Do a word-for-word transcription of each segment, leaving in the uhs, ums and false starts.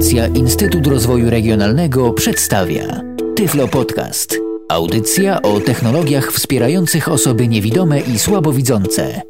Fundacja Instytut Rozwoju Regionalnego przedstawia Tyflo Podcast. Audycja o technologiach wspierających osoby niewidome i słabowidzące.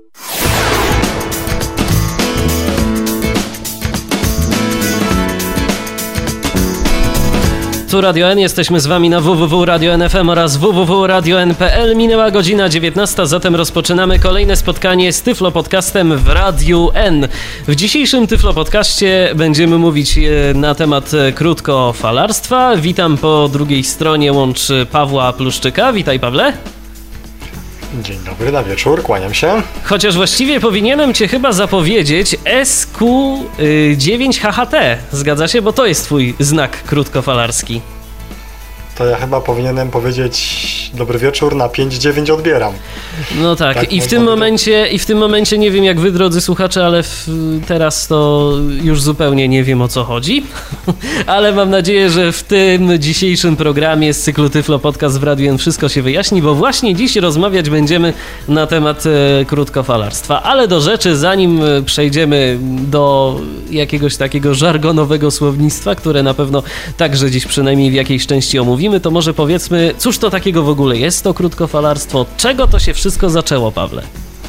Tu Radio N, jesteśmy z Wami na w w w kropka radio n f m oraz w w w kropka radio n kropka p l. Minęła godzina dziewiętnasta, zatem rozpoczynamy kolejne spotkanie z Tyflo Podcastem w Radiu N. W dzisiejszym Tyflo Podcaście będziemy mówić na temat krótkofalarstwa. Witam po drugiej stronie łączy Pawła Pluszczyka. Witaj, Pawle. Dzień dobry, na wieczór, kłaniam się. Chociaż właściwie powinienem Cię chyba zapowiedzieć S Q dziewięć H H T. Zgadza się? Bo to jest Twój znak krótkofalarski. To ja chyba powinienem powiedzieć dobry wieczór, na pięć dziewięć odbieram. No tak, tak i w tym momencie i w tym momencie nie wiem jak wy, drodzy słuchacze, ale w, teraz to już zupełnie nie wiem o co chodzi. Ale mam nadzieję, że w tym dzisiejszym programie z cyklu Tyflo Podcast w Radiu N wszystko się wyjaśni, bo właśnie dziś rozmawiać będziemy na temat e, krótkofalarstwa. Ale do rzeczy, zanim przejdziemy do jakiegoś takiego żargonowego słownictwa, które na pewno także dziś przynajmniej w jakiejś części omówimy, to może powiedzmy, cóż to takiego w ogóle jest to krótkofalarstwo? Od czego to się wszystko zaczęło, Pawle?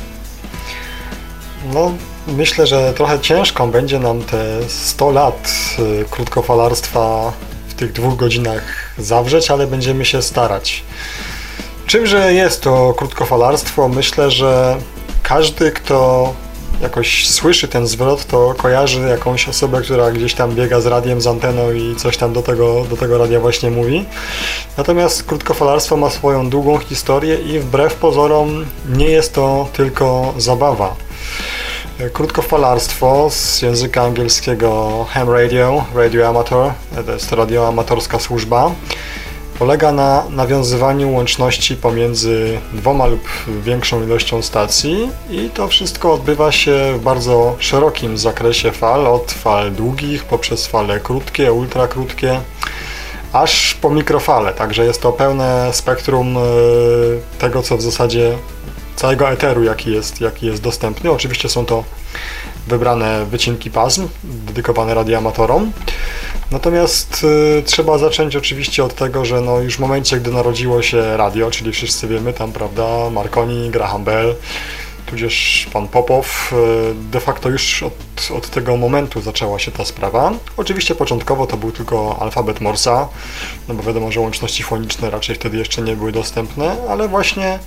No, myślę, że trochę ciężko będzie nam te sto lat krótkofalarstwa w tych dwóch godzinach zawrzeć, ale będziemy się starać. Czymże jest to krótkofalarstwo? Myślę, że każdy, kto jakoś słyszy ten zwrot, to kojarzy jakąś osobę, która gdzieś tam biega z radiem, z anteną i coś tam do tego, do tego radia właśnie mówi. Natomiast krótkofalarstwo ma swoją długą historię i wbrew pozorom nie jest to tylko zabawa. Krótkofalarstwo z języka angielskiego ham radio, radio amateur, to jest radio amatorska służba, polega na nawiązywaniu łączności pomiędzy dwoma lub większą ilością stacji i to wszystko odbywa się w bardzo szerokim zakresie fal, od fal długich poprzez fale krótkie, ultrakrótkie, aż po mikrofale, także jest to pełne spektrum tego, co w zasadzie całego eteru, jaki jest, jaki jest dostępny. Oczywiście są to wybrane wycinki pasm dedykowane radioamatorom. Natomiast y, trzeba zacząć oczywiście od tego, że no już w momencie, gdy narodziło się radio, czyli wszyscy wiemy tam, prawda, Marconi, Graham Bell, tudzież pan Popow, y, de facto już od, od tego momentu zaczęła się ta sprawa. Oczywiście początkowo to był tylko alfabet Morsa, no bo wiadomo, że łączności foniczne raczej wtedy jeszcze nie były dostępne, ale właśnie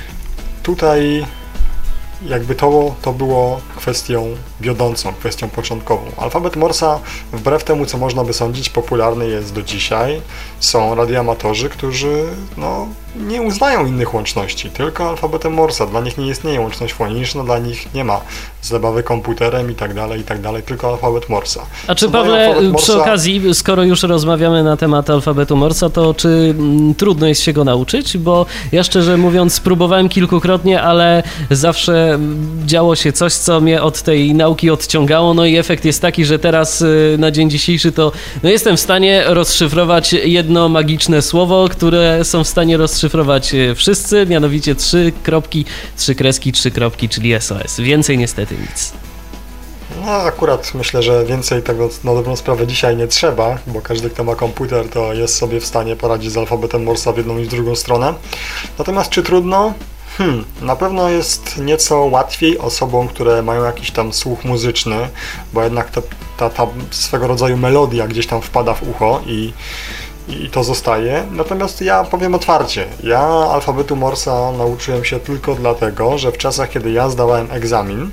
tutaj jakby to, to było kwestią wiodącą, kwestią początkową. Alfabet Morsa, wbrew temu, co można by sądzić, popularny jest do dzisiaj. Są radioamatorzy, którzy no, nie uznają innych łączności, tylko alfabetem Morsa. Dla nich nie istnieje łączność foniczna, dla nich nie ma zabawy komputerem i tak dalej, i tak dalej, tylko alfabet Morsa. A czy, Pawle, przy Morsa... okazji, skoro już rozmawiamy na temat alfabetu Morsa, to czy mm, trudno jest się go nauczyć? Bo ja szczerze mówiąc próbowałem kilkukrotnie, ale zawsze działo się coś, co mnie od tej nauki odciągało, no i efekt jest taki, że teraz na dzień dzisiejszy to no jestem w stanie rozszyfrować jedno magiczne słowo, które są w stanie rozszyfrować wszyscy, mianowicie trzy kropki, trzy kreski, trzy kropki, czyli S O S. Więcej niestety nic. No akurat myślę, że więcej tego na dobrą sprawę dzisiaj nie trzeba, bo każdy, kto ma komputer, to jest sobie w stanie poradzić z alfabetem Morsa w jedną i w drugą stronę. Natomiast czy trudno? Hmm, na pewno jest nieco łatwiej osobom, które mają jakiś tam słuch muzyczny, bo jednak ta, ta, ta swego rodzaju melodia gdzieś tam wpada w ucho i, i to zostaje. Natomiast ja powiem otwarcie, ja alfabetu Morsa nauczyłem się tylko dlatego, że w czasach, kiedy ja zdawałem egzamin,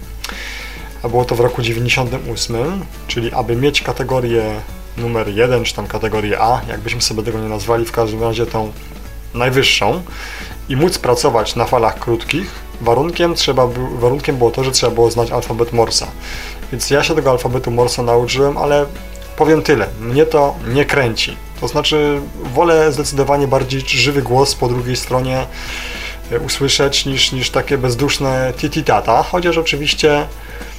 a było to w roku dziewięćdziesiątym ósmym, czyli aby mieć kategorię numer jeden, czy tam kategorię A, jakbyśmy sobie tego nie nazwali, w każdym razie tą najwyższą, i móc pracować na falach krótkich, warunkiem, trzeba, warunkiem było to, że trzeba było znać alfabet Morsa. Więc ja się tego alfabetu Morsa nauczyłem, ale powiem tyle, mnie to nie kręci. To znaczy wolę zdecydowanie bardziej żywy głos po drugiej stronie usłyszeć niż, niż takie bezduszne titi-tata, chociaż oczywiście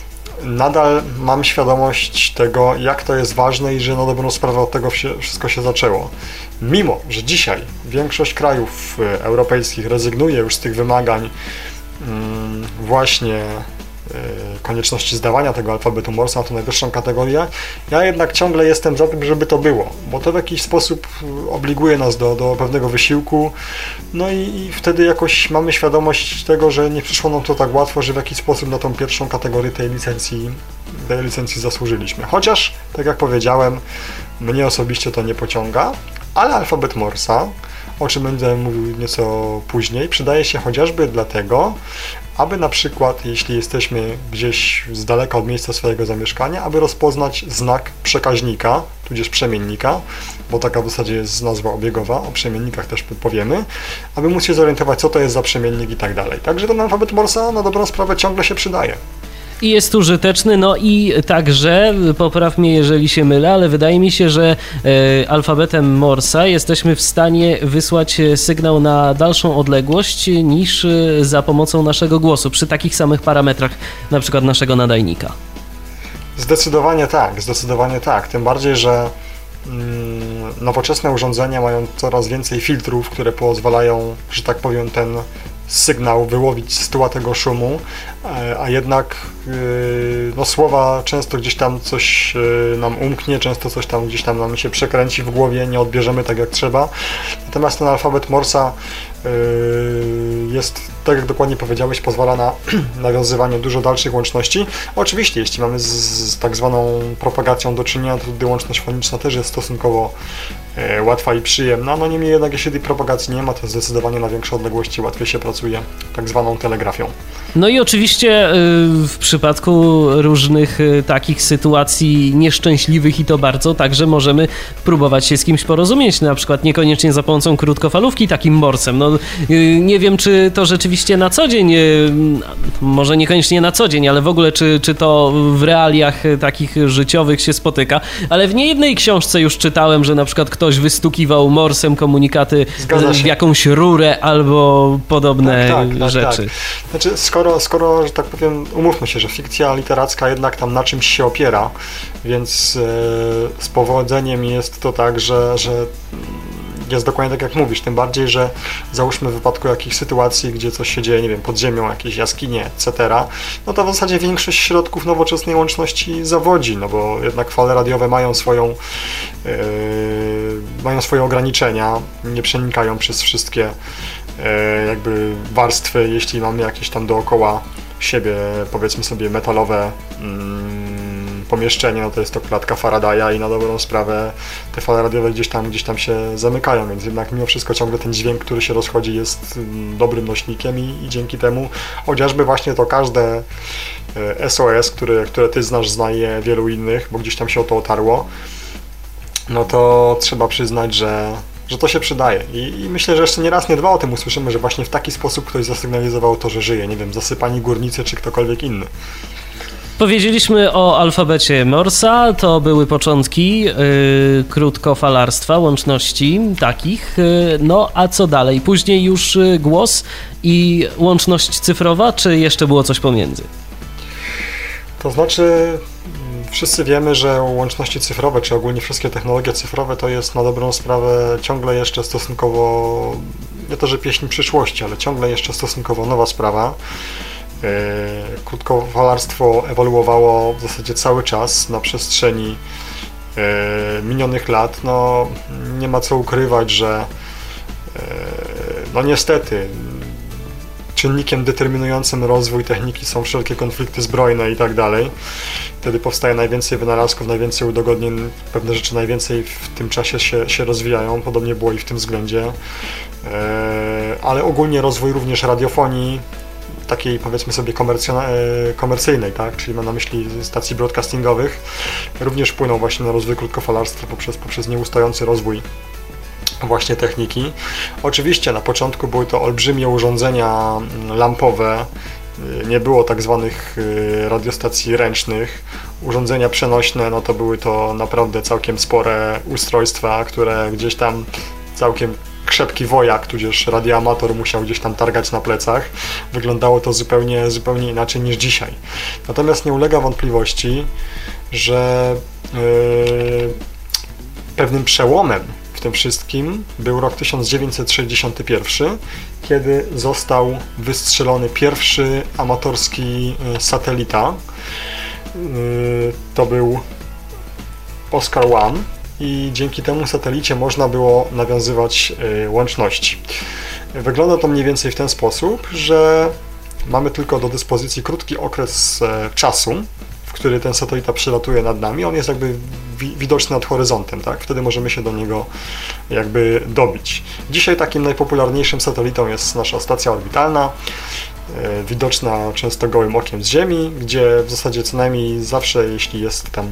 nadal mam świadomość tego, jak to jest ważne i że na dobrą sprawę od tego wszystko się zaczęło. Mimo że dzisiaj większość krajów europejskich rezygnuje już z tych wymagań właśnie konieczności zdawania tego alfabetu Morsa na tą najwyższą kategorię. Ja jednak ciągle jestem za tym, żeby to było, bo to w jakiś sposób obliguje nas do, do pewnego wysiłku, no i, i wtedy jakoś mamy świadomość tego, że nie przyszło nam to tak łatwo, że w jakiś sposób na tą pierwszą kategorię tej licencji, tej licencji zasłużyliśmy. Chociaż, tak jak powiedziałem, mnie osobiście to nie pociąga, ale alfabet Morsa, o czym będę mówił nieco później, przydaje się chociażby dlatego, aby na przykład, jeśli jesteśmy gdzieś z daleka od miejsca swojego zamieszkania, aby rozpoznać znak przekaźnika, tudzież przemiennika, bo taka w zasadzie jest nazwa obiegowa, o przemiennikach też powiemy, aby móc się zorientować, co to jest za przemiennik i tak dalej. Także ten alfabet Morsa na dobrą sprawę ciągle się przydaje. I jest użyteczny, no i także, popraw mnie jeżeli się mylę, ale wydaje mi się, że e, alfabetem Morsa jesteśmy w stanie wysłać sygnał na dalszą odległość niż e, za pomocą naszego głosu, przy takich samych parametrach, na przykład naszego nadajnika. Zdecydowanie tak, zdecydowanie tak, tym bardziej, że mm, nowoczesne urządzenia mają coraz więcej filtrów, które pozwalają, że tak powiem, ten sygnał wyłowić z tyła tego szumu, a jednak no, słowa często gdzieś tam coś nam umknie, często coś tam gdzieś tam nam się przekręci w głowie, nie odbierzemy tak jak trzeba. Natomiast ten alfabet Morsa jest, tak jak dokładnie powiedziałeś, pozwala na nawiązywanie dużo dalszych łączności. Oczywiście, jeśli mamy z, z tak zwaną propagacją do czynienia, to wtedy łączność foniczna też jest stosunkowo e, łatwa i przyjemna. No niemniej jednak, jeśli tej propagacji nie ma, to zdecydowanie na większe odległości łatwiej się pracuje tak zwaną telegrafią. No i oczywiście w przypadku różnych takich sytuacji nieszczęśliwych i to bardzo, także możemy próbować się z kimś porozumieć, na przykład niekoniecznie za pomocą krótkofalówki, takim morsem. No nie wiem, czy to rzeczywiście na co dzień, może niekoniecznie na co dzień, ale w ogóle czy, czy to w realiach takich życiowych się spotyka, ale w niejednej książce już czytałem, że na przykład ktoś wystukiwał morsem komunikaty w jakąś rurę albo podobne tak, tak, tak, rzeczy. Tak. Znaczy, skoro, skoro, że tak powiem, umówmy się, że fikcja literacka jednak tam na czymś się opiera, więc yy, z powodzeniem jest to tak, że, że jest dokładnie tak jak mówisz, tym bardziej, że załóżmy w wypadku jakichś sytuacji, gdzie coś się dzieje, nie wiem, pod ziemią, jakieś jaskinie, et cetera, no to w zasadzie większość środków nowoczesnej łączności zawodzi, no bo jednak fale radiowe mają swoją, yy, mają swoje ograniczenia, nie przenikają przez wszystkie yy, jakby warstwy, jeśli mamy jakieś tam dookoła siebie, powiedzmy sobie, metalowe mm, pomieszczenie, no to jest to klatka Faradaya i na dobrą sprawę te fale radiowe gdzieś tam, gdzieś tam się zamykają, więc jednak mimo wszystko ciągle ten dźwięk, który się rozchodzi, jest dobrym nośnikiem i, i dzięki temu chociażby właśnie to każde S O S, które, które ty znasz, zna je wielu innych, bo gdzieś tam się o to otarło, no to trzeba przyznać, że że to się przydaje. I, I myślę, że jeszcze nie raz, nie dwa o tym usłyszymy, że właśnie w taki sposób ktoś zasygnalizował to, że żyje, nie wiem, zasypani górnicy czy ktokolwiek inny. Powiedzieliśmy o alfabecie Morsa, to były początki yy, krótkofalarstwa, łączności takich, yy, no a co dalej? Później już yy, głos i łączność cyfrowa, czy jeszcze było coś pomiędzy? To znaczy, wszyscy wiemy, że łączności cyfrowe, czy ogólnie wszystkie technologie cyfrowe to jest na dobrą sprawę ciągle jeszcze stosunkowo, nie to, że pieśń przyszłości, ale ciągle jeszcze stosunkowo nowa sprawa. Krótkofalarstwo ewoluowało w zasadzie cały czas na przestrzeni minionych lat. No, nie ma co ukrywać, że no niestety czynnikiem determinującym rozwój techniki są wszelkie konflikty zbrojne i tak dalej. Wtedy powstaje najwięcej wynalazków, najwięcej udogodnień, pewne rzeczy najwięcej w tym czasie się, się rozwijają, podobnie było i w tym względzie. Ale ogólnie rozwój również radiofonii, takiej powiedzmy sobie komercyjnej, tak? Czyli mam na myśli stacji broadcastingowych, również wpłynął właśnie na rozwój krótkofalarstwa poprzez, poprzez nieustający rozwój właśnie techniki. Oczywiście na początku były to olbrzymie urządzenia lampowe, nie było tak zwanych radiostacji ręcznych. Urządzenia przenośne, no to były to naprawdę całkiem spore ustrojstwa, które gdzieś tam całkiem krzepki wojak, tudzież radioamator musiał gdzieś tam targać na plecach. Wyglądało to zupełnie, zupełnie inaczej niż dzisiaj. Natomiast nie ulega wątpliwości, że yy, pewnym przełomem w tym wszystkim był rok tysiąc dziewięćset sześćdziesiąty pierwszy, kiedy został wystrzelony pierwszy amatorski satelita. To był Oscar One i dzięki temu satelicie można było nawiązywać łączności. Wygląda to mniej więcej w ten sposób, że mamy tylko do dyspozycji krótki okres czasu, w który ten satelita przelatuje nad nami. On jest jakby wi- widoczny nad horyzontem, tak? Wtedy możemy się do niego jakby dobić. Dzisiaj takim najpopularniejszym satelitą jest nasza stacja orbitalna, e, widoczna często gołym okiem z Ziemi, gdzie w zasadzie co najmniej zawsze, jeśli jest tam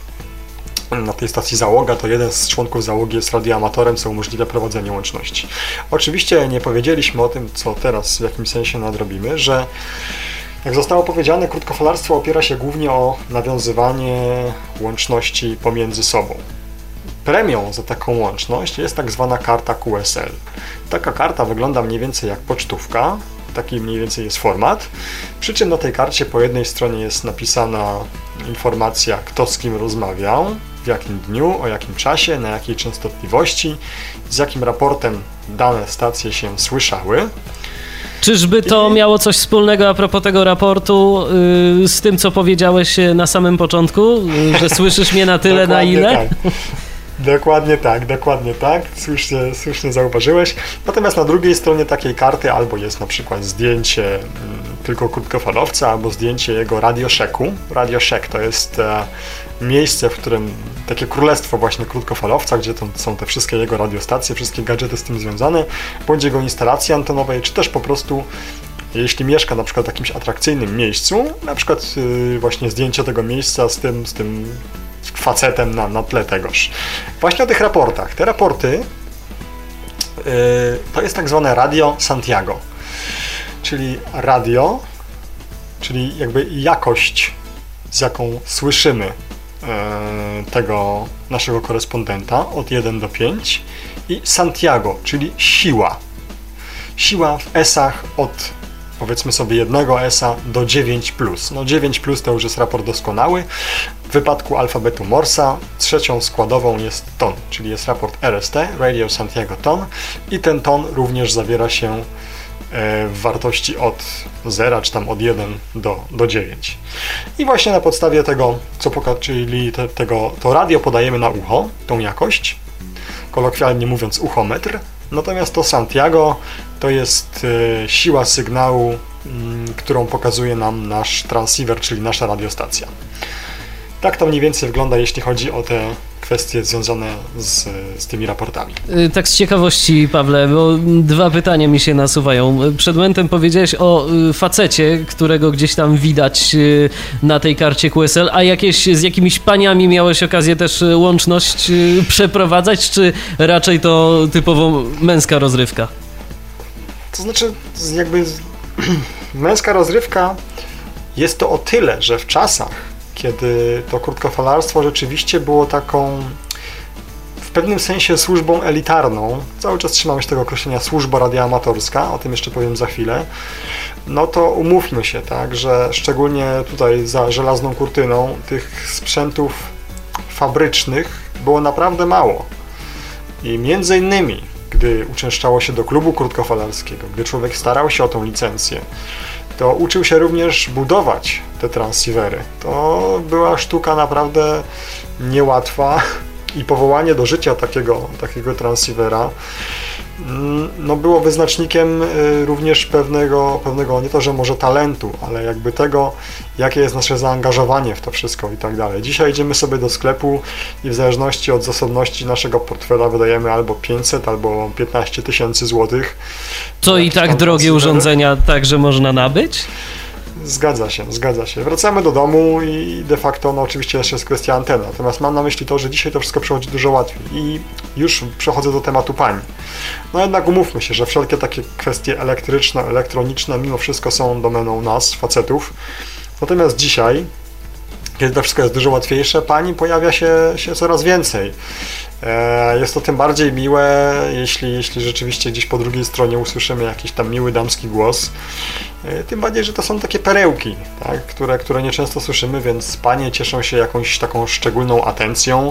na tej stacji załoga, to jeden z członków załogi jest radioamatorem, co umożliwia prowadzenie łączności. Oczywiście nie powiedzieliśmy o tym, co teraz w jakimś sensie nadrobimy, że jak zostało powiedziane, krótkofalarstwo opiera się głównie o nawiązywanie łączności pomiędzy sobą. Premią za taką łączność jest tak zwana karta Q S L. Taka karta wygląda mniej więcej jak pocztówka, taki mniej więcej jest format, przy czym na tej karcie po jednej stronie jest napisana informacja, kto z kim rozmawiał, w jakim dniu, o jakim czasie, na jakiej częstotliwości, z jakim raportem dane stacje się słyszały. Czyżby to miało coś wspólnego a propos tego raportu yy, z tym, co powiedziałeś na samym początku, yy, że słyszysz mnie na tyle, na ile? Tak. Dokładnie tak, dokładnie tak, słusznie, słusznie zauważyłeś. Natomiast na drugiej stronie takiej karty albo jest na przykład zdjęcie mm, tylko krótkofalowca, albo zdjęcie jego radioszeku. Radioshack to jest e, miejsce, w którym takie królestwo właśnie krótkofalowca, gdzie to są te wszystkie jego radiostacje, wszystkie gadżety z tym związane, bądź jego instalacji antenowej, czy też po prostu jeśli mieszka na przykład w jakimś atrakcyjnym miejscu, na przykład yy, właśnie zdjęcie tego miejsca z tym, z tym facetem na, na tle tegoż. Właśnie o tych raportach. Te raporty yy, to jest tak zwane Radio Santiago, czyli radio, czyli jakby jakość, z jaką słyszymy yy, tego naszego korespondenta od jeden do pięciu i Santiago, czyli siła. Siła w esach od powiedzmy sobie jednego esa do dziewięć plus. No dziewięć plus to już jest raport doskonały. W wypadku alfabetu Morsa trzecią składową jest ton, czyli jest raport R S T, Radio Santiago Ton, i ten ton również zawiera się w wartości od zera, czy tam od jeden do, do dziewięciu. I właśnie na podstawie tego, co poka- czyli te, tego, to radio podajemy na ucho, tą jakość, kolokwialnie mówiąc uchometr. Natomiast to Santiago to jest e, siła sygnału, m, którą pokazuje nam nasz transceiver, czyli nasza radiostacja. Tak to mniej więcej wygląda, jeśli chodzi o te kwestie związane z, z tymi raportami. Tak z ciekawości, Pawle, bo dwa pytania mi się nasuwają. Przed momentem powiedziałeś o facecie, którego gdzieś tam widać na tej karcie Q S L, a jakieś, z jakimiś paniami miałeś okazję też łączność przeprowadzać, czy raczej to typowo męska rozrywka? To znaczy, jakby męska rozrywka jest to o tyle, że w czasach, kiedy to krótkofalarstwo rzeczywiście było taką w pewnym sensie służbą elitarną, cały czas trzymamy się tego określenia służba radioamatorska, o tym jeszcze powiem za chwilę, no to umówmy się, tak, że szczególnie tutaj za żelazną kurtyną tych sprzętów fabrycznych było naprawdę mało. I między innymi, gdy uczęszczało się do klubu krótkofalarskiego, gdy człowiek starał się o tą licencję, to uczył się również budować te transceivery. To była sztuka naprawdę niełatwa i powołanie do życia takiego, takiego transceivera no było wyznacznikiem również pewnego, pewnego, nie to, że może talentu, ale jakby tego, jakie jest nasze zaangażowanie w to wszystko i tak dalej. Dzisiaj idziemy sobie do sklepu i w zależności od zasobności naszego portfela wydajemy albo pięćset, albo piętnaście tysięcy złotych. Co i tak drogie urządzenia także można nabyć? Zgadza się, zgadza się. Wracamy do domu i de facto, no oczywiście jeszcze jest kwestia anteny, natomiast mam na myśli to, że dzisiaj to wszystko przychodzi dużo łatwiej i już przechodzę do tematu pań. No jednak umówmy się, że wszelkie takie kwestie elektryczne, elektroniczne mimo wszystko są domeną nas, facetów. Natomiast dzisiaj kiedy to wszystko jest dużo łatwiejsze, pań pojawia się, się coraz więcej. Jest to tym bardziej miłe, jeśli, jeśli rzeczywiście gdzieś po drugiej stronie usłyszymy jakiś tam miły damski głos. Tym bardziej, że to są takie perełki, tak, które, które nieczęsto słyszymy, więc panie cieszą się jakąś taką szczególną atencją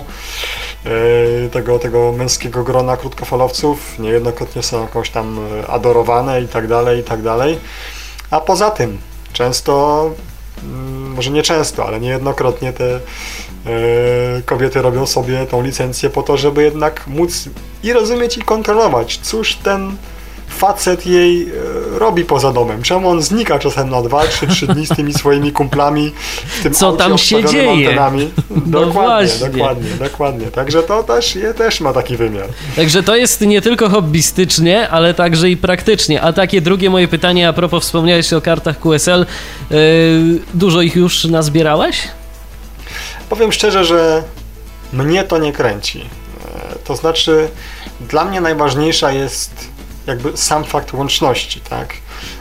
tego, tego męskiego grona krótkofalowców. Niejednokrotnie są jakąś tam adorowane i tak dalej, i tak dalej. A poza tym często, może nie często, ale niejednokrotnie te kobiety robią sobie tą licencję po to, żeby jednak móc i rozumieć, i kontrolować, cóż ten facet jej robi poza domem. Czemu on znika czasem na dwa, trzy, trzy dni z tymi swoimi kumplami w tym co tam się dzieje? Antenami. No dokładnie, właśnie. dokładnie, dokładnie. Także to też, je, też ma taki wymiar. Także to jest nie tylko hobbystycznie, ale także i praktycznie. A takie drugie moje pytanie, a propos wspomniałeś o kartach Q S L. Yy, dużo ich już nazbierałeś? Powiem szczerze, że mnie to nie kręci. To znaczy, dla mnie najważniejsza jest jakby sam fakt łączności, tak?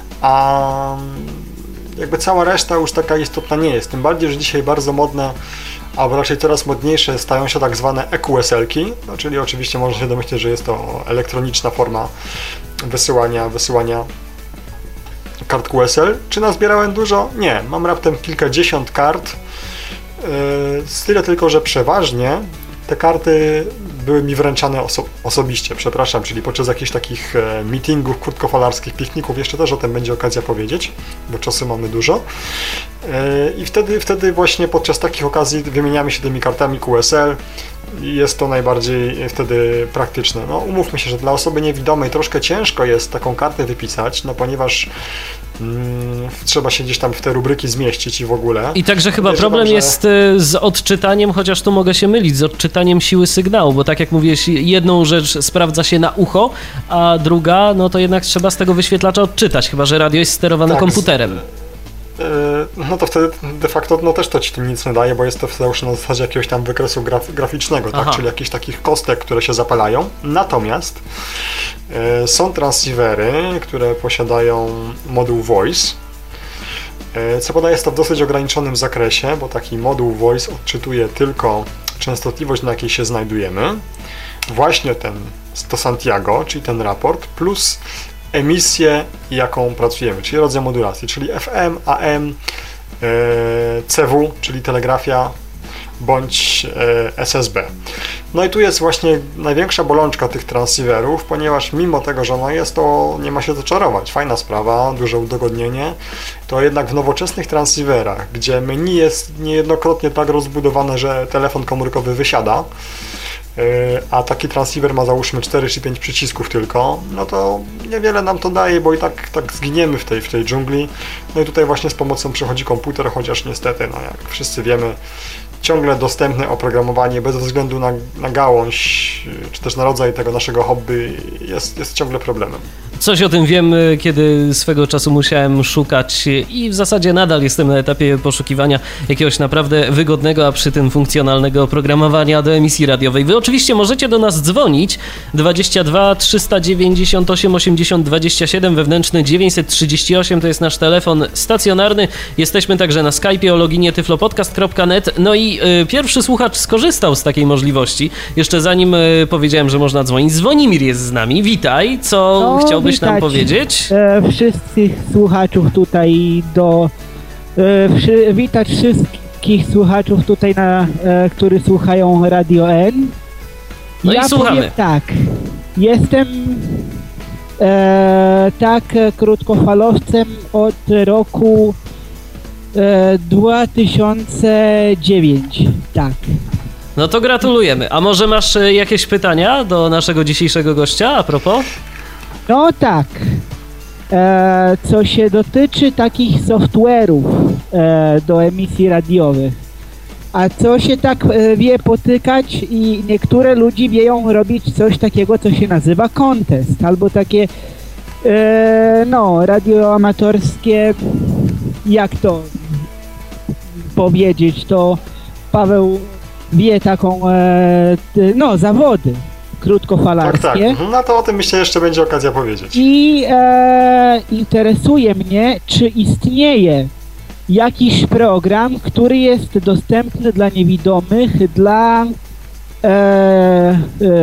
A jakby cała reszta już taka istotna nie jest. Tym bardziej, że dzisiaj bardzo modne, albo raczej coraz modniejsze stają się tak zwane e Q S L-ki, no, czyli oczywiście można się domyśleć, że jest to elektroniczna forma wysyłania, wysyłania kart Q S L. Czy nazbierałem dużo? Nie. Mam raptem kilkadziesiąt kart. Z tyle tylko, że przeważnie te karty były mi wręczane oso- osobiście, przepraszam, czyli podczas jakichś takich e, meetingów krótkofalarskich, pikników, jeszcze też o tym będzie okazja powiedzieć, bo czasu mamy dużo. E, I wtedy, wtedy właśnie podczas takich okazji wymieniamy się tymi kartami Q S L i jest to najbardziej wtedy praktyczne. No umówmy się, że dla osoby niewidomej troszkę ciężko jest taką kartę wypisać, no ponieważ mm, trzeba się gdzieś tam w te rubryki zmieścić i w ogóle. I także chyba Wiesz, problem że... jest z odczytaniem, chociaż tu mogę się mylić, z odczytaniem siły sygnału, bo tak jak mówiłeś, jedną rzecz sprawdza się na ucho, a druga, no to jednak trzeba z tego wyświetlacza odczytać, chyba że radio jest sterowane tak, komputerem. No to wtedy de facto no też to ci tym nic nie daje, bo jest to załóżmy na zasadzie jakiegoś tam wykresu graf- graficznego, tak? Czyli jakichś takich kostek, które się zapalają. Natomiast e, są transceivery, które posiadają moduł voice. E, co podaje jest to w dosyć ograniczonym zakresie, bo taki moduł voice odczytuje tylko częstotliwość, na jakiej się znajdujemy. Właśnie ten to Santiago, czyli ten raport, plus emisję, jaką pracujemy, czyli rodzaj modulacji, czyli F M, A M, C W, czyli telegrafia, bądź S S B. No i tu jest właśnie największa bolączka tych transceiverów, ponieważ mimo tego, że no jest to, nie ma się co czarować, fajna sprawa, duże udogodnienie, to jednak w nowoczesnych transceiverach, gdzie menu jest niejednokrotnie tak rozbudowane, że telefon komórkowy wysiada, a taki transceiver ma załóżmy cztery czy pięć przycisków tylko, no to niewiele nam to daje, bo i tak, tak zginiemy w tej, w tej dżungli. No i tutaj właśnie z pomocą przychodzi komputer, chociaż niestety, no jak wszyscy wiemy, ciągle dostępne oprogramowanie bez względu na, na gałąź, czy też na rodzaj tego naszego hobby jest, jest ciągle problemem. Coś o tym wiem, kiedy swego czasu musiałem szukać i w zasadzie nadal jestem na etapie poszukiwania jakiegoś naprawdę wygodnego, a przy tym funkcjonalnego oprogramowania do emisji radiowej. Wy oczywiście możecie do nas dzwonić dwadzieścia dwa trzysta dziewięćdziesiąt osiem osiemdziesiąt dwadzieścia siedem, wewnętrzny dziewięćset trzydzieści osiem, to jest nasz telefon stacjonarny. Jesteśmy także na Skype'ie o loginie tyflopodcast kropka net. No i y, pierwszy słuchacz skorzystał z takiej możliwości. Jeszcze zanim y, powiedziałem, że można dzwonić, Zwonimir jest z nami. Witaj, co no, chciałbyś nam powiedzieć? E, wszystkich słuchaczów tutaj do... E, wszy, witać wszystkich słuchaczów tutaj, na, e, którzy słuchają Radio N. No ja i słuchamy. Powiem tak, jestem e, tak krótkofalowcem od roku e, dwa tysiące dziewiątego, tak. No to gratulujemy. A może masz jakieś pytania do naszego dzisiejszego gościa a propos? No tak, e, co się dotyczy takich software'ów e, do emisji radiowych, a co się tak e, wie potykać i niektóre ludzie wieją robić coś takiego, co się nazywa contest, albo takie, e, no, radioamatorskie, jak to powiedzieć, to Paweł wie taką, e, no, zawody krótkofalarskie. Tak, tak. No to o tym myślę jeszcze będzie okazja powiedzieć. I e, interesuje mnie, czy istnieje jakiś program, który jest dostępny dla niewidomych, dla e, e,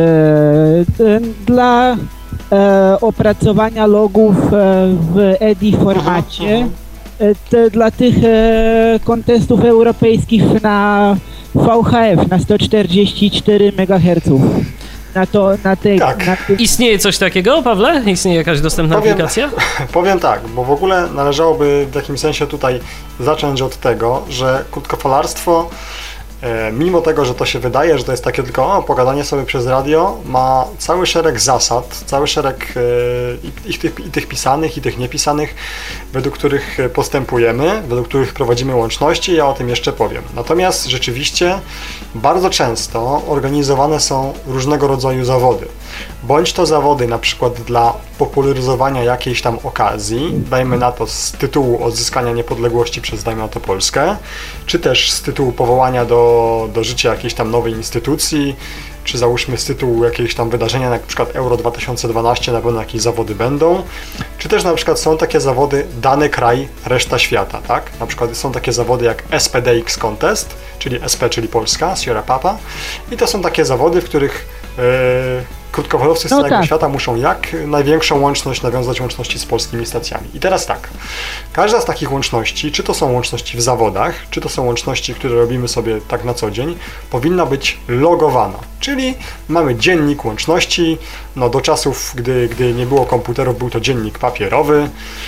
dla e, opracowania logów e, w E D I formacie, e, te, dla tych e, kontestów europejskich na V H F, na sto czterdzieści cztery megaherców. Na to, na tej, tak. na ty... Istnieje coś takiego, Pawle? Istnieje jakaś dostępna powiem, aplikacja? Powiem tak, bo w ogóle należałoby w jakimś sensie tutaj zacząć od tego, że krótkofalarstwo, e, mimo tego, że to się wydaje, że to jest takie tylko o, pogadanie sobie przez radio, ma cały szereg zasad, cały szereg e, i, i, tych, i tych pisanych, i tych niepisanych, według których postępujemy, według których prowadzimy łączności, ja o tym jeszcze powiem. Natomiast rzeczywiście bardzo często organizowane są różnego rodzaju zawody. Bądź to zawody na przykład dla popularyzowania jakiejś tam okazji, dajmy na to z tytułu odzyskania niepodległości przez, dajmy na to, Polskę, czy też z tytułu powołania do, do życia jakiejś tam nowej instytucji, czy załóżmy z tytułu jakiegoś tam wydarzenia, na przykład Euro dwa tysiące dwanaście, na pewno jakieś zawody będą, czy też na przykład są takie zawody dany kraj, reszta świata, tak? Na przykład są takie zawody jak S P D X Contest, czyli S P, czyli Polska, Sierra Papa, i to są takie zawody, w których yy, krótkofalowcy z no całego tak. świata muszą jak największą łączność nawiązać łączności z polskimi stacjami. I teraz tak, każda z takich łączności, czy to są łączności w zawodach, czy to są łączności, które robimy sobie tak na co dzień, powinna być logowana. Czyli mamy dziennik łączności, no do czasów, gdy, gdy nie było komputerów, był to dziennik papierowy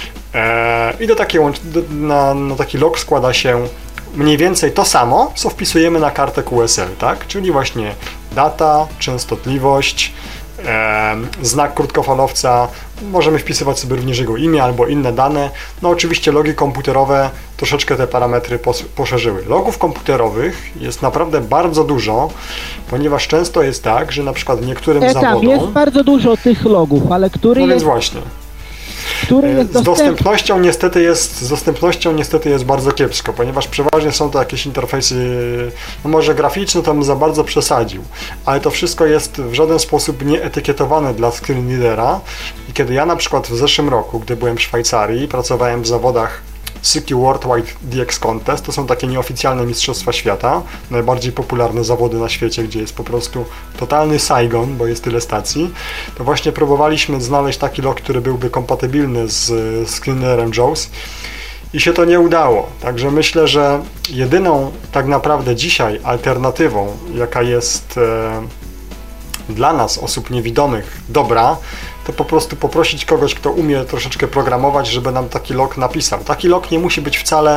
e, i do takiej łącz- do, na, na taki log składa się mniej więcej to samo, co wpisujemy na kartę Q S L, tak? Czyli właśnie data, częstotliwość, e, znak krótkofalowca, możemy wpisywać sobie również jego imię albo inne dane. No oczywiście logi komputerowe troszeczkę te parametry pos- poszerzyły. Logów komputerowych jest naprawdę bardzo dużo, ponieważ często jest tak, że na przykład niektórym E, tam zawodom... jest bardzo dużo tych logów, ale który No więc jest, właśnie. który jest Z dostępny? dostępnością niestety jest, z dostępnością niestety jest bardzo kiepsko, ponieważ przeważnie są to jakieś interfejsy, no może graficzne to bym za bardzo przesadził, ale to wszystko jest w żaden sposób nie etykietowane dla screenreadera i kiedy ja na przykład w zeszłym roku, gdy byłem w Szwajcarii, pracowałem w zawodach S Y C I Worldwide D X Contest, to są takie nieoficjalne mistrzostwa świata, najbardziej popularne zawody na świecie, gdzie jest po prostu totalny Saigon, bo jest tyle stacji, to właśnie próbowaliśmy znaleźć taki log, który byłby kompatybilny z screenreaderem JAWS i się to nie udało. Także myślę, że jedyną tak naprawdę dzisiaj alternatywą, jaka jest e, dla nas, osób niewidomych, dobra, to po prostu poprosić kogoś, kto umie troszeczkę programować, żeby nam taki log napisał. Taki log nie musi być wcale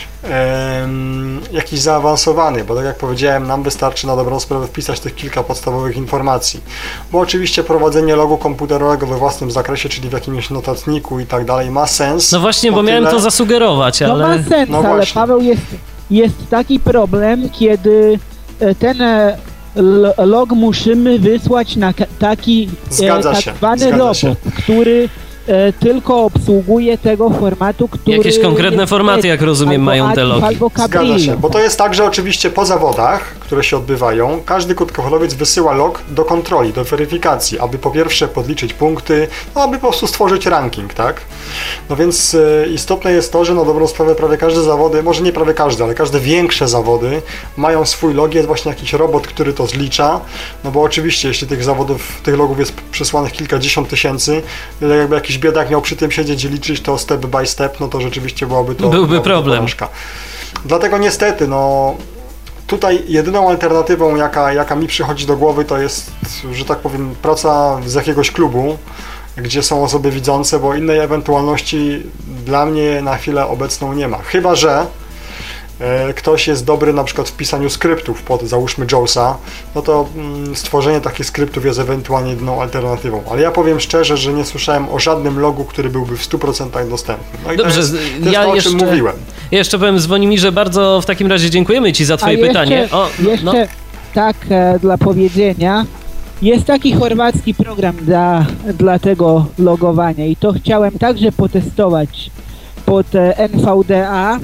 um, jakiś zaawansowany, bo tak jak powiedziałem, nam wystarczy na dobrą sprawę wpisać tych kilka podstawowych informacji. Bo oczywiście prowadzenie logu komputerowego we własnym zakresie, czyli w jakimś notatniku i tak dalej, ma sens. No właśnie, bo tyle... miałem to zasugerować, ale... No ma sens, No ale właśnie. Paweł, jest, jest taki problem, kiedy ten log musimy wysłać na taki Zgadza tak się, zwany zgadza robot, się. który e, tylko obsługuje tego formatu, który... Jakieś konkretne jest formaty, jak rozumiem, albo mają te ATIF, logi. Albo Zgadza Cabrillo. się, bo to jest tak, że oczywiście po zawodach, które się odbywają, każdy krótkofalowiec wysyła log do kontroli, do weryfikacji, aby po pierwsze podliczyć punkty, no aby po prostu stworzyć ranking, tak? No więc e, istotne jest to, że na dobrą sprawę prawie każde zawody, może nie prawie każde, ale każde większe zawody mają swój log, jest właśnie jakiś robot, który to zlicza, no bo oczywiście jeśli tych zawodów, tych logów jest przesłanych kilkadziesiąt tysięcy, jakby jakiś biedak miał przy tym siedzieć i liczyć to step by step, no to rzeczywiście byłoby to... Byłby problem. Porażka. Dlatego niestety, no tutaj jedyną alternatywą, jaka, jaka mi przychodzi do głowy, to jest, że tak powiem, praca z jakiegoś klubu, gdzie są osoby widzące, bo innej ewentualności dla mnie na chwilę obecną nie ma. Chyba że e, ktoś jest dobry na przykład w pisaniu skryptów pod, załóżmy, JAWSa, no to mm, stworzenie takich skryptów jest ewentualnie jedyną alternatywą. Ale ja powiem szczerze, że nie słyszałem o żadnym logu, który byłby w stu procentach dostępny. No i Dobrze, to jest, to jest ja to, o jeszcze- czym mówiłem. Jeszcze powiem Dzwonimirze, bardzo w takim razie dziękujemy Ci za Twoje A jeszcze, pytanie. O, no, jeszcze no. tak e, dla powiedzenia, jest taki chorwacki program dla, dla tego logowania i to chciałem także potestować pod e, N V D A.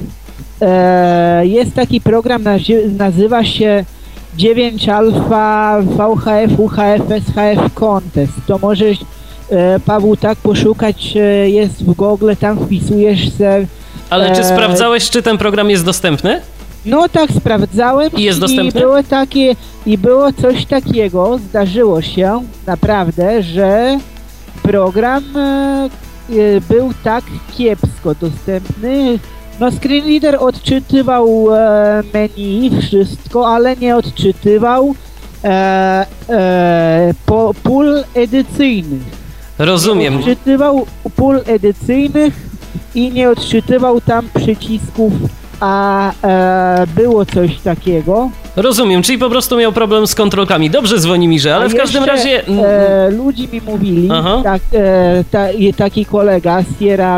E, jest taki program, nazi- nazywa się dziewięć alfa V H F U H F S H F Contest. To możesz, e, Paweł, tak poszukać, e, jest w Google, tam wpisujesz se A Ale czy e, sprawdzałeś, czy ten program jest dostępny? No tak, sprawdzałem. I jest dostępny? I było takie, i było coś takiego, zdarzyło się naprawdę, że program e, e, był tak kiepsko dostępny. No screenreader odczytywał e, menu, wszystko, ale nie odczytywał e, e, po, pól edycyjnych. Rozumiem. Nie odczytywał pól edycyjnych i nie odczytywał tam przycisków, a e, było coś takiego. Rozumiem, czyli po prostu miał problem z kontrolkami. Dobrze, Dzwonimirze, ale A w każdym jeszcze, razie... E, ludzie mi mówili, tak, e, ta, taki kolega Sierra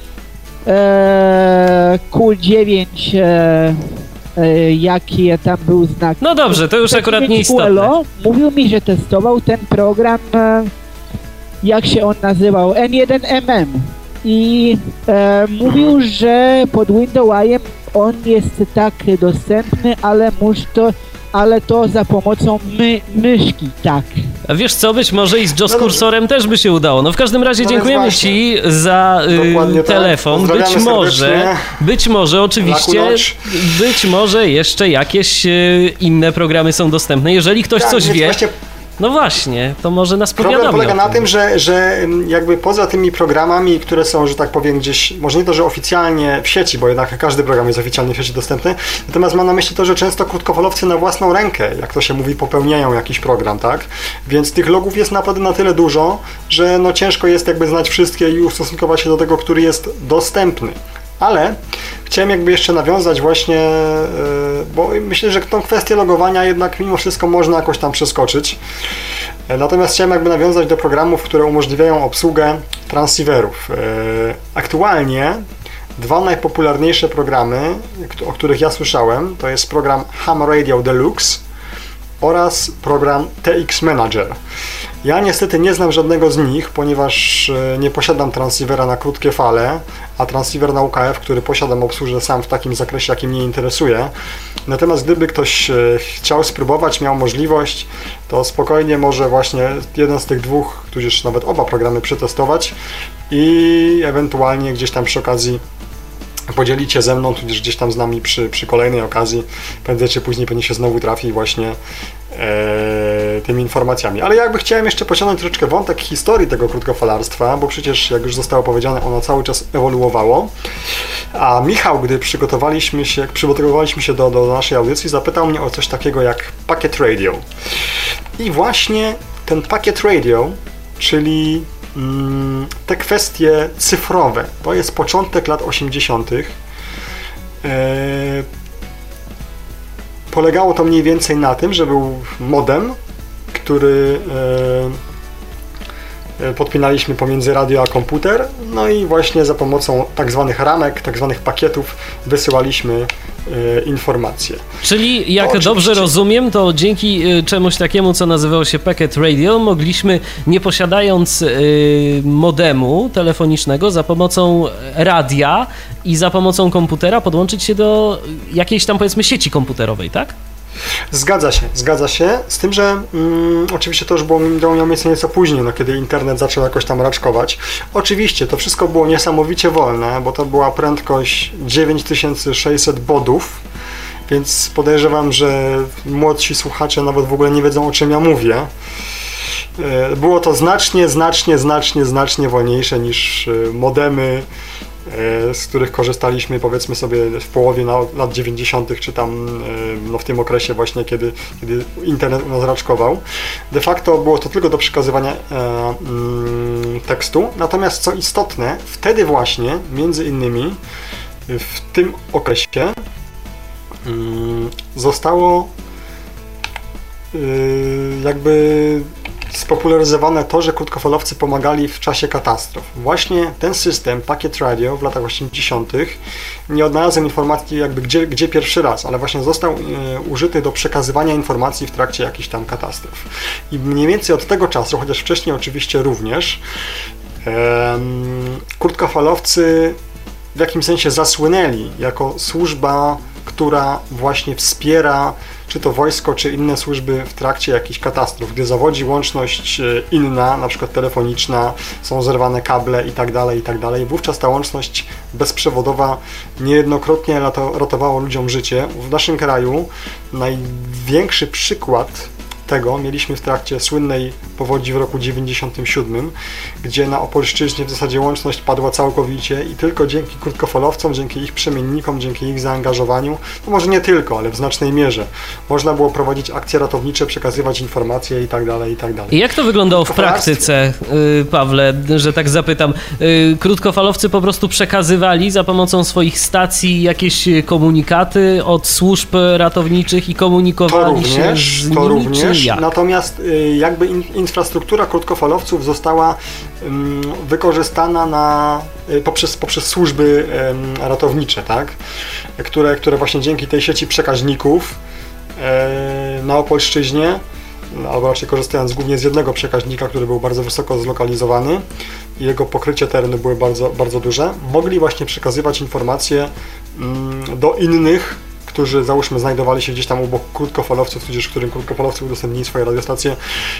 e, Q dziewięć, e, e, jaki tam był znak. No dobrze, to już akurat nieistotne. Mówił mi, że testował ten program, e, jak się on nazywał, N jeden M M. I e, mówił, że pod Windowsem on jest tak dostępny, ale musz to, ale to za pomocą my, myszki, tak. A wiesz co, być może i z JAWS kursorem też by się udało. No w każdym razie No dziękujemy Ci za y, telefon. Tak. Być może, być może oczywiście, być może jeszcze jakieś y, inne programy są dostępne. Jeżeli ktoś tak, coś wie... Właśnie... No właśnie, to może nas powiadomi. Problem polega na tym, że, że jakby poza tymi programami, które są, że tak powiem, gdzieś, może nie to, że oficjalnie w sieci, bo jednak każdy program jest oficjalnie w sieci dostępny, natomiast mam na myśli to, że często krótkofalowcy na własną rękę, jak to się mówi, popełniają jakiś program, tak? Więc tych logów jest naprawdę na tyle dużo, że no ciężko jest jakby znać wszystkie i ustosunkować się do tego, który jest dostępny. Ale chciałem jakby jeszcze nawiązać właśnie, yy, bo myślę, że tą kwestię logowania jednak mimo wszystko można jakoś tam przeskoczyć. Natomiast chciałem jakby nawiązać do programów, które umożliwiają obsługę transceiverów. Yy, aktualnie dwa najpopularniejsze programy, o których ja słyszałem, to jest program Ham Radio Deluxe oraz program T X Manager. Ja niestety nie znam żadnego z nich, ponieważ nie posiadam transceivera na krótkie fale, a transceiver na U K F, który posiadam, obsłużę sam w takim zakresie, jaki mnie interesuje. Natomiast gdyby ktoś chciał spróbować, miał możliwość, to spokojnie może właśnie jeden z tych dwóch, tudzież nawet oba programy przetestować i ewentualnie gdzieś tam przy okazji podzielicie ze mną, tudzież gdzieś tam z nami przy, przy kolejnej okazji, prędzej czy później pewnie się znowu trafi właśnie e, tymi informacjami. Ale jakby chciałem jeszcze pociągnąć troszeczkę wątek historii tego krótkofalarstwa, bo przecież, jak już zostało powiedziane, ono cały czas ewoluowało. A Michał, gdy przygotowaliśmy się, przygotowywaliśmy się do, do naszej audycji, zapytał mnie o coś takiego jak Packet Radio. I właśnie ten Packet Radio, czyli te kwestie cyfrowe, to jest początek lat osiemdziesiątych. Eee, polegało to mniej więcej na tym, że był modem, który e, podpinaliśmy pomiędzy radio a komputer, no i właśnie za pomocą tak zwanych ramek, tak zwanych pakietów wysyłaliśmy e, informacje. Czyli jak dobrze rozumiem, to dzięki czemuś takiemu, co nazywało się Packet Radio, mogliśmy, nie posiadając y, modemu telefonicznego, za pomocą radia i za pomocą komputera podłączyć się do jakiejś tam, powiedzmy, sieci komputerowej, tak? Zgadza się, zgadza się, z tym, że mm, oczywiście to już było, miało miejsce nieco później, no, kiedy internet zaczął jakoś tam raczkować. Oczywiście to wszystko było niesamowicie wolne, bo to była prędkość dziewięć tysięcy sześćset bodów, więc podejrzewam, że młodsi słuchacze nawet w ogóle nie wiedzą, o czym ja mówię. Było to znacznie, znacznie, znacznie, znacznie wolniejsze niż modemy, z których korzystaliśmy, powiedzmy sobie, w połowie lat dziewięćdziesiątych, czy tam no, w tym okresie właśnie, kiedy, kiedy internet u nas raczkował. De facto było to tylko do przekazywania e, mm, tekstu, natomiast co istotne, wtedy właśnie, między innymi, w tym okresie mm, zostało y, jakby spopularyzowane to, że krótkofalowcy pomagali w czasie katastrof. Właśnie ten system, Packet Radio w latach osiemdziesiątych nie odnalazłem informacji jakby gdzie, gdzie pierwszy raz, ale właśnie został e, użyty do przekazywania informacji w trakcie jakichś tam katastrof. I mniej więcej od tego czasu, chociaż wcześniej oczywiście również, e, krótkofalowcy w jakimś sensie zasłynęli jako służba, która właśnie wspiera czy to wojsko, czy inne służby w trakcie jakichś katastrof, gdy zawodzi łączność inna, na przykład telefoniczna, są zerwane kable i tak dalej, i tak dalej. Wówczas ta łączność bezprzewodowa niejednokrotnie ratowała ludziom życie. W naszym kraju największy przykład tego mieliśmy w trakcie słynnej powodzi w roku dziewięćdziesiątym siódmym, gdzie na Opolszczyźnie w zasadzie łączność padła całkowicie i tylko dzięki krótkofalowcom, dzięki ich przemiennikom, dzięki ich zaangażowaniu, no może nie tylko, ale w znacznej mierze, można było prowadzić akcje ratownicze, przekazywać informacje i tak dalej, i tak dalej. I jak to wyglądało w praktyce, Pawle, że tak zapytam? Krótkofalowcy po prostu przekazywali za pomocą swoich stacji jakieś komunikaty od służb ratowniczych i komunikowali to również, się z nimi? To również, Jak? Natomiast jakby in, infrastruktura krótkofalowców została um, wykorzystana na, poprzez, poprzez służby um, ratownicze, tak? które, które właśnie dzięki tej sieci przekaźników e, na Opolszczyźnie, albo raczej korzystając głównie z jednego przekaźnika, który był bardzo wysoko zlokalizowany i jego pokrycie terenu były bardzo, bardzo duże, mogli właśnie przekazywać informacje um, do innych, którzy załóżmy znajdowali się gdzieś tam obok krótkofalowców, tudzież którym krótkofalowcy udostępnili swoje radiostacje,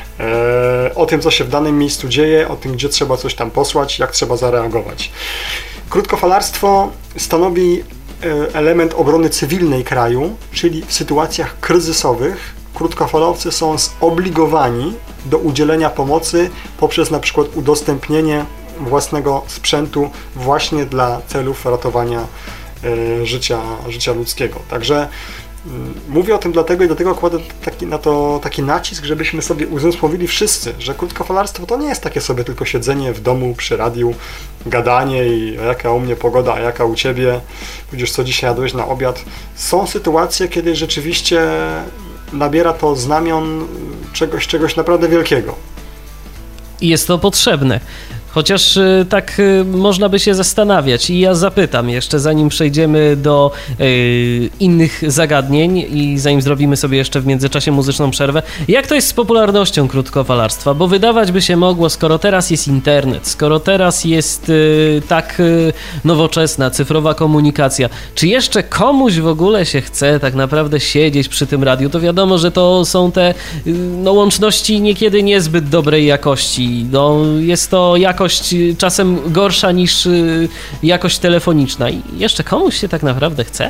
e, o tym, co się w danym miejscu dzieje, o tym, gdzie trzeba coś tam posłać, jak trzeba zareagować. Krótkofalarstwo stanowi e, element obrony cywilnej kraju, czyli w sytuacjach kryzysowych krótkofalowcy są zobligowani do udzielenia pomocy poprzez na przykład udostępnienie własnego sprzętu właśnie dla celów ratowania Życia, życia ludzkiego. Także mówię o tym dlatego i dlatego kładę taki, na to taki nacisk, żebyśmy sobie uzmysłowili wszyscy, że krótkofalarstwo to nie jest takie sobie tylko siedzenie w domu przy radiu, gadanie i jaka u mnie pogoda, a jaka u ciebie, tudzież co dzisiaj jadłeś na obiad. Są sytuacje, kiedy rzeczywiście nabiera to znamion czegoś, czegoś naprawdę wielkiego. I jest to potrzebne. Chociaż tak można by się zastanawiać i ja zapytam jeszcze, zanim przejdziemy do y, innych zagadnień i zanim zrobimy sobie jeszcze w międzyczasie muzyczną przerwę, jak to jest z popularnością krótkofalarstwa? Bo wydawać by się mogło, skoro teraz jest internet, skoro teraz jest y, tak y, nowoczesna, cyfrowa komunikacja, czy jeszcze komuś w ogóle się chce tak naprawdę siedzieć przy tym radiu? To wiadomo, że to są te y, no, łączności niekiedy niezbyt dobrej jakości. No, jest to jakość czasem gorsza niż jakość telefoniczna i jeszcze komuś się tak naprawdę chce?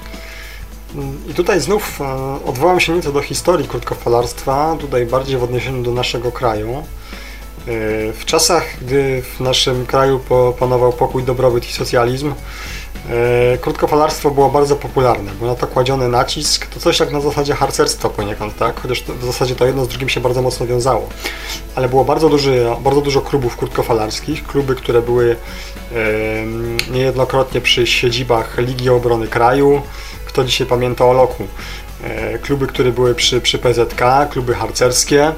I tutaj znów odwołam się nieco do historii krótkofalarstwa, tutaj bardziej w odniesieniu do naszego kraju. W czasach, gdy w naszym kraju panował pokój, dobrobyt i socjalizm, krótkofalarstwo było bardzo popularne, był na to kładziony nacisk, to coś jak na zasadzie harcerstwa poniekąd, tak? Chociaż to, w zasadzie to jedno z drugim się bardzo mocno wiązało. Ale było bardzo, duży, bardzo dużo klubów krótkofalarskich, kluby, które były e, niejednokrotnie przy siedzibach Ligi Obrony Kraju, kto dzisiaj pamięta o Loku, e, kluby, które były przy, przy P Z K, kluby harcerskie. E,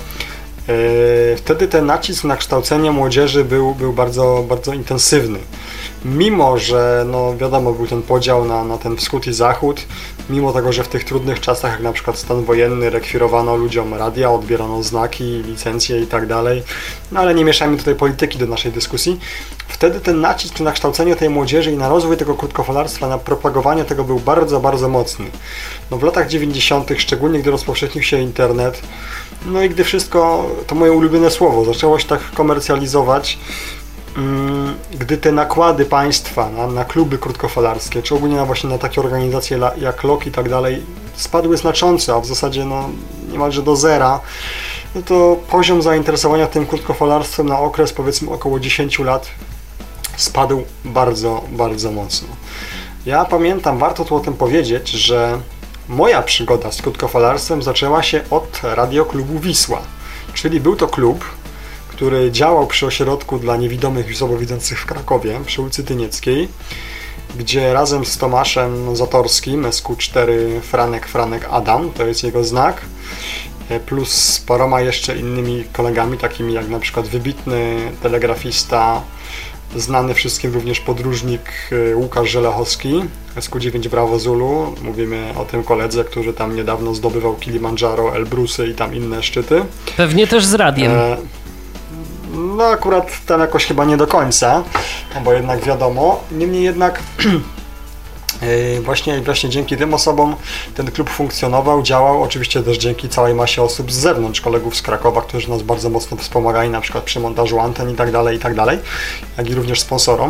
wtedy ten nacisk na kształcenie młodzieży był, był bardzo, bardzo intensywny. Mimo że, no wiadomo, był ten podział na, na ten wschód i zachód, mimo tego, że w tych trudnych czasach, jak na przykład stan wojenny, rekwirowano ludziom radia, odbierano znaki, licencje i tak dalej, no ale nie mieszajmy tutaj polityki do naszej dyskusji, wtedy ten nacisk na kształcenie tej młodzieży i na rozwój tego krótkofalarstwa, na propagowanie tego był bardzo, bardzo mocny. No w latach dziewięćdziesiątych, szczególnie gdy rozpowszechnił się internet, no i gdy wszystko, to moje ulubione słowo, zaczęło się tak komercjalizować, gdy te nakłady państwa na, na kluby krótkofalarskie, czy ogólnie na właśnie na takie organizacje jak L O K i tak dalej, spadły znacząco, a w zasadzie no, niemalże do zera, no to poziom zainteresowania tym krótkofalarstwem na okres powiedzmy około dziesięć lat spadł bardzo, bardzo mocno. Ja pamiętam, warto tu o tym powiedzieć, że moja przygoda z krótkofalarstwem zaczęła się od Radioklubu Wisła, czyli był to klub, który działał przy ośrodku dla niewidomych i słabowidzących w Krakowie, przy ulicy Tynieckiej, gdzie razem z Tomaszem Zatorskim, S Q cztery Franek, Franek Adam, to jest jego znak, plus z paroma jeszcze innymi kolegami, takimi jak na przykład wybitny telegrafista, znany wszystkim również podróżnik Łukasz Żelachowski, S Q dziewięć Bravo Zulu, mówimy o tym koledze, który tam niedawno zdobywał Kilimandżaro, Elbrusy i tam inne szczyty. Pewnie też z radiem. E No akurat tam jakoś chyba nie do końca, bo jednak wiadomo, niemniej jednak Właśnie, właśnie dzięki tym osobom ten klub funkcjonował, działał, oczywiście też dzięki całej masie osób z zewnątrz, kolegów z Krakowa, którzy nas bardzo mocno wspomagali, na przykład przy montażu anten i tak dalej, i tak dalej, jak i również sponsorom.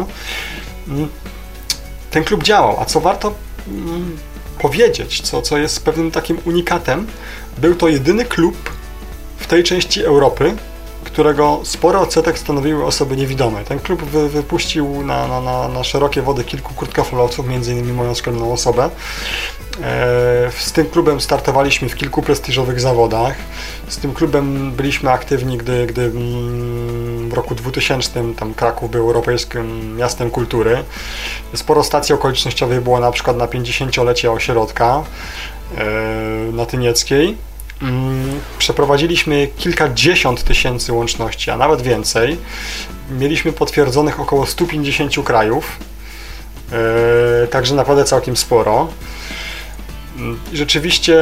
Ten klub działał, a co warto mm, powiedzieć, co, co jest pewnym takim unikatem, był to jedyny klub w tej części Europy, którego spory odsetek stanowiły osoby niewidome. Ten klub wy, wypuścił na, na, na, na szerokie wody kilku krótkofalowców, między innymi moją skromną osobę. E, z tym klubem startowaliśmy w kilku prestiżowych zawodach. Z tym klubem byliśmy aktywni, gdy, gdy mm, w roku dwutysięcznym tam Kraków był europejskim miastem kultury. Sporo stacji okolicznościowych było na przykład na pięćdziesięciolecie ośrodka e, na Tynieckiej. Przeprowadziliśmy kilkadziesiąt tysięcy łączności, a nawet więcej. Mieliśmy potwierdzonych około sto pięćdziesiąt krajów, yy, także naprawdę całkiem sporo. I rzeczywiście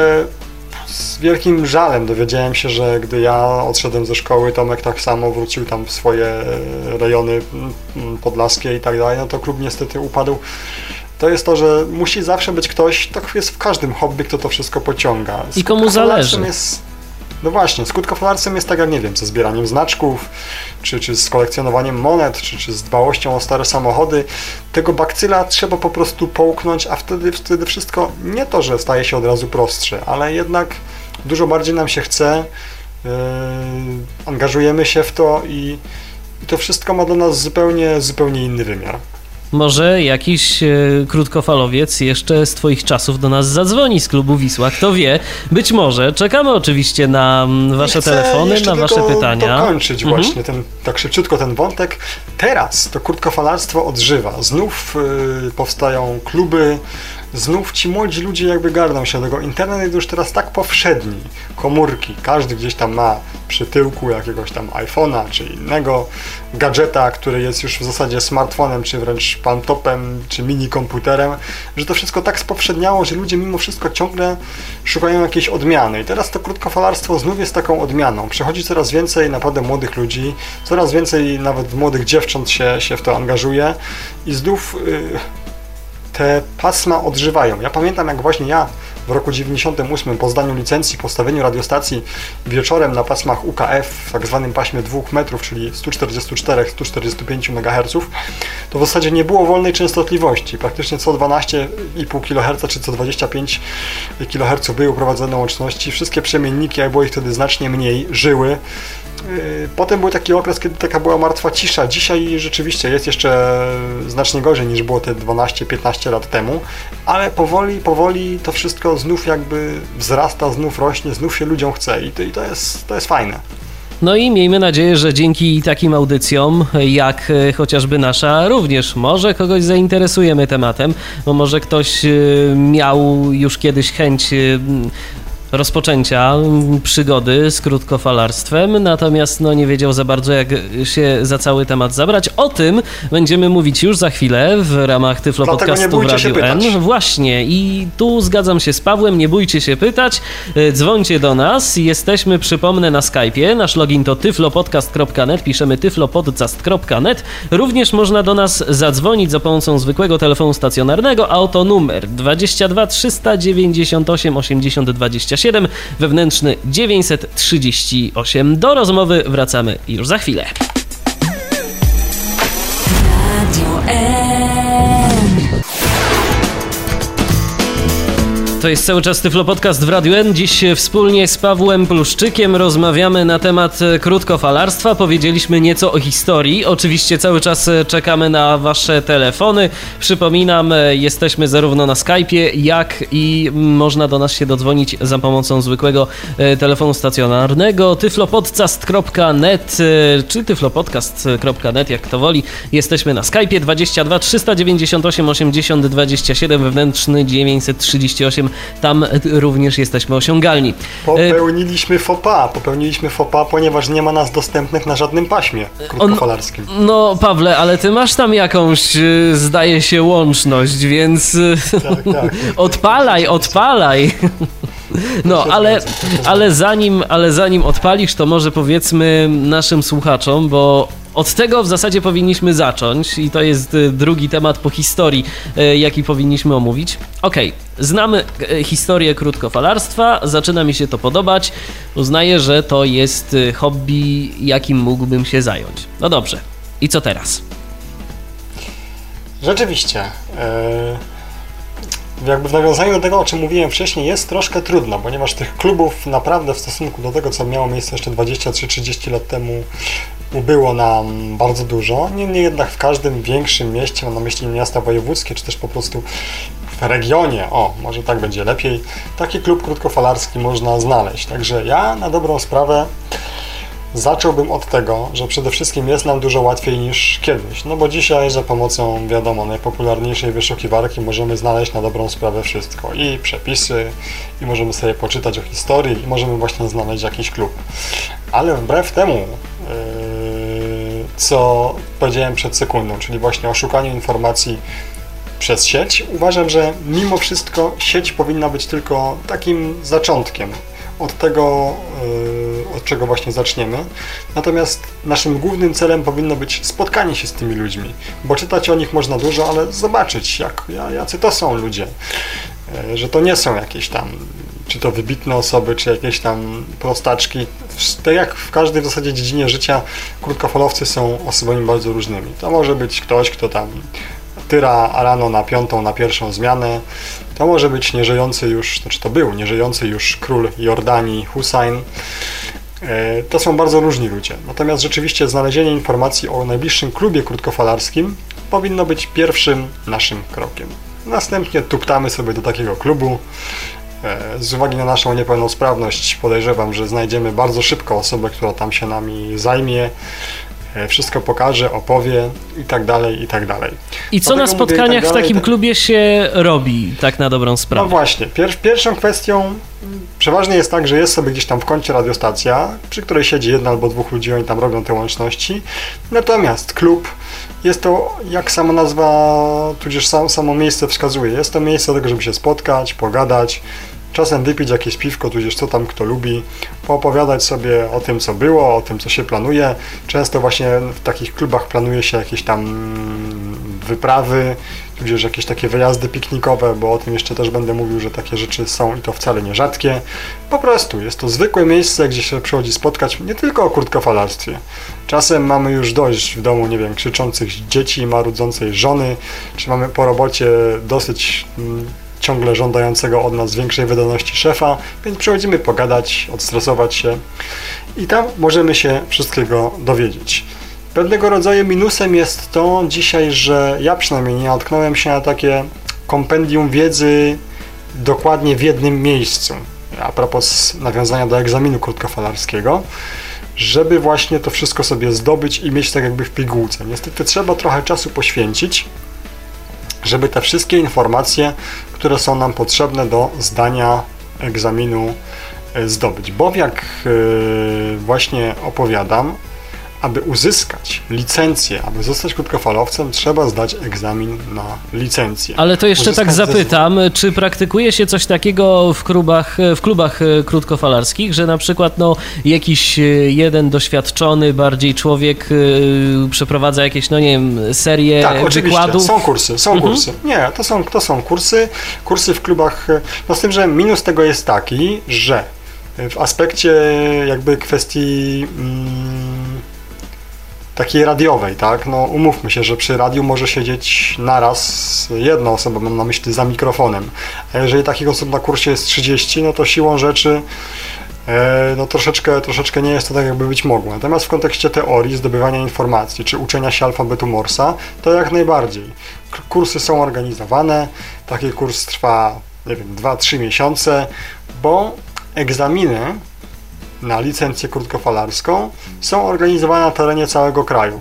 z wielkim żalem dowiedziałem się, że gdy ja odszedłem ze szkoły, Tomek tak samo wrócił tam w swoje rejony podlaskie i tak dalej, no to klub niestety upadł. To jest to, że musi zawsze być ktoś, tak jest w każdym hobby, kto to wszystko pociąga. I komu zależy. Jest, no właśnie, z krótkofalarstwem jest tak jak, nie wiem, ze zbieraniem znaczków, czy, czy z kolekcjonowaniem monet, czy, czy z dbałością o stare samochody. Tego bakcyla trzeba po prostu połknąć, a wtedy, wtedy wszystko, nie to, że staje się od razu prostsze, ale jednak dużo bardziej nam się chce, yy, angażujemy się w to i, i to wszystko ma dla nas zupełnie, zupełnie inny wymiar. Może jakiś e, krótkofalowiec jeszcze z Twoich czasów do nas zadzwoni z klubu Wisła. Kto wie? Być może. Czekamy oczywiście na Wasze Chcę telefony, na Wasze pytania. dokończyć mhm. właśnie ten, tak szybciutko ten wątek. Teraz to krótkofalarstwo odżywa. Znów y, powstają kluby, znów ci młodzi ludzie jakby garną się tego. Internet jest już teraz tak powszedni. Komórki, każdy gdzieś tam ma przy tyłku jakiegoś tam iPhone'a czy innego gadżeta, który jest już w zasadzie smartfonem, czy wręcz palmtopem, czy mini komputerem, że to wszystko tak spowszedniało, że ludzie mimo wszystko ciągle szukają jakiejś odmiany. I teraz to krótkofalarstwo znów jest taką odmianą. Przychodzi coraz więcej naprawdę młodych ludzi, coraz więcej nawet młodych dziewcząt się, się w to angażuje i znów yy, te pasma odżywają. Ja pamiętam, jak właśnie ja w roku dziewięćdziesiątym ósmym po zdaniu licencji, po stawieniu radiostacji wieczorem na pasmach U K F w tak zwanym paśmie dwóch metrów, czyli sto czterdzieści cztery do stu czterdziestu pięciu megaherców, to w zasadzie nie było wolnej częstotliwości. Praktycznie co dwanaście i pół kiloherca czy co dwadzieścia pięć kiloherców były prowadzone łączności. Wszystkie przemienniki, a było ich wtedy znacznie mniej, żyły. Potem był taki okres, kiedy taka była martwa cisza. Dzisiaj rzeczywiście jest jeszcze znacznie gorzej niż było te dwanaście piętnaście lat temu, ale powoli, powoli to wszystko znów jakby wzrasta, znów rośnie, znów się ludziom chce i to, i to jest, to jest fajne. No i miejmy nadzieję, że dzięki takim audycjom, jak chociażby nasza, również może kogoś zainteresujemy tematem, bo może ktoś miał już kiedyś chęć rozpoczęcia przygody z krótkofalarstwem, natomiast no, nie wiedział za bardzo, jak się za cały temat zabrać. O tym będziemy mówić już za chwilę w ramach Tyflo Podcastu w Radiu N. Właśnie, i tu zgadzam się z Pawłem, nie bójcie się pytać, dzwońcie do nas, jesteśmy, przypomnę, na Skype'ie, nasz login to tyflopodcast kropka net, piszemy tyflopodcast kropka net, również można do nas zadzwonić za pomocą zwykłego telefonu stacjonarnego, a oto numer dwadzieścia dwa trzysta dziewięćdziesiąt osiem osiemdziesiąt dwadzieścia siedem, wewnętrzny dziewięćset trzydzieści osiem. Do rozmowy wracamy już za chwilę. Radio N. To jest cały czas Tyflo Podcast w Radiu N. Dziś wspólnie z Pawłem Pluszczykiem rozmawiamy na temat krótkofalarstwa. Powiedzieliśmy nieco o historii. Oczywiście cały czas czekamy na Wasze telefony. Przypominam, jesteśmy zarówno na Skype'ie, jak i można do nas się dodzwonić za pomocą zwykłego telefonu stacjonarnego. tyflopodcast kropka net czy tyflopodcast kropka net, jak kto woli. Jesteśmy na Skype'ie dwadzieścia dwa trzysta dziewięćdziesiąt osiem osiemdziesiąt dwadzieścia siedem, wewnętrzny dziewięćset trzydzieści osiem. Tam również jesteśmy osiągalni. Popełniliśmy faux pas, popełniliśmy faux pas, ponieważ nie ma nas dostępnych na żadnym paśmie krótkofalarskim. On, no Pawle, ale ty masz tam jakąś, zdaje się, łączność, więc tak, tak. odpalaj, odpalaj. No, ale, ale, zanim, ale zanim odpalisz, to może powiedzmy naszym słuchaczom, bo Od tego w zasadzie powinniśmy zacząć i to jest drugi temat po historii, jaki powinniśmy omówić. Okej, okay. Znamy historię krótkofalarstwa, zaczyna mi się to podobać, uznaję, że to jest hobby, jakim mógłbym się zająć. No dobrze, i co teraz? Rzeczywiście, yy, jakby w nawiązaniu do tego, o czym mówiłem wcześniej, jest troszkę trudno, ponieważ tych klubów naprawdę w stosunku do tego, co miało miejsce jeszcze dwadzieścia trzy trzydzieści lat temu, było nam bardzo dużo. Niemniej jednak w każdym większym mieście, mam na myśli miasta wojewódzkie, czy też po prostu w regionie, o, może tak będzie lepiej, taki klub krótkofalarski można znaleźć. Także ja na dobrą sprawę zacząłbym od tego, że przede wszystkim jest nam dużo łatwiej niż kiedyś, no bo dzisiaj za pomocą, wiadomo, najpopularniejszej wyszukiwarki możemy znaleźć na dobrą sprawę wszystko, i przepisy, i możemy sobie poczytać o historii, i możemy właśnie znaleźć jakiś klub. Ale wbrew temu, yy, co powiedziałem przed sekundą, czyli właśnie o szukaniu informacji przez sieć, uważam, że mimo wszystko sieć powinna być tylko takim zaczątkiem od tego, od czego właśnie zaczniemy. Natomiast naszym głównym celem powinno być spotkanie się z tymi ludźmi, bo czytać o nich można dużo, ale zobaczyć, jak, jacy to są ludzie, że to nie są jakieś tam, czy to wybitne osoby, czy jakieś tam prostaczki. Tak jak w każdej w zasadzie dziedzinie życia, krótkofalowcy są osobami bardzo różnymi. To może być ktoś, kto tam tyra rano na piątą, na pierwszą zmianę. To może być nieżyjący już, znaczy to był nieżyjący już król Jordanii Hussein. To są bardzo różni ludzie. Natomiast rzeczywiście znalezienie informacji o najbliższym klubie krótkofalarskim powinno być pierwszym naszym krokiem. Następnie tuptamy sobie do takiego klubu. Z uwagi na naszą niepełnosprawność podejrzewam, że znajdziemy bardzo szybko osobę, która tam się nami zajmie, wszystko pokaże, opowie i tak dalej, i tak dalej. I co na spotkaniach tak w takim klubie się robi, tak na dobrą sprawę? No właśnie, pier- pierwszą kwestią przeważnie jest tak, że jest sobie gdzieś tam w kącie radiostacja, przy której siedzi jeden albo dwóch ludzi, oni tam robią te łączności. Natomiast klub jest to, jak sama nazwa, tudzież sam, samo miejsce wskazuje, jest to miejsce do tego, żeby się spotkać, pogadać, czasem wypić jakieś piwko, tudzież co tam kto lubi, poopowiadać sobie o tym, co było, o tym, co się planuje. Często właśnie w takich klubach planuje się jakieś tam wyprawy, tudzież jakieś takie wyjazdy piknikowe, bo o tym jeszcze też będę mówił, że takie rzeczy są i to wcale nie rzadkie. Po prostu jest to zwykłe miejsce, gdzie się przychodzi spotkać nie tylko o krótkofalarstwie. Czasem mamy już dość w domu, nie wiem, krzyczących dzieci, marudzącej żony, czy mamy po robocie dosyć mm, ciągle żądającego od nas większej wydajności szefa, więc przychodzimy pogadać, odstresować się i tam możemy się wszystkiego dowiedzieć. Pewnego rodzaju minusem jest to dzisiaj, że ja przynajmniej nie natknąłem się na takie kompendium wiedzy dokładnie w jednym miejscu, a propos nawiązania do egzaminu krótkofalarskiego, żeby właśnie to wszystko sobie zdobyć i mieć tak jakby w pigułce. Niestety trzeba trochę czasu poświęcić, żeby te wszystkie informacje, które są nam potrzebne do zdania egzaminu, zdobyć. Bo jak właśnie opowiadam, aby uzyskać licencję, aby zostać krótkofalowcem, trzeba zdać egzamin na licencję. Ale to jeszcze uzyskać tak zapytam, zezwolenie. Czy praktykuje się coś takiego w klubach, w klubach krótkofalarskich, że na przykład no, jakiś jeden doświadczony bardziej człowiek yy, przeprowadza jakieś, no nie wiem, serię tak, oczywiście. wykładów? Są kursy, są mhm. kursy. Nie, to są, to są kursy, kursy w klubach, no z tym, że minus tego jest taki, że w aspekcie jakby kwestii mm, takiej radiowej, tak, no umówmy się, że przy radiu może siedzieć naraz jedna osoba, mam na myśli za mikrofonem, a jeżeli takich osób na kursie jest trzydzieści, no to siłą rzeczy e, no troszeczkę, troszeczkę nie jest to tak, jakby być mogło. Natomiast w kontekście teorii, zdobywania informacji, czy uczenia się alfabetu Morsa, to jak najbardziej. Kursy są organizowane, taki kurs trwa, nie wiem, dwa trzy miesiące, bo egzaminy na licencję krótkofalarską są organizowane na terenie całego kraju.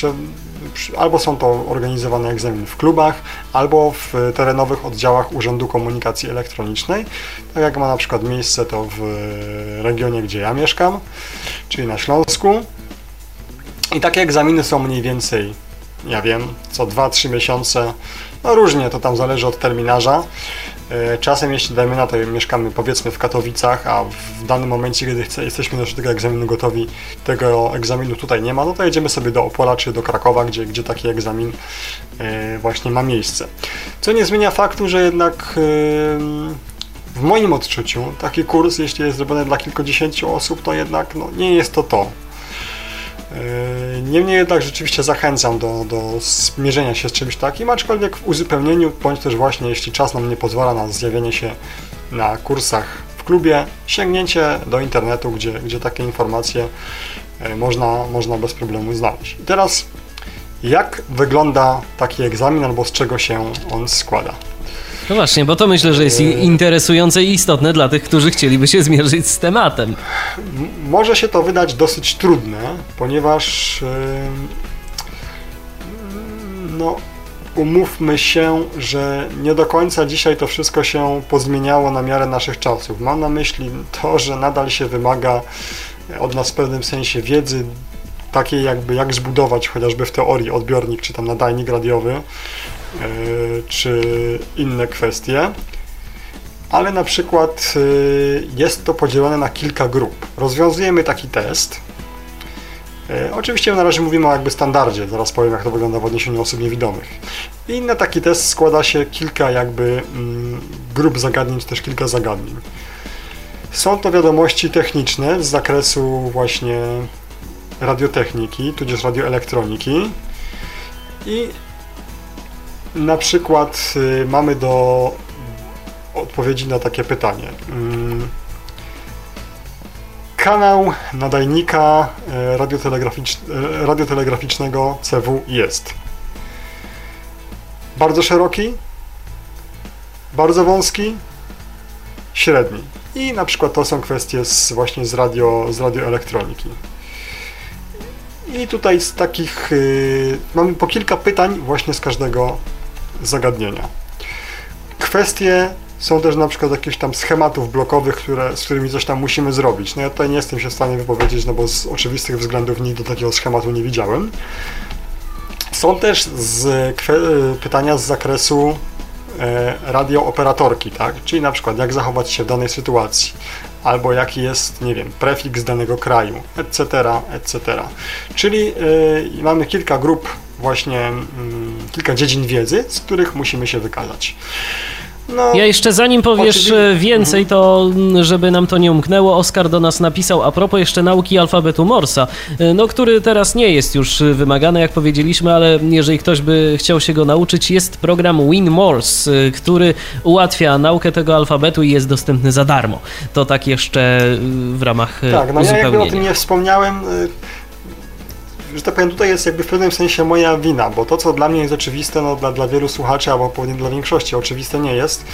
Albo są to organizowane egzaminy w klubach, albo w terenowych oddziałach Urzędu Komunikacji Elektronicznej. Tak jak ma na przykład miejsce to w regionie, gdzie ja mieszkam, czyli na Śląsku. I takie egzaminy są mniej więcej, ja wiem, co dwa trzy miesiące. No różnie, to tam zależy od terminarza. Czasem, jeśli dajmy na to, mieszkamy powiedzmy w Katowicach, a w danym momencie, kiedy chce, jesteśmy do tego egzaminu gotowi, tego egzaminu tutaj nie ma, no to jedziemy sobie do Opola czy do Krakowa, gdzie, gdzie taki egzamin właśnie ma miejsce. Co nie zmienia faktu, że jednak w moim odczuciu taki kurs, jeśli jest zrobiony dla kilkudziesięciu osób, to jednak no, nie jest to to. Niemniej jednak rzeczywiście zachęcam do, do zmierzenia się z czymś takim, aczkolwiek w uzupełnieniu, bądź też właśnie jeśli czas nam nie pozwala na zjawienie się na kursach w klubie, sięgnięcie do internetu, gdzie, gdzie takie informacje można, można bez problemu znaleźć. I teraz jak wygląda taki egzamin albo z czego się on składa? No właśnie, bo to myślę, że jest interesujące i istotne dla tych, którzy chcieliby się zmierzyć z tematem. Może się to wydać dosyć trudne, ponieważ no, umówmy się, że nie do końca dzisiaj to wszystko się pozmieniało na miarę naszych czasów. Mam na myśli to, że nadal się wymaga od nas w pewnym sensie wiedzy takiej jakby jak zbudować chociażby w teorii odbiornik czy tam nadajnik radiowy, czy inne kwestie, ale na przykład jest to podzielone na kilka grup. Rozwiązujemy taki test. Oczywiście na razie mówimy o jakby standardzie, zaraz powiem, jak to wygląda w odniesieniu do osób niewidomych. I na taki test składa się kilka jakby grup zagadnień, czy też kilka zagadnień. Są to wiadomości techniczne z zakresu właśnie radiotechniki, tudzież radioelektroniki i na przykład y, mamy do odpowiedzi na takie pytanie. Ym, kanał nadajnika y, radiotelegraficz, y, radiotelegraficznego C W jest bardzo szeroki, bardzo wąski, średni. I na przykład to są kwestie z, właśnie z, radio, z radioelektroniki. I tutaj z takich y, mamy po kilka pytań właśnie z każdego zagadnienia. Kwestie są też na przykład jakichś tam schematów blokowych, które, z którymi coś tam musimy zrobić. No ja tutaj nie jestem się w stanie wypowiedzieć, no bo z oczywistych względów nigdy takiego schematu nie widziałem. Są też z pytania z zakresu e, radiooperatorki, tak? Czyli na przykład jak zachować się w danej sytuacji, albo jaki jest, nie wiem, prefiks danego kraju, et cetera, et cetera. Czyli y, mamy kilka grup, właśnie y, kilka dziedzin wiedzy, z których musimy się wykazać. No, ja jeszcze zanim powiesz oczywiście więcej, to żeby nam to nie umknęło, Oskar do nas napisał a propos jeszcze nauki alfabetu Morsa, no, który teraz nie jest już wymagany, jak powiedzieliśmy, ale jeżeli ktoś by chciał się go nauczyć, jest program WinMorse, który ułatwia naukę tego alfabetu i jest dostępny za darmo. To tak jeszcze w ramach tak, no uzupełnienia. Ja jakby o tym nie wspomniałem, że tak powiem, tutaj jest jakby w pewnym sensie moja wina, bo to, co dla mnie jest oczywiste, no dla, dla wielu słuchaczy, albo pewnie dla większości oczywiste nie jest.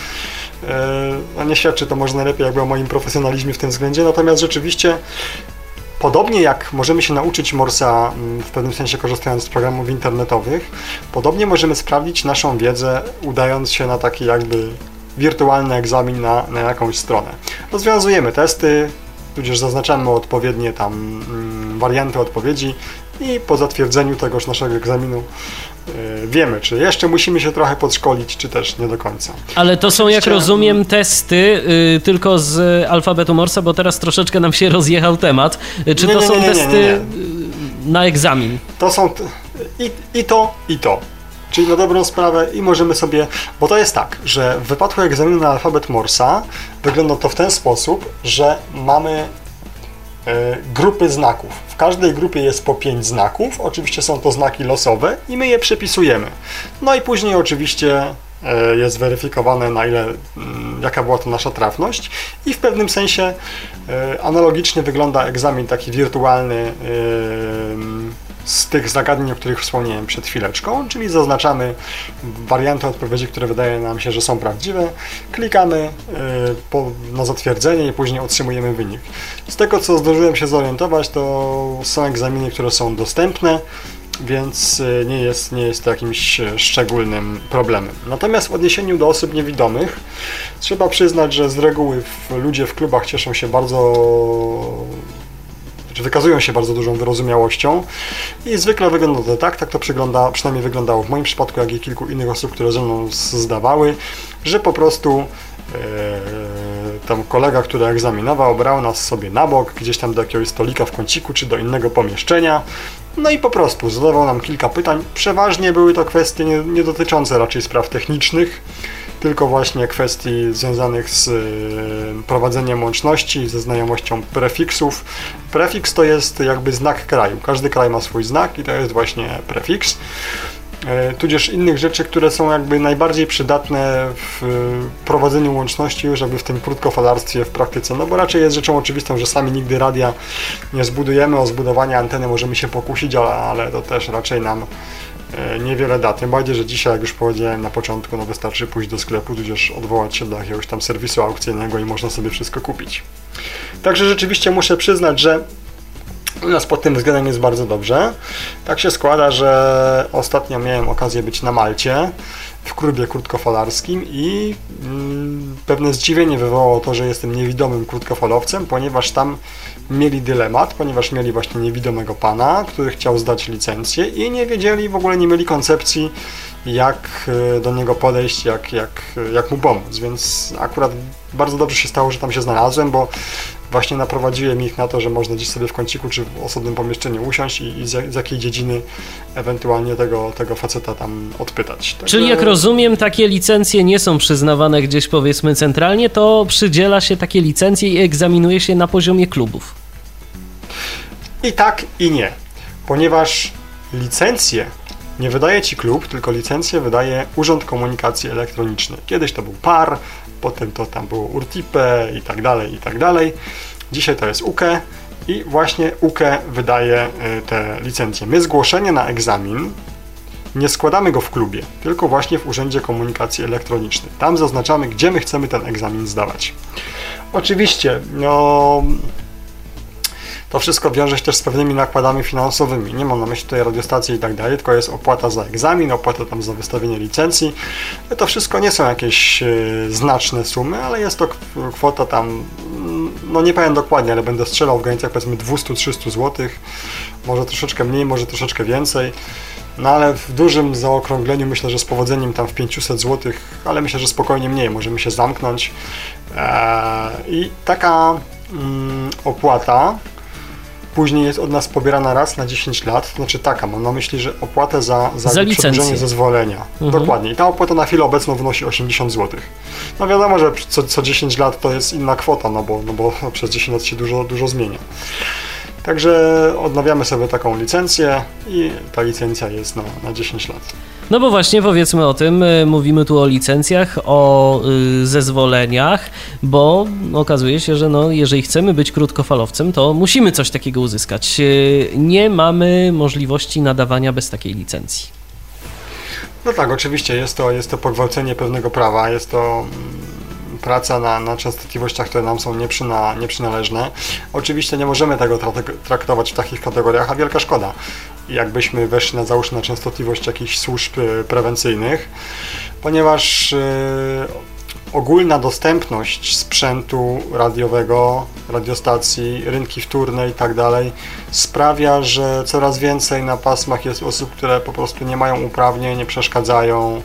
No nie świadczy to może najlepiej jakby o moim profesjonalizmie w tym względzie, natomiast rzeczywiście podobnie jak możemy się nauczyć Morsa w pewnym sensie korzystając z programów internetowych, podobnie możemy sprawdzić naszą wiedzę udając się na taki jakby wirtualny egzamin na, na jakąś stronę. Rozwiązujemy testy, tudzież zaznaczamy odpowiednie tam mm, warianty odpowiedzi i po zatwierdzeniu tegoż naszego egzaminu yy, wiemy, czy jeszcze musimy się trochę podszkolić, czy też nie do końca. Ale to są, jak rozumiem, testy yy, tylko z alfabetu Morsa, bo teraz troszeczkę nam się rozjechał temat. Czy nie, to nie, są nie, nie, testy nie, nie, nie. na egzamin? To są t- i, i to, i to. Czyli na dobrą sprawę i możemy sobie, bo to jest tak, że w wypadku egzaminu na alfabet Morsa wygląda to w ten sposób, że mamy y, grupy znaków. W każdej grupie jest po pięć znaków, oczywiście są to znaki losowe i my je przepisujemy. No i później oczywiście y, jest weryfikowane, na ile, y, jaka była to nasza trafność i w pewnym sensie y, analogicznie wygląda egzamin taki wirtualny y, z tych zagadnień, o których wspomniałem przed chwileczką, czyli zaznaczamy warianty odpowiedzi, które wydaje nam się, że są prawdziwe, klikamy y, po, na zatwierdzenie i później otrzymujemy wynik. Z tego, co zdążyłem się zorientować, to są egzaminy, które są dostępne, więc y, nie jest, nie jest to jakimś szczególnym problemem. Natomiast w odniesieniu do osób niewidomych trzeba przyznać, że z reguły w, ludzie w klubach cieszą się bardzo wykazują się bardzo dużą wyrozumiałością i zwykle wygląda to tak, tak to przygląda, przynajmniej wyglądało w moim przypadku, jak i kilku innych osób, które ze mną zdawały, że po prostu tam kolega, który egzaminował, brał nas sobie na bok, gdzieś tam do jakiegoś stolika w kąciku, czy do innego pomieszczenia, no i po prostu zadawał nam kilka pytań. Przeważnie były to kwestie nie, nie dotyczące raczej spraw technicznych, tylko właśnie kwestii związanych z prowadzeniem łączności, ze znajomością prefiksów. Prefiks to jest jakby znak kraju. Każdy kraj ma swój znak i to jest właśnie prefiks. Tudzież innych rzeczy, które są jakby najbardziej przydatne w prowadzeniu łączności już jakby w tym krótkofalarstwie w praktyce, no bo raczej jest rzeczą oczywistą, że sami nigdy radia nie zbudujemy, o zbudowanie anteny możemy się pokusić, ale, ale to też raczej nam niewiele da, tym bardziej, że dzisiaj, jak już powiedziałem na początku, no wystarczy pójść do sklepu, tudzież odwołać się do jakiegoś tam serwisu aukcyjnego i można sobie wszystko kupić. Także rzeczywiście muszę przyznać, że u nas pod tym względem jest bardzo dobrze. Tak się składa, że ostatnio miałem okazję być na Malcie w klubie krótkofalarskim i mm, pewne zdziwienie wywołało to, że jestem niewidomym krótkofalowcem, ponieważ tam mieli dylemat, ponieważ mieli właśnie niewidomego pana, który chciał zdać licencję i nie wiedzieli, w ogóle nie mieli koncepcji, jak do niego podejść, jak, jak, jak mu pomóc, więc akurat bardzo dobrze się stało, że tam się znalazłem, bo właśnie naprowadziłem ich na to, że można gdzieś sobie w kąciku czy w osobnym pomieszczeniu usiąść i, i z, z jakiej dziedziny ewentualnie tego, tego faceta tam odpytać. Także... Czyli jak rozumiem, takie licencje nie są przyznawane gdzieś powiedzmy centralnie, to przydziela się takie licencje i egzaminuje się na poziomie klubów. I tak, i nie, ponieważ licencję nie wydaje Ci klub, tylko licencję wydaje Urząd Komunikacji Elektronicznej. Kiedyś to był P A R, potem to tam było URTIPE i tak dalej, i tak dalej. Dzisiaj to jest U K E i właśnie U K E wydaje te licencje. My zgłoszenie na egzamin nie składamy go w klubie, tylko właśnie w Urzędzie Komunikacji Elektronicznej. Tam zaznaczamy, gdzie my chcemy ten egzamin zdawać. Oczywiście, no... To wszystko wiąże się też z pewnymi nakładami finansowymi. Nie mam na myśli tutaj radiostacji i tak dalej, tylko jest opłata za egzamin, opłata tam za wystawienie licencji. To wszystko nie są jakieś yy, znaczne sumy, ale jest to kwota tam, no nie powiem dokładnie, ale będę strzelał w granicach powiedzmy dwieście do trzystu złotych, może troszeczkę mniej, może troszeczkę więcej. No ale w dużym zaokrągleniu myślę, że z powodzeniem tam w pięćset złotych, ale myślę, że spokojnie mniej, możemy się zamknąć. Eee, I taka mm, opłata później jest od nas pobierana raz na dziesięć lat, to znaczy taka, mam na myśli, że opłatę za, za, za przedłużenie zezwolenia. Mhm. Dokładnie. I ta opłata na chwilę obecną wynosi osiemdziesiąt złotych. No wiadomo, że co, co dziesięć lat to jest inna kwota, no bo, no bo przez dziesięć lat się dużo, dużo zmienia. Także odnawiamy sobie taką licencję i ta licencja jest na, na dziesięć lat. No bo właśnie powiedzmy o tym, mówimy tu o licencjach, o y, zezwoleniach, bo okazuje się, że no, jeżeli chcemy być krótkofalowcem, to musimy coś takiego uzyskać. Y, nie mamy możliwości nadawania bez takiej licencji. No tak, oczywiście jest to, jest to pogwałcenie pewnego prawa, jest to praca na, na częstotliwościach, które nam są nieprzyna, nieprzynależne. Oczywiście nie możemy tego traktować w takich kategoriach, a wielka szkoda. Jakbyśmy weszli na załóżmy na częstotliwość jakichś służb prewencyjnych, ponieważ yy, ogólna dostępność sprzętu radiowego, radiostacji, rynki wtórne i tak dalej sprawia, że coraz więcej na pasmach jest osób, które po prostu nie mają uprawnień, nie przeszkadzają,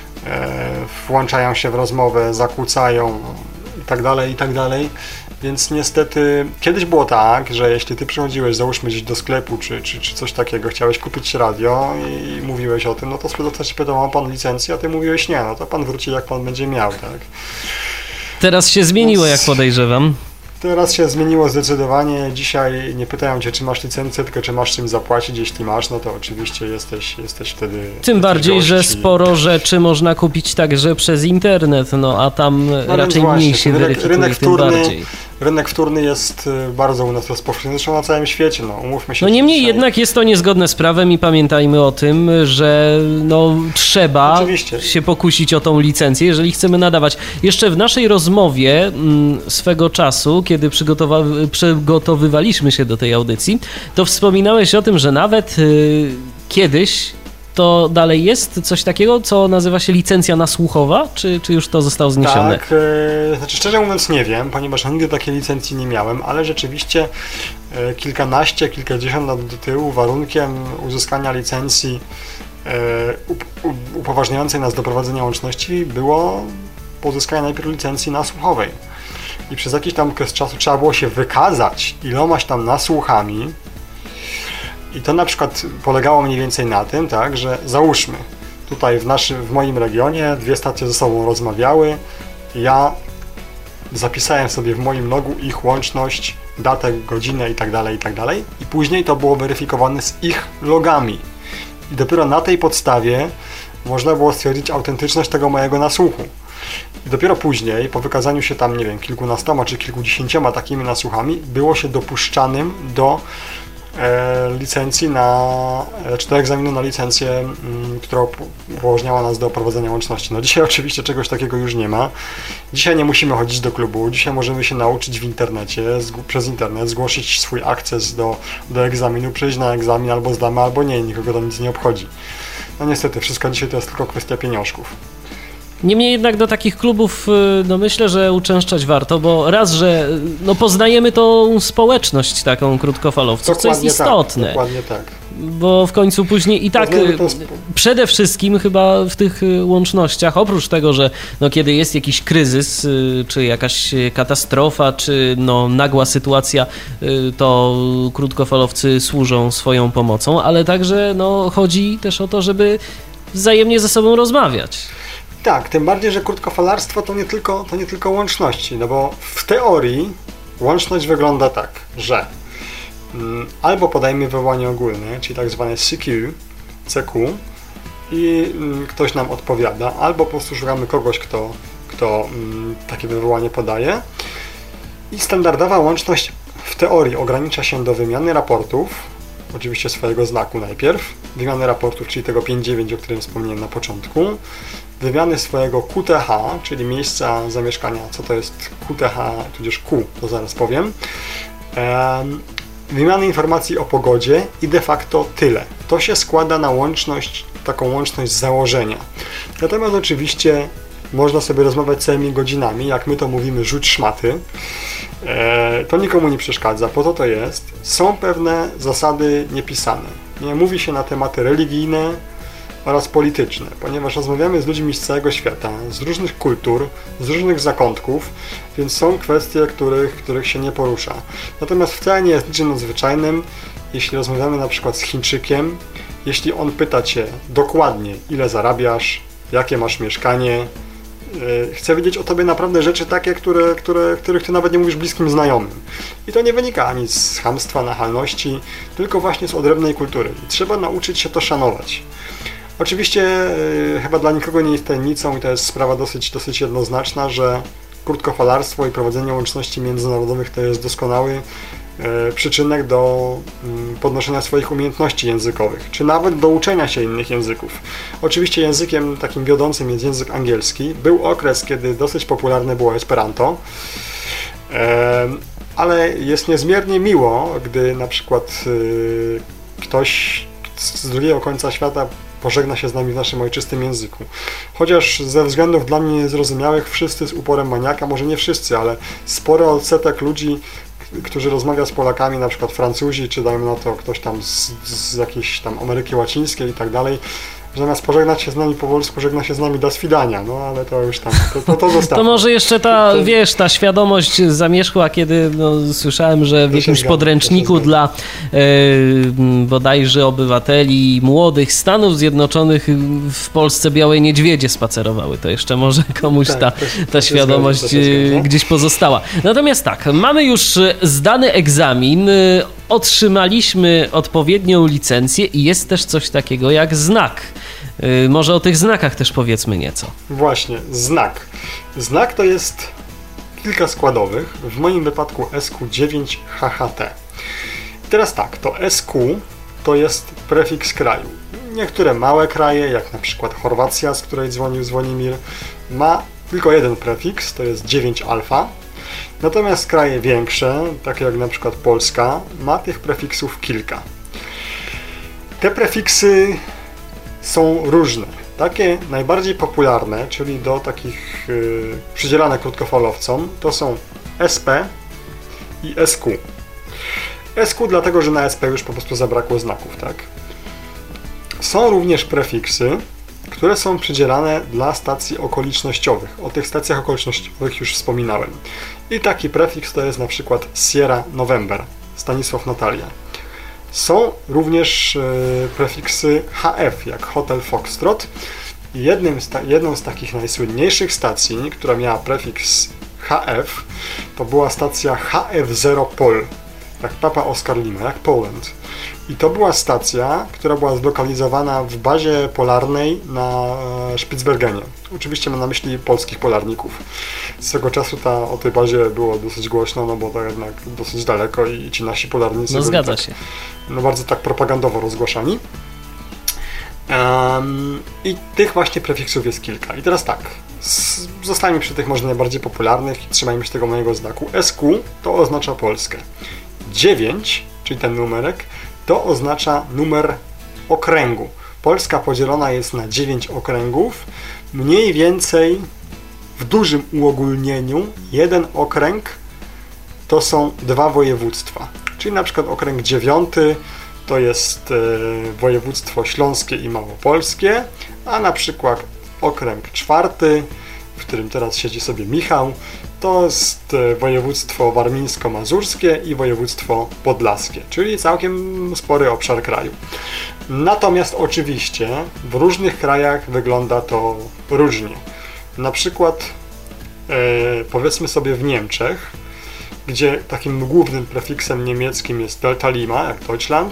włączają się w rozmowę, zakłócają i tak dalej, i tak dalej. Więc niestety kiedyś było tak, że jeśli ty przychodziłeś, załóżmy gdzieś do sklepu czy, czy, czy coś takiego, chciałeś kupić radio i mówiłeś o tym, no to sprzedawca ci pytał, ma pan licencję, a ty mówiłeś nie, no to pan wróci jak pan będzie miał, tak? Teraz się zmieniło, Więc... jak podejrzewam. Teraz się zmieniło zdecydowanie. Dzisiaj nie pytają cię, czy masz licencję, tylko czy masz czym zapłacić. Jeśli masz, no to oczywiście jesteś, jesteś wtedy... Tym bardziej, że sporo rzeczy można kupić także przez internet, no a tam no raczej właśnie, mniej się rynek, weryfikuje, rynek tym wtórny, bardziej. Rynek wtórny jest bardzo u nas rozpowszechniony, zresztą na całym świecie, no umówmy się. No niemniej jednak jest to niezgodne z prawem i pamiętajmy o tym, że no trzeba oczywiście się pokusić o tą licencję, jeżeli chcemy nadawać. Jeszcze w naszej rozmowie m, swego czasu, kiedy przygotowa- przygotowywaliśmy się do tej audycji, to wspominałeś o tym, że nawet y, kiedyś to dalej jest coś takiego, co nazywa się licencja nasłuchowa, czy, czy już to zostało zniesione? Tak, yy, znaczy szczerze mówiąc nie wiem, ponieważ nigdy takiej licencji nie miałem, ale rzeczywiście yy, kilkanaście, kilkadziesiąt lat do tyłu warunkiem uzyskania licencji yy, up, upoważniającej nas do prowadzenia łączności było pozyskania najpierw licencji nasłuchowej. I przez jakiś tam okres czasu trzeba było się wykazać ilomaś tam nasłuchami. I to na przykład polegało mniej więcej na tym, tak, że załóżmy, tutaj w, naszym, w moim regionie dwie stacje ze sobą rozmawiały, ja zapisałem sobie w moim logu ich łączność, datę, godzinę i tak dalej, i tak dalej, i później to było weryfikowane z ich logami. I dopiero na tej podstawie można było stwierdzić autentyczność tego mojego nasłuchu. I dopiero później, po wykazaniu się tam, nie wiem, kilkunastoma czy kilkudziesięcioma takimi nasłuchami, było się dopuszczanym do e, licencji na, czy do egzaminu na licencję, m, która upoważniała nas do prowadzenia łączności. No dzisiaj oczywiście czegoś takiego już nie ma. Dzisiaj nie musimy chodzić do klubu, dzisiaj możemy się nauczyć w internecie, z, przez internet, zgłosić swój akces do, do egzaminu, przejść na egzamin, albo zdamy, albo nie, nikogo to nic nie obchodzi. No niestety, wszystko dzisiaj to jest tylko kwestia pieniążków. Niemniej jednak do takich klubów, no myślę, że uczęszczać warto, bo raz, że no poznajemy tą społeczność taką krótkofalowców, co jest istotne. Tak, dokładnie tak. Bo w końcu później i tak przede wszystkim chyba w tych łącznościach, oprócz tego, że no kiedy jest jakiś kryzys, czy jakaś katastrofa, czy no nagła sytuacja, to krótkofalowcy służą swoją pomocą, ale także no chodzi też o to, żeby wzajemnie ze sobą rozmawiać. Tak, tym bardziej, że krótkofalarstwo to nie tylko, to nie tylko łączności, no bo w teorii łączność wygląda tak, że mm, albo podajemy wywołanie ogólne, czyli tak zwane C Q, C Q i mm, ktoś nam odpowiada, albo po prostu szukamy kogoś, kto, kto mm, takie wywołanie podaje. I standardowa łączność w teorii ogranicza się do wymiany raportów, oczywiście swojego znaku najpierw, wymiany raportów, czyli tego pięć dziewięć, o którym wspomniałem na początku, wymiany swojego Q T H, czyli miejsca zamieszkania, co to jest Q T H, tudzież Q, to zaraz powiem, ehm, wymiany informacji o pogodzie i de facto tyle. To się składa na łączność, taką łączność z założenia. Natomiast oczywiście można sobie rozmawiać całymi godzinami, jak my to mówimy, rzuć szmaty. E, to nikomu nie przeszkadza, po to to jest. Są pewne zasady niepisane. Nie mówi się na tematy religijne oraz polityczne, ponieważ rozmawiamy z ludźmi z całego świata, z różnych kultur, z różnych zakątków, więc są kwestie, których, których się nie porusza. Natomiast wcale nie jest niczym nadzwyczajnym, jeśli rozmawiamy na przykład z Chińczykiem, jeśli on pyta Cię dokładnie, ile zarabiasz, jakie masz mieszkanie, chcę wiedzieć o Tobie naprawdę rzeczy takie, które, które, których Ty nawet nie mówisz bliskim znajomym. I to nie wynika ani z chamstwa, nachalności, tylko właśnie z odrębnej kultury. I trzeba nauczyć się to szanować. Oczywiście yy, chyba dla nikogo nie jest tajemnicą i to jest sprawa dosyć, dosyć jednoznaczna, że krótkofalarstwo i prowadzenie łączności międzynarodowych to jest doskonały yy, przyczynek do yy, podnoszenia swoich umiejętności językowych, czy nawet do uczenia się innych języków. Oczywiście językiem takim wiodącym jest język angielski. Był okres, kiedy dosyć popularne było Esperanto, yy, ale jest niezmiernie miło, gdy na przykład yy, ktoś z drugiego końca świata pożegna się z nami w naszym ojczystym języku. Chociaż ze względów dla mnie niezrozumiałych wszyscy z uporem maniaka, może nie wszyscy, ale spory odsetek ludzi, którzy rozmawia z Polakami, na przykład Francuzi, czy dajmy na to ktoś tam z, z jakiejś tam Ameryki Łacińskiej i tak dalej, zamiast pożegnać się z nami po polsku, żegna się z nami do swidania, no ale to już tam, to, to, to zostawmy. To może jeszcze ta, to... wiesz, ta świadomość zamierzchła, kiedy no, słyszałem, że w jakimś zgadza, podręczniku dla e, bodajże obywateli młodych Stanów Zjednoczonych w Polsce białe niedźwiedzie spacerowały. To jeszcze może komuś tak, ta, ta świadomość zgadza, gdzieś pozostała. Natomiast tak, mamy już zdany egzamin, otrzymaliśmy odpowiednią licencję i jest też coś takiego jak znak. Yy, może o tych znakach też powiedzmy nieco. Właśnie, znak. Znak to jest kilka składowych, w moim wypadku S Q dziewięć H H T. I teraz tak, to S Q to jest prefiks kraju. Niektóre małe kraje, jak na przykład Chorwacja, z której dzwonił Zwonimir, ma tylko jeden prefiks, to jest dziewięć alfa. Natomiast kraje większe, takie jak na przykład Polska, ma tych prefiksów kilka. Te prefiksy są różne. Takie najbardziej popularne, czyli do takich yy, przydzielane krótkofalowcom, to są S P i S Q. S Q dlatego, że na S P już po prostu zabrakło znaków, tak? Są również prefiksy, które są przydzielane dla stacji okolicznościowych. O tych stacjach okolicznościowych już wspominałem. I taki prefiks to jest na przykład Sierra November, Stanisław Natalia. Są również e, prefiksy H F, jak Hotel Foxtrot. Jednym z ta, jedną z takich najsłynniejszych stacji, która miała prefiks H F, to była stacja H F zero Pol, jak Papa Oscar Lima, jak Poland. I to była stacja, która była zlokalizowana w bazie polarnej na Spitsbergenie. Oczywiście mam na myśli polskich polarników. Swego czasu ta, o tej bazie było dosyć głośno, no bo to jednak dosyć daleko i ci nasi polarnicy no, byli zgadza tak, się. No bardzo tak propagandowo rozgłaszani. Um, I tych właśnie prefiksów jest kilka. I teraz tak, z, zostańmy przy tych może najbardziej popularnych i trzymajmy się tego mojego znaku. S Q to oznacza Polskę. dziewięć, czyli ten numerek, to oznacza numer okręgu. Polska podzielona jest na dziewięć okręgów. Mniej więcej w dużym uogólnieniu jeden okręg to są dwa województwa. Czyli na przykład okręg dziewiąty to jest e, województwo śląskie i małopolskie, a na przykład okręg czwarty, w którym teraz siedzi sobie Michał, to jest województwo warmińsko-mazurskie i województwo podlaskie, czyli całkiem spory obszar kraju. Natomiast oczywiście w różnych krajach wygląda to różnie. Na przykład e, powiedzmy sobie w Niemczech, gdzie takim głównym prefiksem niemieckim jest Delta Lima, jak Deutschland,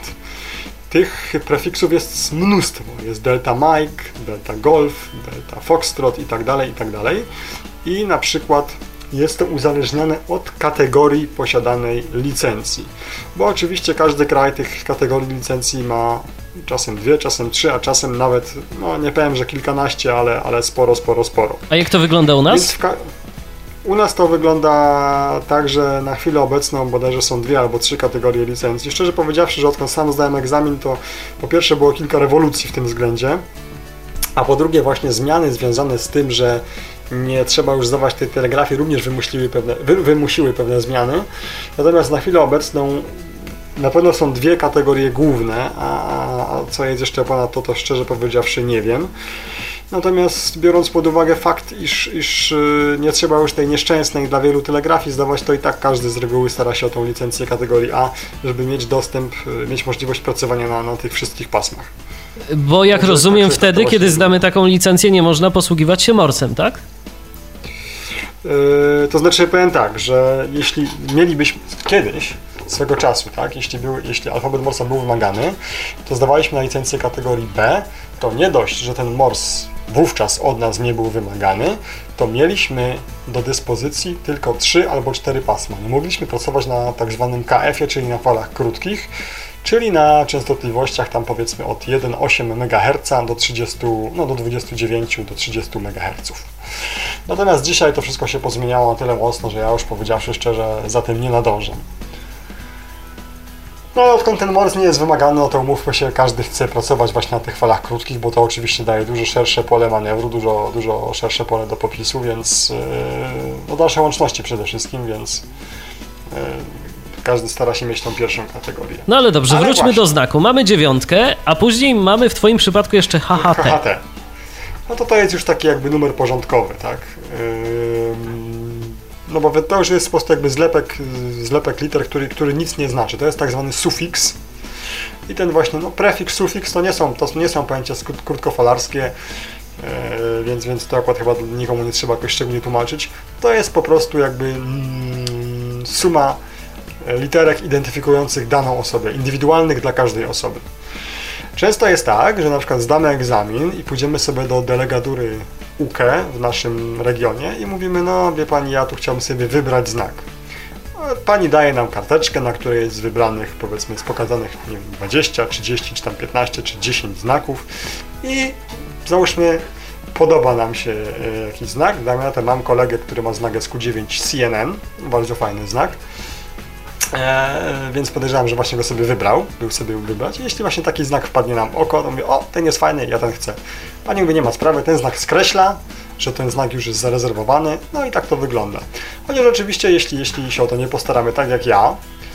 tych prefiksów jest mnóstwo. Jest Delta Mike, Delta Golf, Delta Foxtrot i tak dalej, i tak dalej. I na przykład jest to uzależnione od kategorii posiadanej licencji. Bo oczywiście każdy kraj tych kategorii licencji ma czasem dwie, czasem trzy, a czasem nawet, no nie powiem, że kilkanaście, ale, ale sporo, sporo, sporo. A jak to wygląda u nas? Więc w ka- u nas to wygląda tak, że na chwilę obecną bodajże są dwie albo trzy kategorie licencji. Szczerze powiedziawszy, że odkąd sam zdałem egzamin, to po pierwsze było kilka rewolucji w tym względzie, a po drugie właśnie zmiany związane z tym, że nie trzeba już zdawać tej telegrafii, również wymusiły pewne, wy, wymusiły pewne zmiany. Natomiast na chwilę obecną na pewno są dwie kategorie główne, a, a co jest jeszcze ponad to, to szczerze powiedziawszy nie wiem. Natomiast biorąc pod uwagę fakt, iż, iż nie trzeba już tej nieszczęsnej dla wielu telegrafii zdawać, to i tak każdy z reguły stara się o tą licencję kategorii A, żeby mieć dostęp, mieć możliwość pracowania na, na tych wszystkich pasmach. Bo jak Także rozumiem, tak wtedy, kiedy zdamy jest. taką licencję, nie można posługiwać się morsem, tak? Yy, to znaczy powiem tak, że jeśli mielibyśmy kiedyś, swego czasu, tak, jeśli, był, jeśli alfabet morsa był wymagany, to zdawaliśmy na licencję kategorii B, to nie dość, że ten mors wówczas od nas nie był wymagany, to mieliśmy do dyspozycji tylko trzy albo cztery pasma. Nie mogliśmy pracować na tak zwanym K F-ie, czyli na falach krótkich, czyli na częstotliwościach tam powiedzmy od jeden przecinek osiem megaherca do trzydziestu, no do dwudziestu dziewięciu do trzydziestu megaherców. Natomiast dzisiaj to wszystko się pozmieniało na tyle mocno, że ja już powiedziawszy szczerze za tym nie nadążam. No, odkąd ten mors nie jest wymagany, no to umówmy się, każdy chce pracować właśnie na tych falach krótkich, bo to oczywiście daje dużo szersze pole manewru, dużo, dużo szersze pole do popisu, więc yy, no dalsze łączności przede wszystkim, więc yy, każdy stara się mieć tą pierwszą kategorię. No ale dobrze, ale wróćmy właśnie. do znaku. Mamy dziewiątkę, a później mamy w Twoim przypadku jeszcze H H T. H H T. No to to jest już taki jakby numer porządkowy, tak? Yy, No bo to już jest po prostu jakby zlepek, zlepek liter, który, który nic nie znaczy. To jest tak zwany sufiks. I ten właśnie, no prefiks, sufiks to nie są, to nie są pojęcia krótkofalarskie, yy, więc, więc to akurat chyba nikomu nie trzeba jakoś szczególnie tłumaczyć. To jest po prostu jakby mm, suma literek identyfikujących daną osobę, indywidualnych dla każdej osoby. Często jest tak, że na przykład zdamy egzamin i pójdziemy sobie do delegatury U K E w naszym regionie i mówimy, no wie pani, ja tu chciałbym sobie wybrać znak. Pani daje nam karteczkę, na której jest wybranych, powiedzmy, jest pokazanych nie wiem, dwadzieścia, trzydzieści, czy tam piętnaście, czy dziesięć znaków i załóżmy, podoba nam się jakiś znak. Dajmy, mam kolegę, który ma znak S Q dziewięć C N N, bardzo fajny znak. Eee, więc podejrzewam, że właśnie go sobie wybrał, był sobie wybrać. I jeśli właśnie taki znak wpadnie nam w oko, to mówię, o, ten jest fajny, ja ten chcę. Pani mówi, nie ma sprawy, ten znak skreśla, że ten znak już jest zarezerwowany, no i tak to wygląda. Chociaż oczywiście, jeśli, jeśli się o to nie postaramy tak jak ja,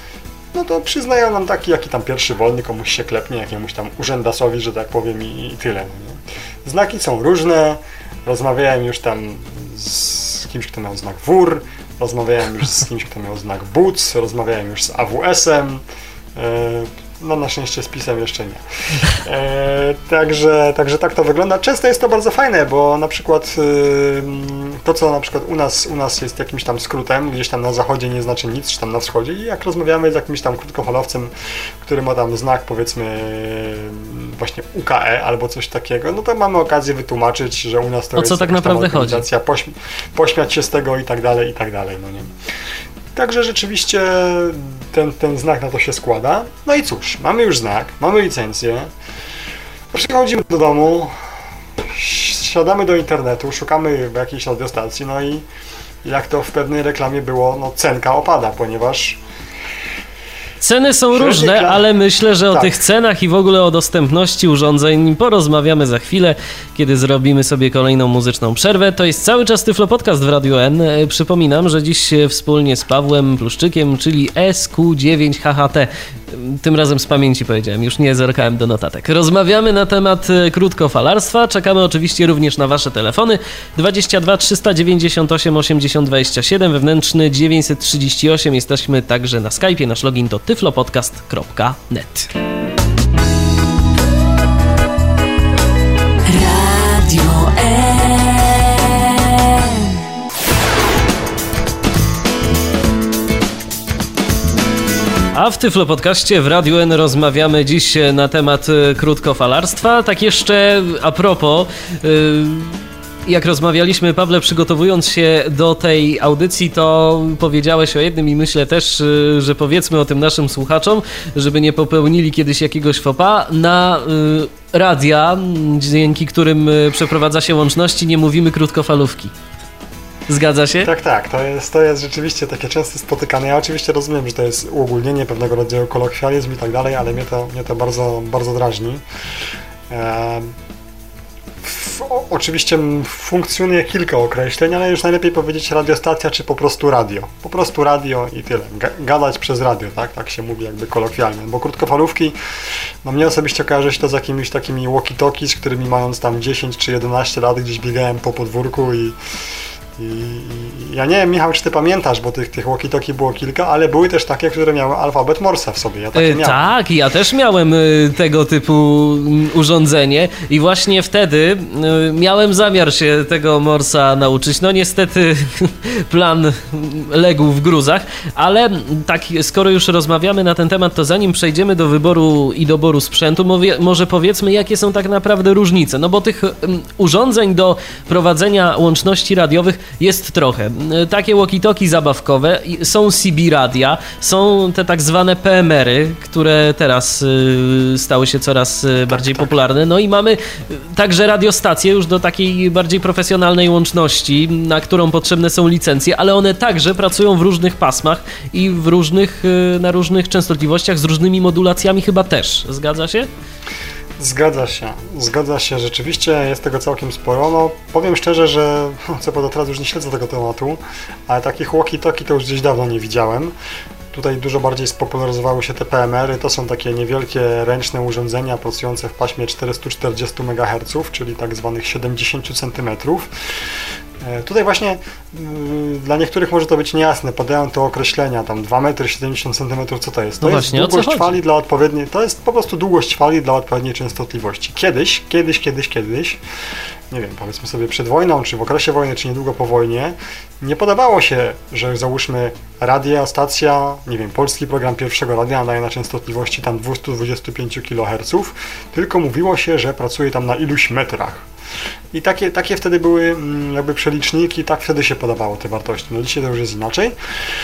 no to przyznają nam taki, jaki tam pierwszy wolny komuś się klepnie, jakiemuś tam urzędasowi, że tak powiem i, i tyle. No nie? Znaki są różne, rozmawiałem już tam z kimś, kto miał znak W U R, rozmawiałem już z kimś, kto miał znak B U C, rozmawiałem już z A W S-em, no na szczęście z PiS-em jeszcze nie. E, także, także tak to wygląda. Często jest to bardzo fajne, bo na przykład y, to, co na przykład u nas, u nas jest jakimś tam skrótem, gdzieś tam na zachodzie nie znaczy nic, czy tam na wschodzie, i jak rozmawiamy z jakimś tam krótkofalowcem, który ma tam znak, powiedzmy właśnie U K E albo coś takiego, no to mamy okazję wytłumaczyć, że u nas to o jest co tak naprawdę chodzi? Pośmi- pośmiać się z tego i tak dalej, i tak dalej, no nie. Także rzeczywiście ten, ten znak na to się składa. No i cóż, mamy już znak, mamy licencję, przychodzimy do domu, siadamy do internetu, szukamy w jakiejś radiostacji, no i jak to w pewnej reklamie było, no cenka opada, ponieważ ceny są różne, kla... ale myślę, że o tak. tych cenach i w ogóle o dostępności urządzeń porozmawiamy za chwilę, kiedy zrobimy sobie kolejną muzyczną przerwę. To jest cały czas Tyflo Podcast w Radiu N. Przypominam, że dziś wspólnie z Pawłem Pluszczykiem, czyli S Q dziewięć H H T. Tym razem z pamięci powiedziałem, już nie zerkałem do notatek. Rozmawiamy na temat krótkofalarstwa. Czekamy oczywiście również na wasze telefony. dwadzieścia dwa trzysta dziewięćdziesiąt osiem osiemdziesiąt dwadzieścia siedem, wewnętrzny dziewięćset trzydzieści osiem. Jesteśmy także na Skype'ie. Nasz login to tyflopodcast kropka net. Radio A w Tyflo Podcaście w Radiu N rozmawiamy dziś na temat krótkofalarstwa. Tak jeszcze a propos, jak rozmawialiśmy, Pawle, przygotowując się do tej audycji, to powiedziałeś o jednym i myślę też, że powiedzmy o tym naszym słuchaczom, żeby nie popełnili kiedyś jakiegoś faux pas. Na radia, dzięki którym przeprowadza się łączności, nie mówimy krótkofalówki. Zgadza się? Tak, tak. To jest, to jest rzeczywiście takie często spotykane. Ja oczywiście rozumiem, że to jest uogólnienie pewnego rodzaju kolokwializm i tak dalej, ale mnie to, mnie to bardzo, bardzo drażni. E, w, o, oczywiście funkcjonuje kilka określeń, ale już najlepiej powiedzieć radiostacja, czy po prostu radio. Po prostu radio i tyle. Ga, gadać przez radio, tak? Tak się mówi jakby kolokwialnie. Bo krótkofalówki, no mnie osobiście kojarzy się to z jakimiś takimi walkie-talkie, z którymi mając tam dziesięć czy jedenaście lat gdzieś biegałem po podwórku i I, i ja nie wiem, Michał, czy ty pamiętasz, bo tych, tych walkie-talkie było kilka, ale były też takie, które miały alfabet Morsa w sobie. Ja takie yy, miałem. Tak, ja też miałem y, tego typu y, urządzenie i właśnie wtedy y, miałem zamiar się tego Morsa nauczyć. No niestety plan legł w gruzach, ale tak, skoro już rozmawiamy na ten temat, to zanim przejdziemy do wyboru i doboru sprzętu, mówię, może powiedzmy, jakie są tak naprawdę różnice. No bo tych y, urządzeń do prowadzenia łączności radiowych jest trochę. Takie walkie-talkie zabawkowe, są C B radia, są te tak zwane P M R-y, które teraz y, stały się coraz y, bardziej tak, popularne. No i mamy także radiostacje już do takiej bardziej profesjonalnej łączności, na którą potrzebne są licencje, ale one także pracują w różnych pasmach i w różnych, y, na różnych częstotliwościach z różnymi modulacjami chyba też. Zgadza się? Zgadza się, zgadza się, rzeczywiście jest tego całkiem sporo. No, powiem szczerze, że co prawda teraz już nie śledzę tego tematu, ale takich walkie-talkie to już gdzieś dawno nie widziałem. Tutaj dużo bardziej spopularyzowały się te P M R-y, to są takie niewielkie ręczne urządzenia pracujące w paśmie czterysta czterdzieści megaherców, czyli tak zwanych siedemdziesiąt centymetrów. Tutaj właśnie y, dla niektórych może to być niejasne, podają to określenia, tam dwa metry siedemdziesiąt centymetrów, co to jest? To no jest właśnie, długość fali dla odpowiedniej, to jest po prostu długość fali dla odpowiedniej częstotliwości. Kiedyś, kiedyś, kiedyś, kiedyś, nie wiem, powiedzmy sobie przed wojną, czy w okresie wojny, czy niedługo po wojnie, nie podobało się, że załóżmy radio, stacja, nie wiem, polski program pierwszego radia nadaje na częstotliwości tam dwieście dwadzieścia pięć kiloherców, tylko mówiło się, że pracuje tam na iluś metrach. I takie, takie wtedy były jakby przeliczniki, tak wtedy się podawało te wartości. No dzisiaj to już jest inaczej,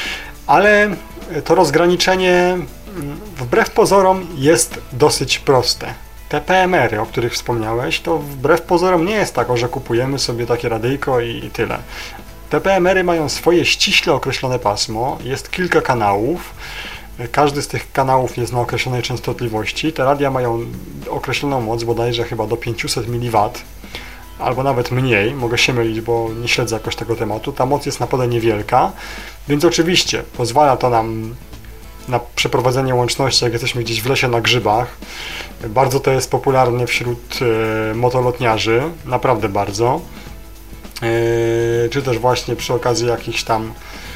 ale to rozgraniczenie wbrew pozorom jest dosyć proste. Te P M R-y, o których wspomniałeś, to wbrew pozorom nie jest tak, że kupujemy sobie takie radyjko i, i tyle. Te P M R-y mają swoje ściśle określone pasmo, jest kilka kanałów. Każdy z tych kanałów jest na określonej częstotliwości. Te radia mają określoną moc, bodajże chyba do pięćset miliwatów, albo nawet mniej, mogę się mylić, bo nie śledzę jakoś tego tematu. Ta moc jest naprawdę niewielka, więc oczywiście pozwala to nam na przeprowadzenie łączności, jak jesteśmy gdzieś w lesie na grzybach. Bardzo to jest popularne wśród e, motolotniarzy, naprawdę bardzo. E, czy też właśnie przy okazji jakichś tam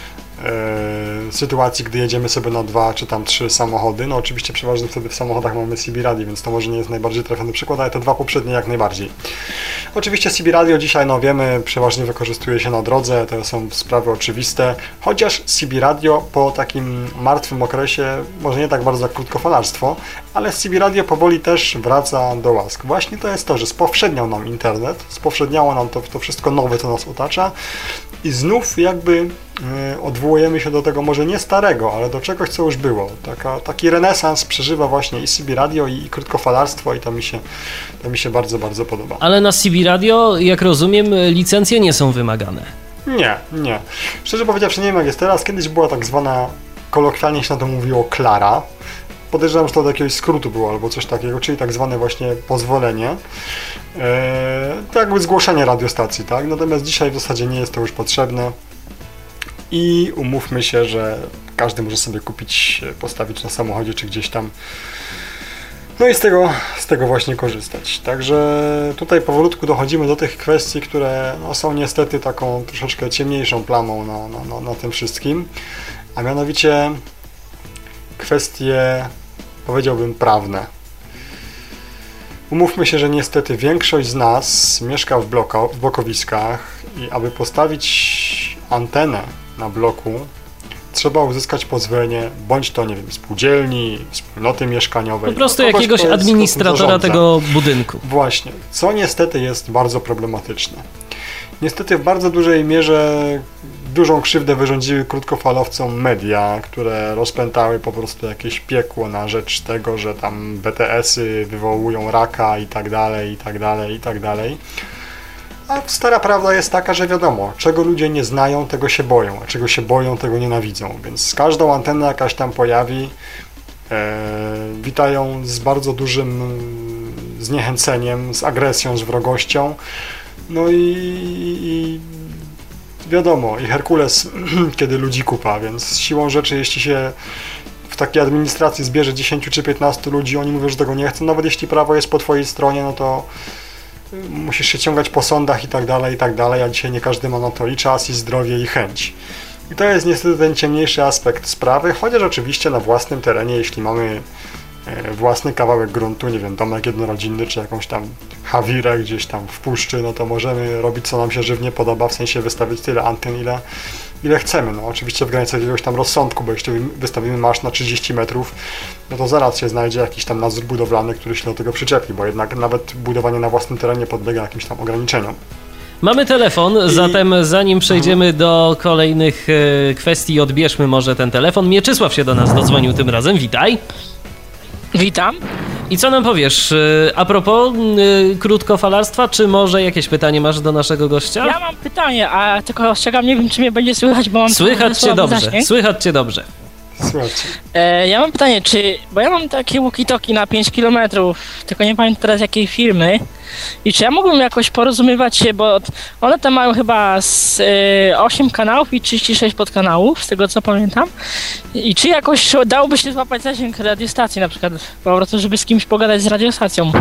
e, sytuacji, gdy jedziemy sobie na dwa czy tam trzy samochody. No oczywiście przeważnie wtedy w samochodach mamy C B radio, więc to może nie jest najbardziej trafiony przykład, ale te dwa poprzednie jak najbardziej. Oczywiście C B radio dzisiaj, no wiemy, przeważnie wykorzystuje się na drodze, to są sprawy oczywiste, chociaż C B radio po takim martwym okresie, może nie tak bardzo jak krótkofalarstwo, ale C B radio powoli też wraca do łask. Właśnie to jest to, że spowszedniał nam internet, spowszedniało nam to, to wszystko nowe, co nas otacza i znów jakby yy, odwołujemy się do tego może nie starego, ale do czegoś, co już było. Taka, taki renesans przeżywa właśnie i C B radio, i, i krótkofalarstwo i to mi się, to mi się bardzo, bardzo podoba. Ale na C B radio, jak rozumiem, licencje nie są wymagane. Nie, nie. Szczerze powiedziawszy, nie wiem jak jest teraz. Kiedyś była tak zwana, kolokwialnie się na to mówiło, Klara. Podejrzewam, że to od jakiegoś skrótu było albo coś takiego, czyli tak zwane właśnie pozwolenie. Eee, to jakby zgłoszenie radiostacji, tak? Natomiast dzisiaj w zasadzie nie jest to już potrzebne. I umówmy się, że każdy może sobie kupić, postawić na samochodzie czy gdzieś tam. No i z tego, z tego właśnie korzystać. Także tutaj powolutku dochodzimy do tych kwestii, które no, są niestety taką troszeczkę ciemniejszą plamą na, na, na, na tym wszystkim. A mianowicie kwestie, powiedziałbym, prawne. Umówmy się, że niestety większość z nas mieszka w, bloko, w blokowiskach i aby postawić antenę na bloku, trzeba uzyskać pozwolenie, bądź to, nie wiem, spółdzielni, wspólnoty mieszkaniowej. Po prostu kogoś, jakiegoś administratora tego budynku. Właśnie, co niestety jest bardzo problematyczne. Niestety w bardzo dużej mierze dużą krzywdę wyrządziły krótkofalowcom media, które rozpętały po prostu jakieś piekło na rzecz tego, że tam B T S-y wywołują raka i tak dalej, i tak dalej, i tak dalej. A stara prawda jest taka, że wiadomo, czego ludzie nie znają, tego się boją, a czego się boją, tego nienawidzą. Więc z każdą antenę jakaś tam pojawi, e, witają z bardzo dużym zniechęceniem, z agresją, z wrogością. No i, i wiadomo, i Herkules kiedy ludzi kupa, więc siłą rzeczy, jeśli się w takiej administracji zbierze dziesięć czy piętnaście ludzi, oni mówią, że tego nie chcą, nawet jeśli prawo jest po twojej stronie, no to musisz się ciągać po sądach i tak dalej, i tak dalej, a dzisiaj nie każdy ma na to i czas, i zdrowie, i chęć. I to jest niestety ten ciemniejszy aspekt sprawy, chociaż oczywiście na własnym terenie, jeśli mamy własny kawałek gruntu, nie wiem, domek jednorodzinny, czy jakąś tam hawirę gdzieś tam w puszczy, no to możemy robić, co nam się żywnie podoba, w sensie wystawić tyle anten, ile, ile chcemy. No oczywiście w granicach jakiegoś tam rozsądku, bo jeśli wystawimy masz na trzydzieści metrów, no to zaraz się znajdzie jakiś tam nadzór budowlany, który się do tego przyczepi, bo jednak nawet budowanie na własnym terenie podlega jakimś tam ograniczeniom. Mamy telefon, I... zatem zanim przejdziemy mhm. do kolejnych e, kwestii, odbierzmy może ten telefon. Mieczysław się do nas dodzwonił tym razem, witaj. Witam. I co nam powiesz a propos yy, krótkofalarstwa, czy może jakieś pytanie masz do naszego gościa? Ja mam pytanie, a tylko ostrzegam, nie wiem, czy mnie będzie słychać, bo mam... Słychać cię dobrze, zasięg. słychać cię dobrze. Słuchajcie. E, ja mam pytanie, czy... Bo ja mam takie walkie-talkie na pięć kilometrów, tylko nie pamiętam teraz jakiej firmy. I czy ja mógłbym jakoś porozumiewać się, bo one tam mają chyba z, y, osiem kanałów i trzydzieści sześć podkanałów, z tego co pamiętam. I czy jakoś dałoby się złapać zasięg radiostacji na przykład, po prostu żeby z kimś pogadać z radiostacją?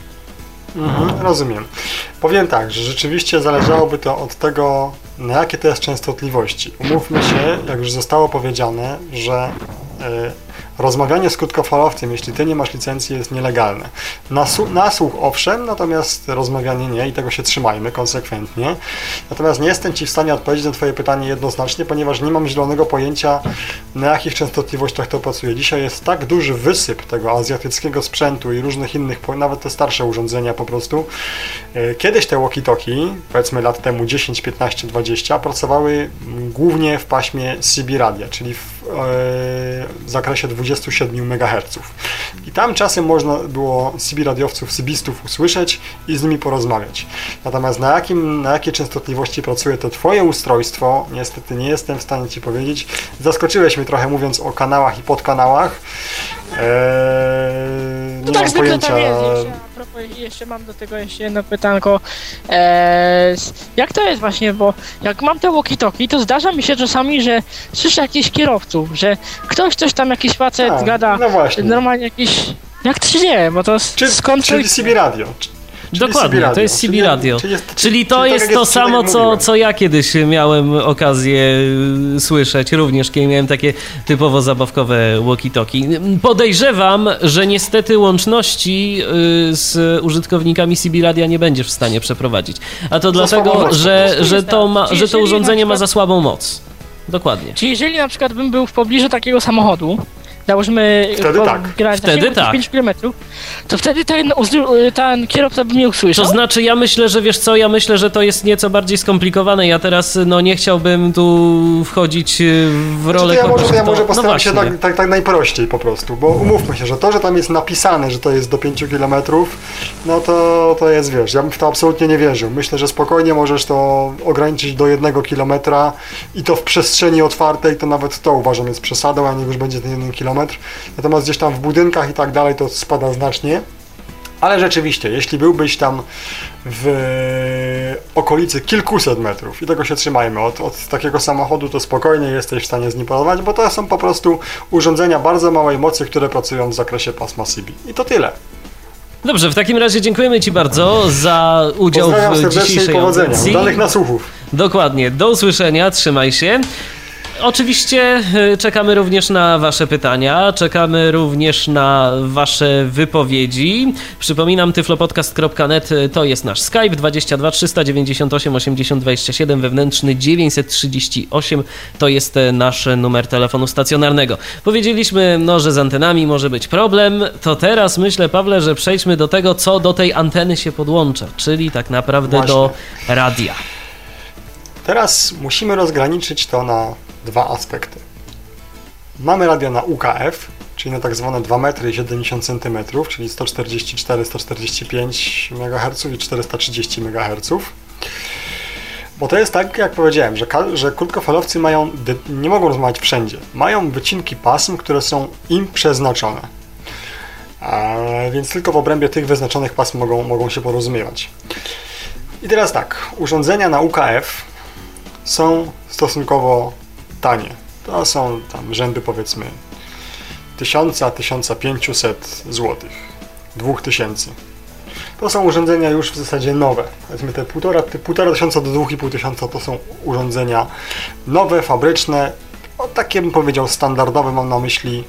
Mhm, rozumiem. Powiem tak, że rzeczywiście zależałoby to od tego, na jakie to jest częstotliwości. Umówmy się, jak już zostało powiedziane, że y, rozmawianie z krótkofalowcem, jeśli ty nie masz licencji, jest nielegalne. Nasu- nasłuch owszem, natomiast rozmawianie nie i tego się trzymajmy konsekwentnie. Natomiast nie jestem ci w stanie odpowiedzieć na twoje pytanie jednoznacznie, ponieważ nie mam zielonego pojęcia, na jakich częstotliwościach to pracuje. Dzisiaj jest tak duży wysyp tego azjatyckiego sprzętu i różnych innych, nawet te starsze urządzenia po prostu. Kiedyś te walkie-talkie, powiedzmy lat temu dziesięć, piętnaście, dwadzieścia, pracowały głównie w paśmie C B radia, czyli w, w zakresie dwudziestu siedmiu megaherców. I tam czasem można było C B radiowców, cybistów usłyszeć i z nimi porozmawiać. Natomiast na, jakim, na jakie częstotliwości pracuje to twoje ustrojstwo, niestety nie jestem w stanie ci powiedzieć. Zaskoczyłeś mnie trochę mówiąc o kanałach i podkanałach. Eee, no nie tak mam pojęcia. Tam jest, a propos jeszcze mam do tego jeszcze jedno pytanko. Eee, jak to jest właśnie, bo jak mam te walkie-talkie, to zdarza mi się czasami, że słyszę jakichś kierowców, że ktoś coś tam, jakiś facet A, gada, no właśnie. normalnie jakiś... Jak to się dzieje? Bo to Czy, skąd... czyli to... C B Radio. Czyli Dokładnie, C B to jest C B czyli, Radio. Czyli, jest, Czyli to czyli jest tak to jak samo, tak co, mówiłem. co ja kiedyś miałem okazję y, słyszeć, również kiedy miałem takie typowo zabawkowe walkie-talkie. Podejrzewam, że niestety łączności y, z użytkownikami C B Radia nie będziesz w stanie przeprowadzić. A to Za dlatego, słabą moc. że, że, to ma, Czyli że to jeżeli urządzenie na ma przykład- za słabą moc. Dokładnie. Czy jeżeli na przykład bym był w pobliżu takiego samochodu, załóżmy Wtedy po, tak. grać Wtedy zasięgu tak. pięć kilometrów, to wtedy ten, uzdru- ten kierowca by mnie usłyszał? To znaczy, ja myślę, że wiesz co, ja myślę, że to jest nieco bardziej skomplikowane. Ja teraz no nie chciałbym tu wchodzić y, w rolę Znaczy, to ja kogoś, może, ja kto- może no postaram się właśnie. tak, tak, tak najprościej po prostu, bo umówmy się, że to, że tam jest napisane, że to jest do pięciu kilometrów, no to, to jest, wiesz, ja bym w to absolutnie nie wierzył. Myślę, że spokojnie możesz to ograniczyć do jednego kilometra i to w przestrzeni otwartej, to nawet to uważam jest przesadą, a nie już będzie ten jeden kilometr. Natomiast gdzieś tam w budynkach i tak dalej to spada znacznie. Ale rzeczywiście, jeśli byłbyś tam w okolicy kilkuset metrów i tego się trzymajmy, od, od takiego samochodu to spokojnie jesteś w stanie z nim porozmawiać, bo to są po prostu urządzenia bardzo małej mocy, które pracują w zakresie pasma C B. I to tyle. Dobrze, w takim razie dziękujemy Ci bardzo za udział Pozdrawiam w serdecznie i dzisiejszej powodzenia. audycji. Udanych nasłuchów. Dokładnie, do usłyszenia, trzymaj się. Oczywiście y, czekamy również na Wasze pytania, czekamy również na Wasze wypowiedzi. Przypominam, tyflopodcast kropka net to jest nasz Skype, dwadzieścia dwa trzysta dziewięćdziesiąt osiem osiemdziesiąt dwadzieścia siedem, wewnętrzny dziewięćset trzydzieści osiem, to jest nasz numer telefonu stacjonarnego. Powiedzieliśmy, no, że z antenami może być problem, to teraz myślę, Pawle, że przejdźmy do tego, co do tej anteny się podłącza, czyli tak naprawdę Właśnie. do radia. Teraz musimy rozgraniczyć to na dwa aspekty. Mamy radio na U K F, czyli na tak zwane dwa metry i siedemdziesiąt centymetrów, czyli sto czterdzieści cztery sto czterdzieści pięć megaherców i czterysta trzydzieści megaherców. Bo to jest tak, jak powiedziałem, że, że krótkofalowcy mają, nie mogą rozmawiać wszędzie. Mają wycinki pasm, które są im przeznaczone. A więc tylko w obrębie tych wyznaczonych pasm mogą, mogą się porozumiewać. I teraz tak, urządzenia na U K F są stosunkowo tanie. To są tam rzędy powiedzmy tysiąc do tysiąca pięciuset złotych, dwóch tysięcy. To są urządzenia już w zasadzie nowe. Powiedzmy te półtora, te półtora tysiąca do dwóch i pół tysiąca to są urządzenia nowe, fabryczne, o takie bym powiedział standardowe, mam na myśli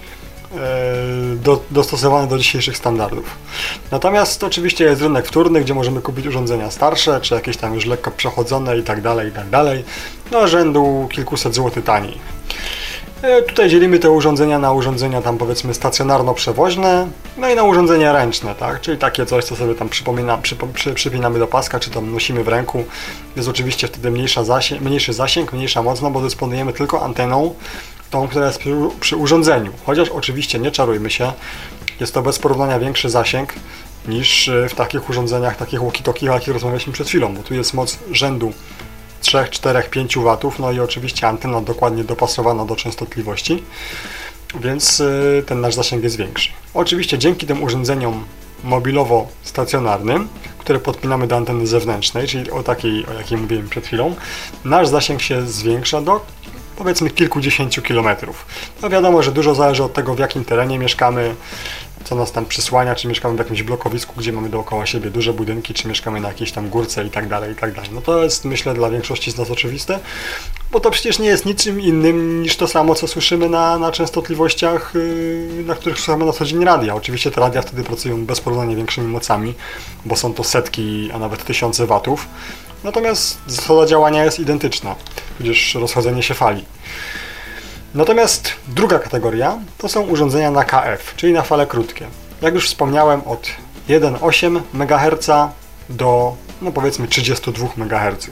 Do, dostosowane do dzisiejszych standardów. Natomiast oczywiście jest rynek wtórny, gdzie możemy kupić urządzenia starsze, czy jakieś tam już lekko przechodzone i tak dalej, i tak dalej, no rzędu kilkuset złotych taniej. E, tutaj dzielimy te urządzenia na urządzenia tam powiedzmy stacjonarno-przewoźne, no i na urządzenia ręczne, tak, czyli takie coś, co sobie tam przypomina, przypo, przy, przypinamy do paska, czy tam nosimy w ręku. Jest oczywiście wtedy mniejsza zasięg, mniejszy zasięg, mniejsza moc, no bo dysponujemy tylko anteną, tą, która jest przy, przy urządzeniu. Chociaż oczywiście nie czarujmy się, jest to bez porównania większy zasięg niż w takich urządzeniach, takich walkie-talkie, o jakich rozmawialiśmy przed chwilą, bo tu jest moc rzędu trzy, cztery, pięć watów, no i oczywiście antena dokładnie dopasowana do częstotliwości, więc ten nasz zasięg jest większy. Oczywiście dzięki tym urządzeniom mobilowo-stacjonarnym, które podpinamy do anteny zewnętrznej, czyli o takiej, o jakiej mówiłem przed chwilą, nasz zasięg się zwiększa do powiedzmy kilkudziesięciu kilometrów. No wiadomo, że dużo zależy od tego, w jakim terenie mieszkamy, co nas tam przysłania, czy mieszkamy w jakimś blokowisku, gdzie mamy dookoła siebie duże budynki, czy mieszkamy na jakiejś tam górce i tak dalej, i tak dalej. No to jest, myślę, dla większości z nas oczywiste, bo to przecież nie jest niczym innym niż to samo, co słyszymy na, na częstotliwościach, yy, na których słuchamy na co dzień radia. Oczywiście te radia wtedy pracują bez porównania większymi mocami, bo są to setki, a nawet tysiące watów. Natomiast zasada działania jest identyczna, tudzież rozchodzenie się fali. Natomiast druga kategoria to są urządzenia na K F, czyli na fale krótkie. Jak już wspomniałem, od jeden przecinek osiem megaherca do no powiedzmy trzydzieści dwa megaherców.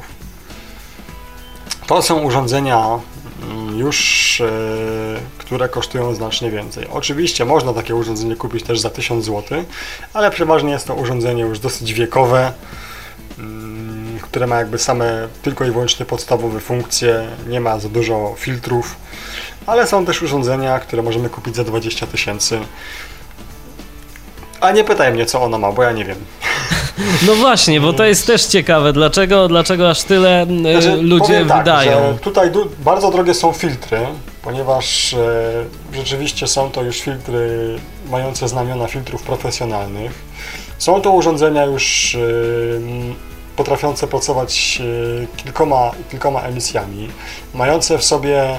To są urządzenia już, yy, które kosztują znacznie więcej. Oczywiście można takie urządzenie kupić też za tysiąc złotych, ale przeważnie jest to urządzenie już dosyć wiekowe, yy, które ma jakby same tylko i wyłącznie podstawowe funkcje, nie ma za dużo filtrów, ale są też urządzenia, które możemy kupić za dwadzieścia tysięcy. A nie pytaj mnie, co ono ma, bo ja nie wiem. No właśnie, bo to jest też ciekawe. Dlaczego, dlaczego aż tyle znaczy, ludzie tak, wydają? Że tutaj du- bardzo drogie są filtry, ponieważ e, rzeczywiście są to już filtry mające znamiona filtrów profesjonalnych. Są to urządzenia już e, potrafiące pracować e, kilkoma, kilkoma emisjami, mające w sobie e,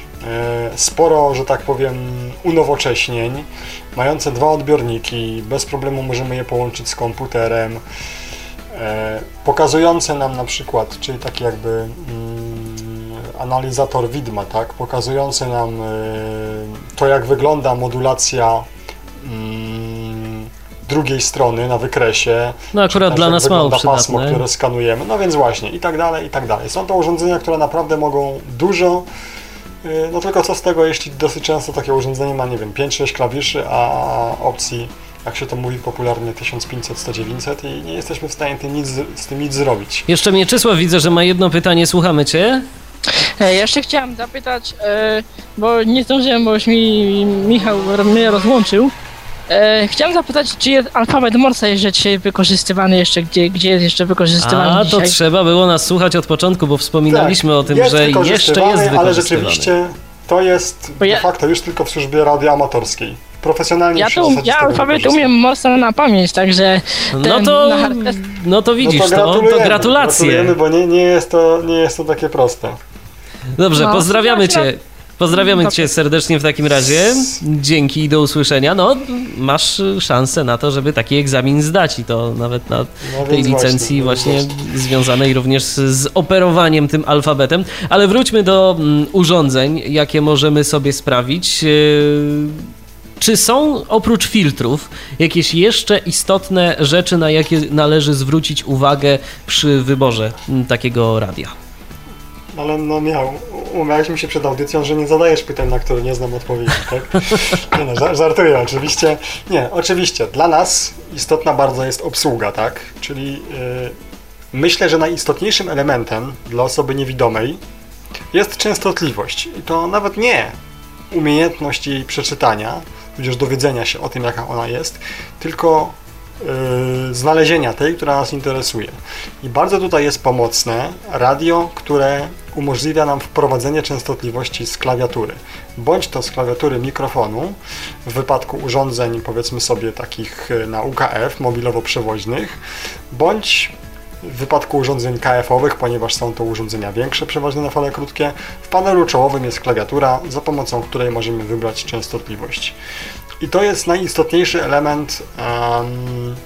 sporo, że tak powiem, unowocześnień, mające dwa odbiorniki, bez problemu możemy je połączyć z komputerem, e, pokazujące nam na przykład, czyli taki jakby mm, analizator widma, tak, pokazujący nam e, to, jak wygląda modulacja mm, drugiej strony na wykresie. No akurat dla nas mało przydatne. Pasmo, które skanujemy, no więc właśnie i tak dalej, i tak dalej. Są to urządzenia, które naprawdę mogą dużo. No tylko co z tego, jeśli dosyć często takie urządzenie ma, nie wiem, pięć sześć klawiszy, a opcji, jak się to mówi popularnie, tysiąc pięćset, sto dziewięćset i nie jesteśmy w stanie tym nic, z tym nic zrobić. Jeszcze Mieczysław widzę, że ma jedno pytanie, słuchamy Cię. E, jeszcze chciałem zapytać, e, bo nie zdążyłem, bo już mi Michał mnie rozłączył. E, chciałem zapytać, czy jest alfabet Morsa jeszcze wykorzystywany jeszcze, gdzie, gdzie jest jeszcze wykorzystywany A, dzisiaj? to trzeba było nas słuchać od początku, bo wspominaliśmy tak, o tym, że jeszcze jest wykorzystywany. Ale rzeczywiście to jest Bo ja... de facto już tylko w służbie radioamatorskiej. Profesjonalnie ja, to, ja alfabet umiem Morsa na pamięć, także... No to, no to widzisz, no to, gratulujemy, to, to gratulacje. Gratulujemy, bo nie, nie, jest to, nie jest to takie proste. Dobrze, no, pozdrawiamy Cię. Pozdrawiamy Cię serdecznie w takim razie. Dzięki i do usłyszenia. No, masz szansę na to, żeby taki egzamin zdać i to nawet na no tej licencji właśnie, właśnie związanej również z, z operowaniem tym alfabetem. Ale wróćmy do mm, urządzeń, jakie możemy sobie sprawić. Yy, czy są oprócz filtrów jakieś jeszcze istotne rzeczy, na jakie należy zwrócić uwagę przy wyborze m, takiego radia? Ale no Michał, umawialiśmy się przed audycją, że nie zadajesz pytań, na które nie znam odpowiedzi, tak? Nie no, żartuję oczywiście. Nie, oczywiście, dla nas istotna bardzo jest obsługa, tak? Czyli yy, myślę, że najistotniejszym elementem dla osoby niewidomej jest częstotliwość. I to nawet nie umiejętność jej przeczytania, tudzież dowiedzenia się o tym, jaka ona jest, tylko Yy, znalezienia tej, która nas interesuje. I bardzo tutaj jest pomocne radio, które umożliwia nam wprowadzenie częstotliwości z klawiatury. Bądź to z klawiatury mikrofonu, w wypadku urządzeń, powiedzmy sobie, takich na U K F, mobilowo-przewoźnych, bądź w wypadku urządzeń K F-owych, ponieważ są to urządzenia większe, przeważnie na fale krótkie, w panelu czołowym jest klawiatura, za pomocą której możemy wybrać częstotliwość. I to jest najistotniejszy element, um,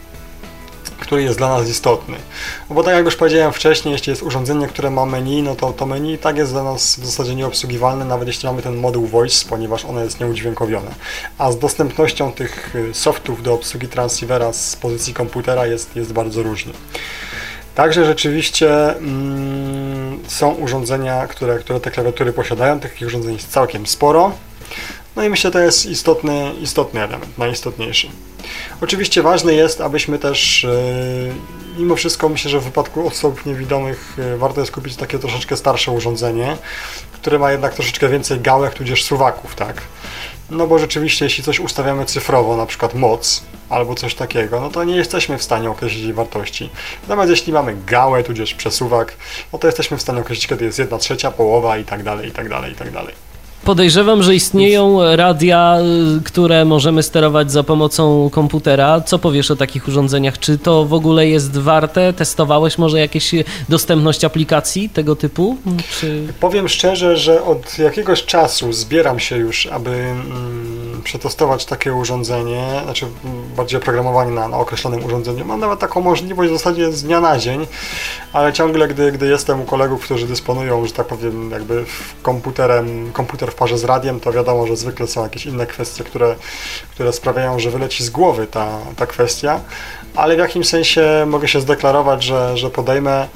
który jest dla nas istotny. Bo tak jak już powiedziałem wcześniej, jeśli jest urządzenie, które ma menu, no to to menu i tak jest dla nas w zasadzie nieobsługiwalne, nawet jeśli mamy ten moduł Voice, ponieważ ono jest nieudźwiękowione. A z dostępnością tych softów do obsługi transceivera z pozycji komputera jest, jest bardzo różnie. Także rzeczywiście mm, są urządzenia, które, które te klawiatury posiadają, takich urządzeń jest całkiem sporo. No i myślę, że to jest istotny, istotny element, najistotniejszy. Oczywiście ważne jest, abyśmy też, yy, mimo wszystko myślę, że w wypadku osób niewidomych yy, warto jest kupić takie troszeczkę starsze urządzenie, które ma jednak troszeczkę więcej gałek, tudzież suwaków, tak? No bo rzeczywiście, jeśli coś ustawiamy cyfrowo, na przykład moc, albo coś takiego, no to nie jesteśmy w stanie określić jej wartości. Natomiast jeśli mamy gałę, tudzież przesuwak, no to jesteśmy w stanie określić, kiedy jest jedna trzecia, połowa i tak dalej, i tak dalej, i tak dalej. Podejrzewam, że istnieją radia, które możemy sterować za pomocą komputera. Co powiesz o takich urządzeniach? Czy to w ogóle jest warte? Testowałeś może jakieś dostępność aplikacji tego typu? Czy... Powiem szczerze, że od jakiegoś czasu zbieram się już, aby mm, przetestować takie urządzenie, znaczy bardziej oprogramowanie na, na określonym urządzeniu. Mam nawet taką możliwość w zasadzie z dnia na dzień, ale ciągle, gdy, gdy jestem u kolegów, którzy dysponują, że tak powiem, jakby komputerem, komputer w parze z radiem, to wiadomo, że zwykle są jakieś inne kwestie, które, które sprawiają, że wyleci z głowy ta, ta kwestia, ale w jakimś sensie mogę się zdeklarować, że, że podejmę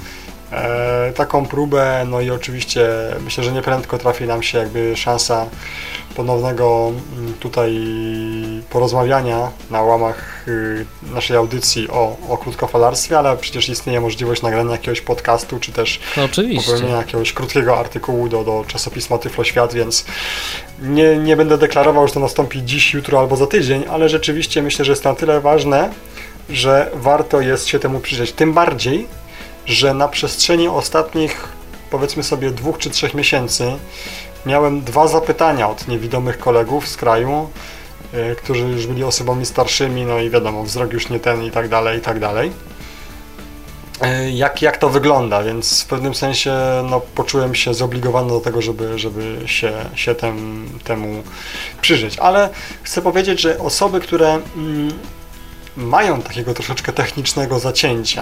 e, taką próbę, no i oczywiście myślę, że nieprędko trafi nam się jakby szansa ponownego tutaj porozmawiania na łamach naszej audycji o, o krótkofalarstwie, ale przecież istnieje możliwość nagrania jakiegoś podcastu, czy też no, popełnienia jakiegoś krótkiego artykułu do, do czasopisma Tyfloświat, więc nie, nie będę deklarował, że to nastąpi dziś, jutro albo za tydzień, ale rzeczywiście myślę, że jest na tyle ważne, że warto jest się temu przyjrzeć. Tym bardziej, że na przestrzeni ostatnich, powiedzmy sobie, dwóch czy trzech miesięcy miałem dwa zapytania od niewidomych kolegów z kraju, yy, którzy już byli osobami starszymi, no i wiadomo, wzrok już nie ten i tak dalej, i tak dalej. Yy, jak, jak to wygląda, więc w pewnym sensie no, poczułem się zobligowany do tego, żeby, żeby się, się tem, temu przyjrzeć. Ale chcę powiedzieć, że osoby, które mm, mają takiego troszeczkę technicznego zacięcia,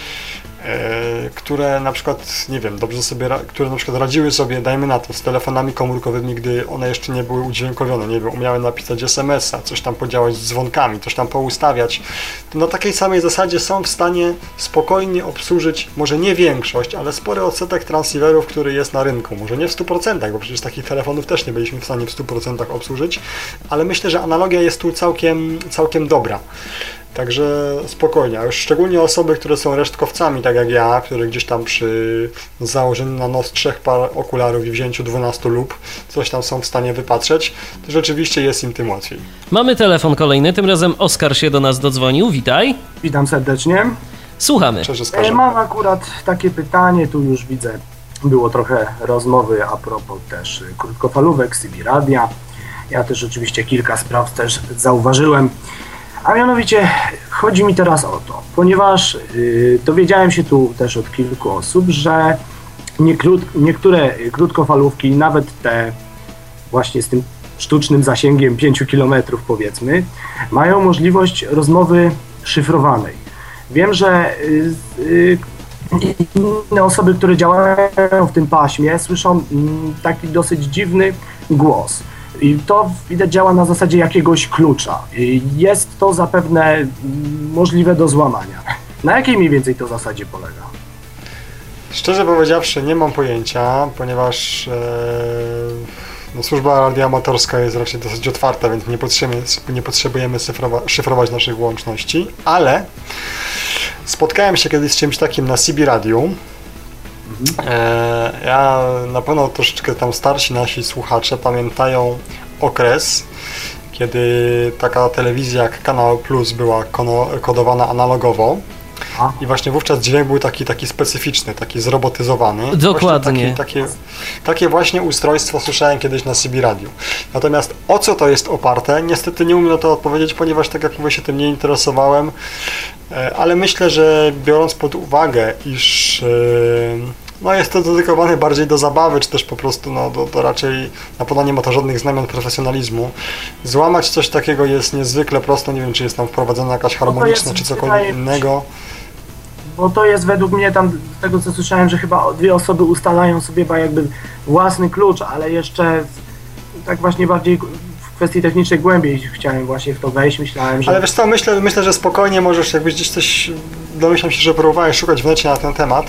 które na przykład, nie wiem, dobrze sobie, które na przykład radziły sobie, dajmy na to, z telefonami komórkowymi, gdy one jeszcze nie były udźwiękowione, nie wiem, umiały napisać es em es a, coś tam podziałać z dzwonkami, coś tam poustawiać, to na takiej samej zasadzie są w stanie spokojnie obsłużyć, może nie większość, ale spory odsetek transceiverów, który jest na rynku, może nie w stu procentach, bo przecież takich telefonów też nie byliśmy w stanie w stu procentach obsłużyć, ale myślę, że analogia jest tu całkiem, całkiem dobra. Także spokojnie, a już szczególnie osoby, które są resztkowcami, tak jak ja, które gdzieś tam przy założeniu na nos trzech par okularów i wzięciu dwunastu lup coś tam są w stanie wypatrzeć, to rzeczywiście jest im tym łatwiej. Mamy telefon kolejny, tym razem Oskar się do nas dodzwonił, witaj. Witam serdecznie. Słuchamy. Cześć, Oskarze. Mam akurat takie pytanie, tu już widzę, było trochę rozmowy a propos też krótkofalówek, C B radia. Ja też oczywiście kilka spraw też zauważyłem. A mianowicie chodzi mi teraz o to, ponieważ yy, dowiedziałem się tu też od kilku osób, że niektóre, niektóre krótkofalówki, nawet te właśnie z tym sztucznym zasięgiem pięciu kilometrów powiedzmy, mają możliwość rozmowy szyfrowanej. Wiem, że yy, inne osoby, które działają w tym paśmie, słyszą yy, taki dosyć dziwny głos. I to widać działa na zasadzie jakiegoś klucza. Jest to zapewne możliwe do złamania. Na jakiej mniej więcej to zasadzie polega? Szczerze powiedziawszy, nie mam pojęcia, ponieważ e, no, służba radioamatorska jest raczej dosyć otwarta, więc nie potrzebujemy, nie potrzebujemy szyfrowa- szyfrować naszych łączności, ale spotkałem się kiedyś z czymś takim na C B radiu. E, ja na pewno troszeczkę tam starsi nasi słuchacze pamiętają okres, kiedy taka telewizja jak Kanał Plus była kono- kodowana analogowo. A? I właśnie wówczas dźwięk był taki, taki specyficzny, taki zrobotyzowany. Dokładnie. Takie, takie, takie właśnie ustrojstwo słyszałem kiedyś na C B radiu. Natomiast o co to jest oparte? Niestety nie umiem na to odpowiedzieć, ponieważ tak jak mówię, się tym nie interesowałem, ale myślę, że biorąc pod uwagę, iż no jest to dedykowane bardziej do zabawy, czy też po prostu no, do, do raczej na pewno nie ma to żadnych znamion profesjonalizmu. Złamać coś takiego jest niezwykle prosto, nie wiem, czy jest tam wprowadzona jakaś harmoniczna, czy cokolwiek innego. Bo to jest według mnie tam, z tego co słyszałem, że chyba dwie osoby ustalają sobie jakby własny klucz, ale jeszcze tak właśnie bardziej w kwestii technicznej głębiej chciałem właśnie w to wejść, myślałem, że... Ale wiesz co, myślę, myślę, że spokojnie możesz, jakbyś gdzieś coś, domyślam się, że próbowałeś szukać w necie na ten temat.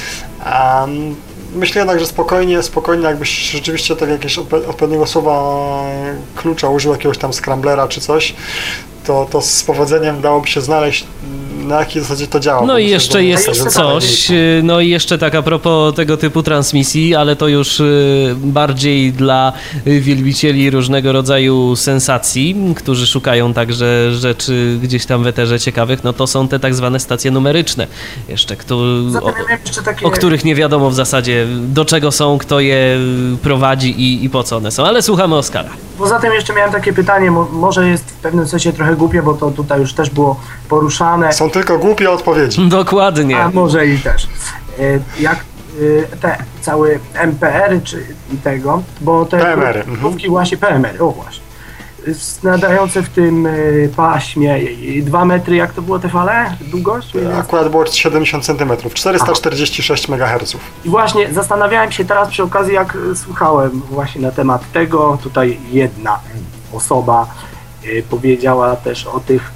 Um, myślę jednak, że spokojnie, spokojnie jakbyś rzeczywiście tak jakiegoś odpowiedniego słowa klucza użył, jakiegoś tam scramblera czy coś, to, to z powodzeniem dałoby się znaleźć, na jakiej zasadzie to działa. No i jeszcze jest coś, no i jeszcze tak a propos tego typu transmisji, ale to już bardziej dla wielbicieli różnego rodzaju sensacji, którzy szukają także rzeczy gdzieś tam w eterze ciekawych, no to są te tak zwane stacje numeryczne, jeszcze, kto, o, jeszcze takie... o których nie wiadomo w zasadzie do czego są, kto je prowadzi i, i po co one są, ale słuchamy Oskara. Poza tym jeszcze miałem takie pytanie, może jest w pewnym sensie trochę głupie, bo to tutaj już też było poruszane. Są tylko głupie odpowiedzi. Dokładnie. A może i też. Jak te całe M P R-y czy tego, bo te P M R-y. główki właśnie P M R-y, o właśnie. Nadające w tym paśmie dwa metry, jak to było te fale? Długość? Akurat było siedemdziesiąt centymetrów, czterysta czterdzieści sześć megaherców. I właśnie zastanawiałem się teraz przy okazji, jak słuchałem właśnie na temat tego, tutaj jedna osoba powiedziała też o tych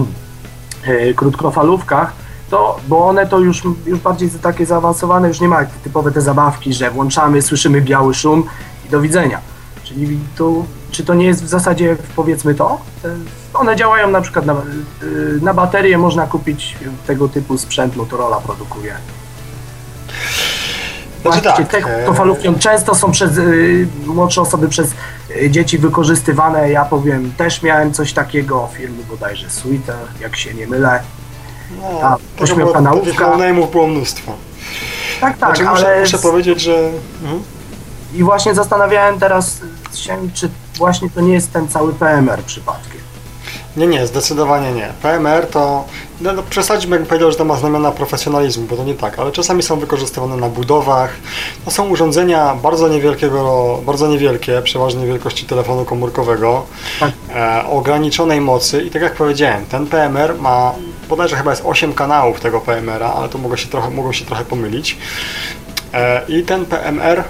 krótkofalówkach, to, bo one to już, już bardziej takie zaawansowane, już nie ma jak typowe te zabawki, że włączamy, słyszymy biały szum i do widzenia. Czyli to, czy to nie jest w zasadzie, powiedzmy to, one działają na przykład na, na baterię, można kupić tego typu sprzęt, Motorola produkuje. Właśnie tak, te krótkofalówki często są przez y, młodsze osoby, przez y, dzieci wykorzystywane. Ja powiem, też miałem coś takiego, firmy bodajże Sweeter, jak się nie mylę. No, Ta ośmiorka nałówka. Takich no-name'ów było mnóstwo. Tak, tak, znaczy, ale... Muszę, muszę powiedzieć, że... Mhm. I właśnie zastanawiałem teraz się, czy właśnie to nie jest ten cały P M R przypadkiem. Nie, nie, zdecydowanie nie. P M R to... No, no przesadźmy, jakbym powiedział, że to ma znamiona profesjonalizmu, bo to nie tak, ale czasami są wykorzystywane na budowach. To są urządzenia bardzo niewielkiego, bardzo niewielkie, przeważnie wielkości telefonu komórkowego, Tak. e, o ograniczonej mocy i tak jak powiedziałem, ten P M R ma, bodajże chyba jest osiem kanałów tego P M R-a, ale to mogą się trochę, mogą się trochę pomylić. E, I ten P M R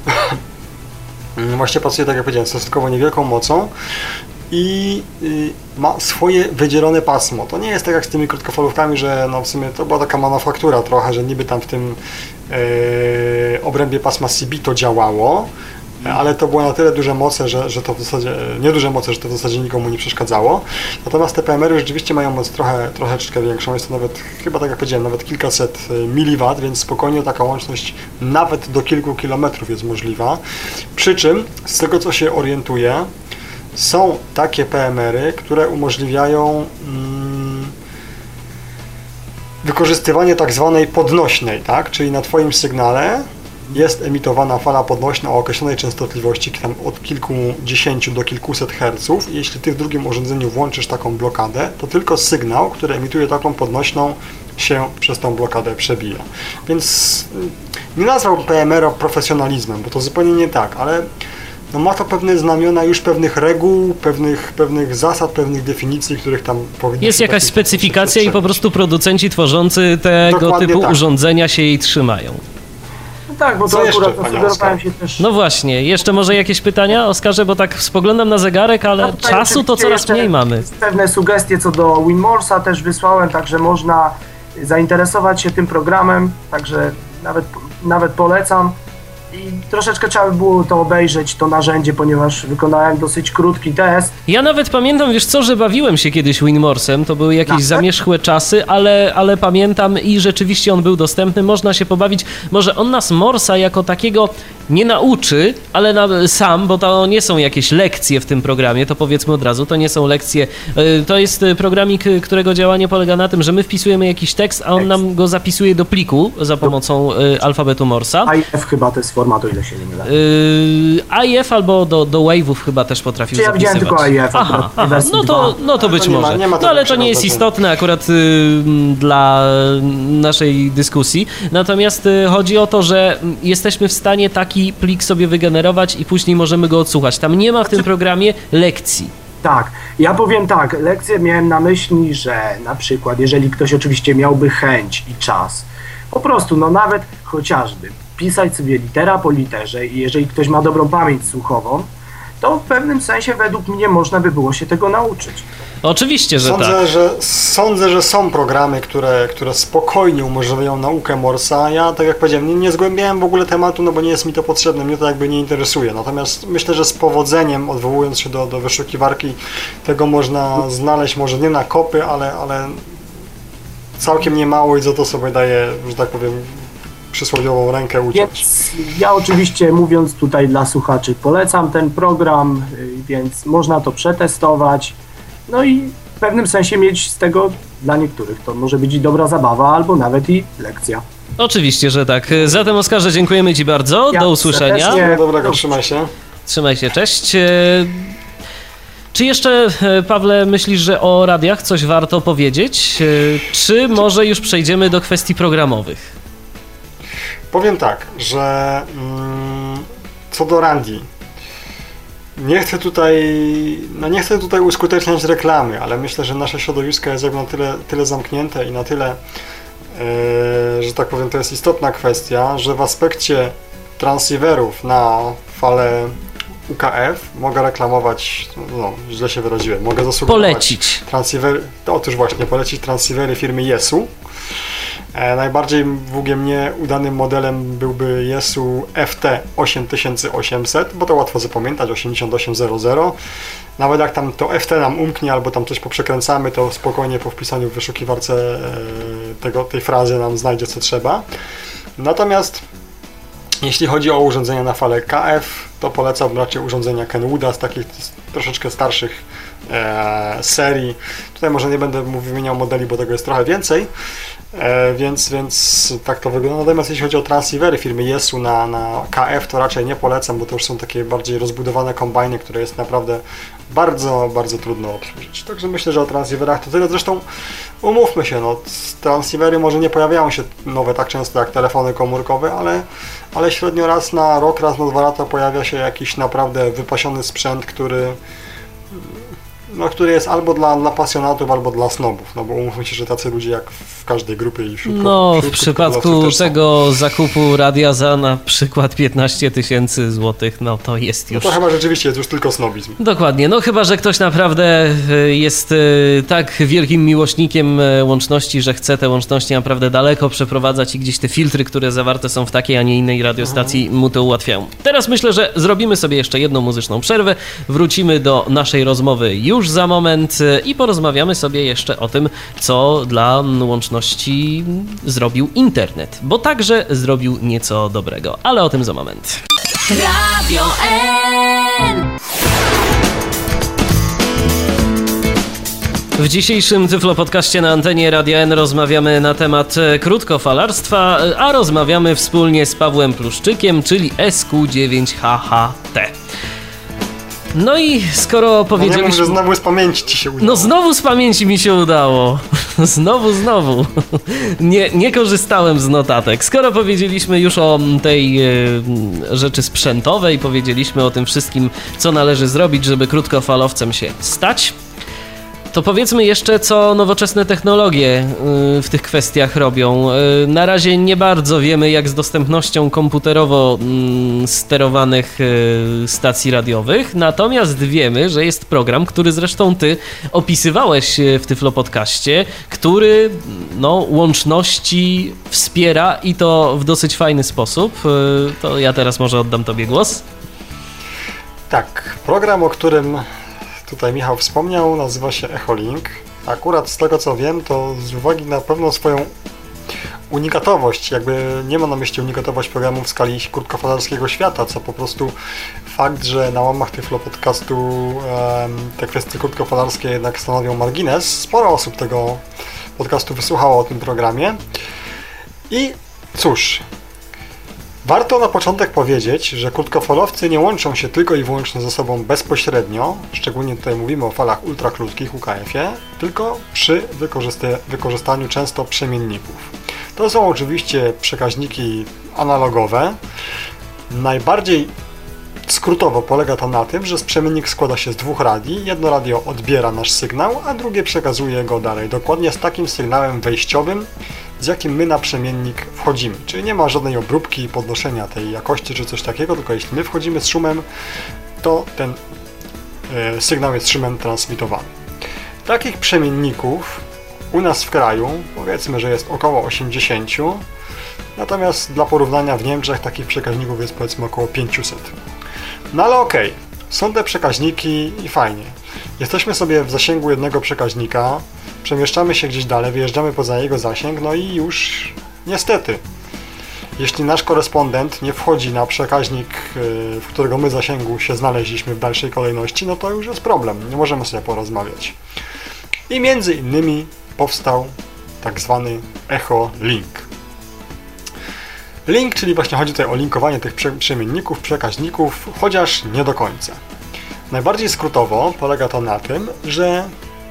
właśnie pracuje, tak jak powiedziałem, stosunkowo niewielką mocą i y, ma swoje wydzielone pasmo. To nie jest tak jak z tymi krótkofalówkami, że no w sumie to była taka manufaktura trochę, że niby tam w tym y, obrębie pasma C B to działało, ale to było na tyle duże moce, że, że to w zasadzie, nie duże moce, że to w zasadzie nikomu nie przeszkadzało. Natomiast te P M R-y rzeczywiście mają moc trochę, troszeczkę większą, jest to nawet, chyba tak jak powiedziałem, nawet kilkaset miliwat, więc spokojnie taka łączność nawet do kilku kilometrów jest możliwa. Przy czym, z tego co się orientuję, są takie P M R-y, które umożliwiają mm, wykorzystywanie tak zwanej podnośnej, tak? Czyli na Twoim sygnale jest emitowana fala podnośna o określonej częstotliwości, tam od kilkudziesięciu do kilkuset herców i jeśli Ty w drugim urządzeniu włączysz taką blokadę, to tylko sygnał, który emituje taką podnośną, się przez tą blokadę przebija. Więc nie nazwał P M R-a profesjonalizmem, bo to zupełnie nie tak, ale no ma to pewne znamiona już pewnych reguł, pewnych, pewnych zasad, pewnych definicji, których tam powinno Jest jakaś specyfikacja i po prostu producenci tworzący tego Dokładnie typu tak. urządzenia się jej trzymają. No tak, bo Co to jeszcze, akurat panie zasugerowałem Oskar? się też... No właśnie, jeszcze może jakieś pytania, Oskarze, bo tak spoglądam na zegarek, ale No tutaj czasu to oczywiście coraz jeszcze mniej mamy. Pewne sugestie co do Winmorsa też wysłałem, także można zainteresować się tym programem, także nawet, nawet polecam. I troszeczkę trzeba by było to obejrzeć, to narzędzie, ponieważ wykonałem dosyć krótki test. Ja nawet pamiętam, wiesz co, że bawiłem się kiedyś Winmorsem, to były jakieś Tak? zamierzchłe czasy, ale, ale pamiętam i rzeczywiście on był dostępny, można się pobawić. Może on nas Morsa jako takiego nie nauczy, ale na, sam, bo to nie są jakieś lekcje w tym programie, to powiedzmy od razu, to nie są lekcje. To jest programik, którego działanie polega na tym, że my wpisujemy jakiś tekst, a on Tekst. nam go zapisuje do pliku za pomocą y, alfabetu Morsa. I F chyba to jest formatu, ile się nie mylę. Yy, I F albo do, do Wave'ów chyba też potrafił Czy ja widziałem zapisywać. tylko I F, Aha, akurat w aha. wersji No to, dwa. no to być to nie ma- może. nie ma No tego ale to nie jest znaczenia. istotne akurat y, dla naszej dyskusji. Natomiast y, chodzi o to, że jesteśmy w stanie taki plik sobie wygenerować i później możemy go odsłuchać. Tam nie ma w tym programie lekcji. Tak, ja powiem tak, lekcję miałem na myśli, że na przykład, jeżeli ktoś oczywiście miałby chęć i czas, po prostu, no nawet chociażby pisać sobie litera po literze i jeżeli ktoś ma dobrą pamięć słuchową, to w pewnym sensie według mnie można by było się tego nauczyć. Oczywiście, że Sądzę, tak. że, sądzę, że są programy, które, które spokojnie umożliwiają naukę Morsa. Ja, tak jak powiedziałem, nie, nie zgłębiałem w ogóle tematu, no bo nie jest mi to potrzebne, mnie to jakby nie interesuje. Natomiast myślę, że z powodzeniem, odwołując się do, do wyszukiwarki, tego można znaleźć, może nie na kopy, ale, ale całkiem niemało i za to sobie daje, że tak powiem, przysłowiową rękę uciąć. Więc ja oczywiście, mówiąc tutaj dla słuchaczy, polecam ten program, y, więc można to przetestować, no i w pewnym sensie mieć z tego dla niektórych to może być i dobra zabawa, albo nawet i lekcja. Oczywiście, że tak. Zatem Oskarze, dziękujemy Ci bardzo. Ja Do usłyszenia. serdecznie- No dobrego, trzymaj się. Trzymaj się, cześć. E, Czy jeszcze, e, Pawle, myślisz, że o radiach coś warto powiedzieć? E, Czy może już przejdziemy do kwestii programowych? Powiem tak, że mm, co do Randy, nie chcę tutaj, no nie chcę tutaj uskuteczniać reklamy, ale myślę, że nasze środowisko jest jakby na tyle, tyle zamknięte i na tyle, yy, że tak powiem, to jest istotna kwestia, że w aspekcie transceiverów na falę U K F mogę reklamować, no źle się wyraziłem, mogę zasugerować Polecić. transceiver, to otóż właśnie polecić transceivery firmy Jesu. E, najbardziej w U G mnie udanym modelem byłby Jesu F T osiem tysięcy osiemset, bo to łatwo zapamiętać, osiemdziesiąt osiem zero. Nawet jak tam to F T nam umknie albo tam coś poprzekręcamy, to spokojnie po wpisaniu w wyszukiwarce e, tego, tej frazy nam znajdzie co trzeba. Natomiast Jeśli chodzi o urządzenia na falę K F, to polecam raczej urządzenia Kenwooda z takich troszeczkę starszych e, serii. Tutaj może nie będę wymieniał modeli, bo tego jest trochę więcej, e, więc, więc tak to wygląda. Natomiast jeśli chodzi o transceivery firmy Yaesu na, na K F, to raczej nie polecam, bo to już są takie bardziej rozbudowane kombajny, które jest naprawdę bardzo, bardzo trudno obsłużyć. Także myślę, że o transceiverach to tyle. Zresztą umówmy się, no, transceivery może nie pojawiają się nowe tak często jak telefony komórkowe, ale, ale średnio raz na rok, raz na dwa lata pojawia się jakiś naprawdę wypasiony sprzęt, który no, który jest albo dla, dla pasjonatów, albo dla snobów, no bo umówmy się, że tacy ludzie jak w każdej grupie i wśród No, wśród w przypadku tego zakupu radia za na przykład piętnaście tysięcy złotych, no to jest już... No to chyba rzeczywiście jest już tylko snobizm. Dokładnie, no chyba, że ktoś naprawdę jest tak wielkim miłośnikiem łączności, że chce te łączności naprawdę daleko przeprowadzać i gdzieś te filtry, które zawarte są w takiej, a nie innej radiostacji mhm. mu to ułatwiają. Teraz myślę, że zrobimy sobie jeszcze jedną muzyczną przerwę, wrócimy do naszej rozmowy już za moment i porozmawiamy sobie jeszcze o tym, co dla łączności zrobił internet, bo także zrobił nieco dobrego, ale o tym za moment. Radio N. W dzisiejszym Tyflo Podcaście na antenie Radia N rozmawiamy na temat krótkofalarstwa, a rozmawiamy wspólnie z Pawłem Pluszczykiem, czyli S Q dziewięć H H T. No i skoro powiedzieliśmy... No nie mów, że znowu z pamięci ci się udało. No znowu z pamięci mi się udało. Znowu, znowu. Nie, nie korzystałem z notatek. Skoro powiedzieliśmy już o tej e, rzeczy sprzętowej, powiedzieliśmy o tym wszystkim, co należy zrobić, żeby krótkofalowcem się stać, to powiedzmy jeszcze, co nowoczesne technologie w tych kwestiach robią. Na razie nie bardzo wiemy, jak z dostępnością komputerowo sterowanych stacji radiowych, natomiast wiemy, że jest program, który zresztą ty opisywałeś w Tyflo Podcaście, który no, łączności wspiera i to w dosyć fajny sposób. To ja teraz może oddam tobie głos. Tak, program, o którym tutaj Michał wspomniał, nazywa się Echolink. Akurat z tego co wiem, to z uwagi na pewną swoją unikatowość, jakby nie ma na myśli unikatowość programu w skali krótkofalarskiego świata, co po prostu fakt, że na łamach Tyflo Podcastu um, te kwestie krótkofalarskie jednak stanowią margines. Sporo osób tego podcastu wysłuchało o tym programie. I cóż, warto na początek powiedzieć, że krótkofalowcy nie łączą się tylko i wyłącznie ze sobą bezpośrednio, szczególnie tutaj mówimy o falach ultrakrótkich U K F-ie, tylko przy wykorzysta- wykorzystaniu często przemienników. To są oczywiście przekaźniki analogowe. Najbardziej skrótowo polega to na tym, że przemiennik składa się z dwóch radii. Jedno radio odbiera nasz sygnał, a drugie przekazuje go dalej. Dokładnie z takim sygnałem wejściowym, z jakim my na przemiennik wchodzimy. Czyli nie ma żadnej obróbki, podnoszenia tej jakości czy coś takiego, tylko jeśli my wchodzimy z szumem, to ten e, sygnał jest szumem transmitowany. Takich przemienników u nas w kraju, powiedzmy, że jest około osiemdziesiąt, natomiast dla porównania w Niemczech takich przekaźników jest powiedzmy około pięćset. No ale okej, okay, są te przekaźniki i fajnie. Jesteśmy sobie w zasięgu jednego przekaźnika, przemieszczamy się gdzieś dalej, wyjeżdżamy poza jego zasięg, no i już niestety, jeśli nasz korespondent nie wchodzi na przekaźnik, w którego my zasięgu się znaleźliśmy w dalszej kolejności, no to już jest problem, nie możemy sobie porozmawiać. I między innymi powstał tak zwany Echolink. Link, czyli właśnie chodzi tutaj o linkowanie tych przemienników, przekaźników, chociaż nie do końca. Najbardziej skrótowo polega to na tym, że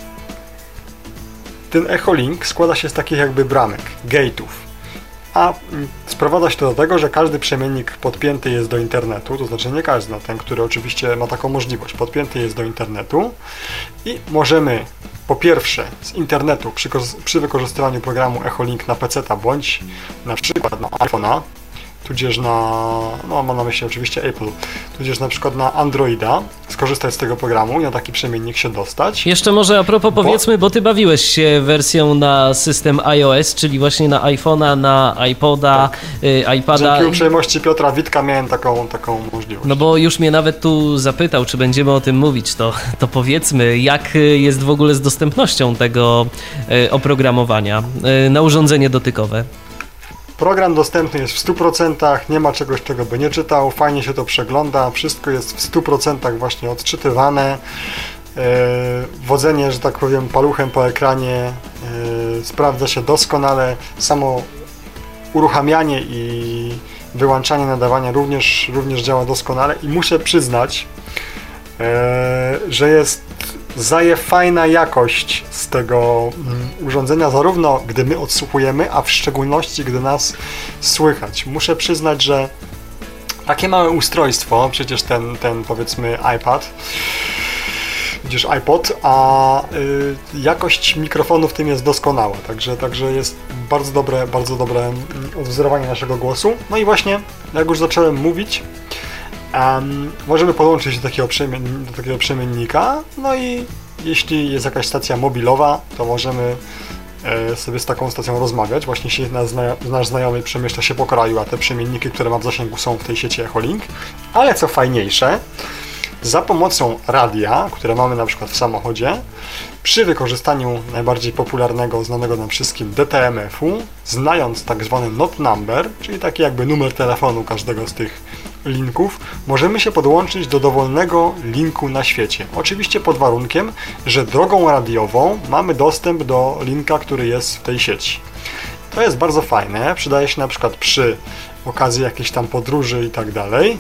ten Echolink składa się z takich jakby bramek, gate'ów, a sprowadza się to do tego, że każdy przemiennik podpięty jest do internetu, to znaczy nie każdy, no ten, który oczywiście ma taką możliwość, podpięty jest do internetu i możemy po pierwsze z internetu przy, przy wykorzystywaniu programu Echolink na peceta bądź na przykład na iPhone'a, tudzież na, no mam na myśli oczywiście Apple, tudzież na przykład na Androida, skorzystać z tego programu i na taki przemiennik się dostać. Jeszcze może a propos bo... powiedzmy, bo ty bawiłeś się wersją na system iOS, czyli właśnie na iPhone'a, na iPoda, tak. y, iPada. Dzięki uprzejmości Piotra Witka miałem taką, taką możliwość. No bo już mnie nawet tu zapytał, czy będziemy o tym mówić, to, to powiedzmy, jak jest w ogóle z dostępnością tego y, oprogramowania y, na urządzenie dotykowe. Program dostępny jest w stu procentach, nie ma czegoś, czego by nie czytał, fajnie się to przegląda, wszystko jest w stu procentach właśnie odczytywane. Yy, wodzenie, że tak powiem, paluchem po ekranie yy, sprawdza się doskonale, samo uruchamianie i wyłączanie nadawania również, również działa doskonale i muszę przyznać, yy, że jest zaje fajna jakość z tego mm, urządzenia, zarówno gdy my odsłuchujemy, a w szczególności gdy nas słychać. Muszę przyznać, że takie małe ustrojstwo, przecież ten, ten powiedzmy iPad, gdzieś iPod, a y, jakość mikrofonu w tym jest doskonała, także, także jest bardzo dobre, bardzo dobre odwzorowanie naszego głosu. No i właśnie, jak już zacząłem mówić, um, możemy podłączyć do takiego, przemien- do takiego przemiennika, no i jeśli jest jakaś stacja mobilowa, to możemy e, sobie z taką stacją rozmawiać. Właśnie jeśli nasz, zna- nasz znajomy przemieszcza się po kraju, a te przemienniki, które ma w zasięgu, są w tej sieci Echolink. Ale co fajniejsze, za pomocą radia, które mamy na przykład w samochodzie, przy wykorzystaniu najbardziej popularnego, znanego nam wszystkim D T M F-u, znając tak zwany not number, czyli taki jakby numer telefonu każdego z tych linków, możemy się podłączyć do dowolnego linku na świecie. Oczywiście pod warunkiem, że drogą radiową mamy dostęp do linka, który jest w tej sieci. To jest bardzo fajne, przydaje się na przykład przy okazji jakiejś tam podróży i tak dalej.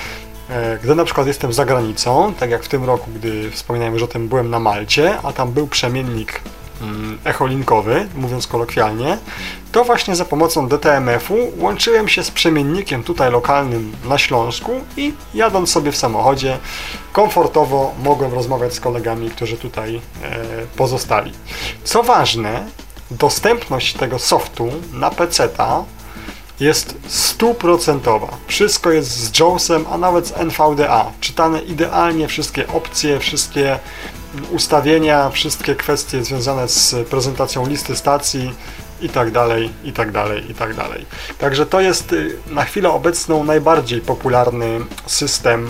Gdy na przykład jestem za granicą, tak jak w tym roku, gdy wspominałem już o tym, byłem na Malcie, a tam był przemiennik mm, echolinkowy, mówiąc kolokwialnie, to właśnie za pomocą D T M F-u łączyłem się z przemiennikiem tutaj lokalnym na Śląsku i jadąc sobie w samochodzie komfortowo mogłem rozmawiać z kolegami, którzy tutaj e, pozostali. Co ważne, dostępność tego softu na peceta jest stuprocentowa. Wszystko jest z JAWSem, a nawet z N V D A. Czytane idealnie wszystkie opcje, wszystkie ustawienia, wszystkie kwestie związane z prezentacją listy stacji i tak dalej, i tak dalej, i tak dalej. Także to jest na chwilę obecną najbardziej popularny system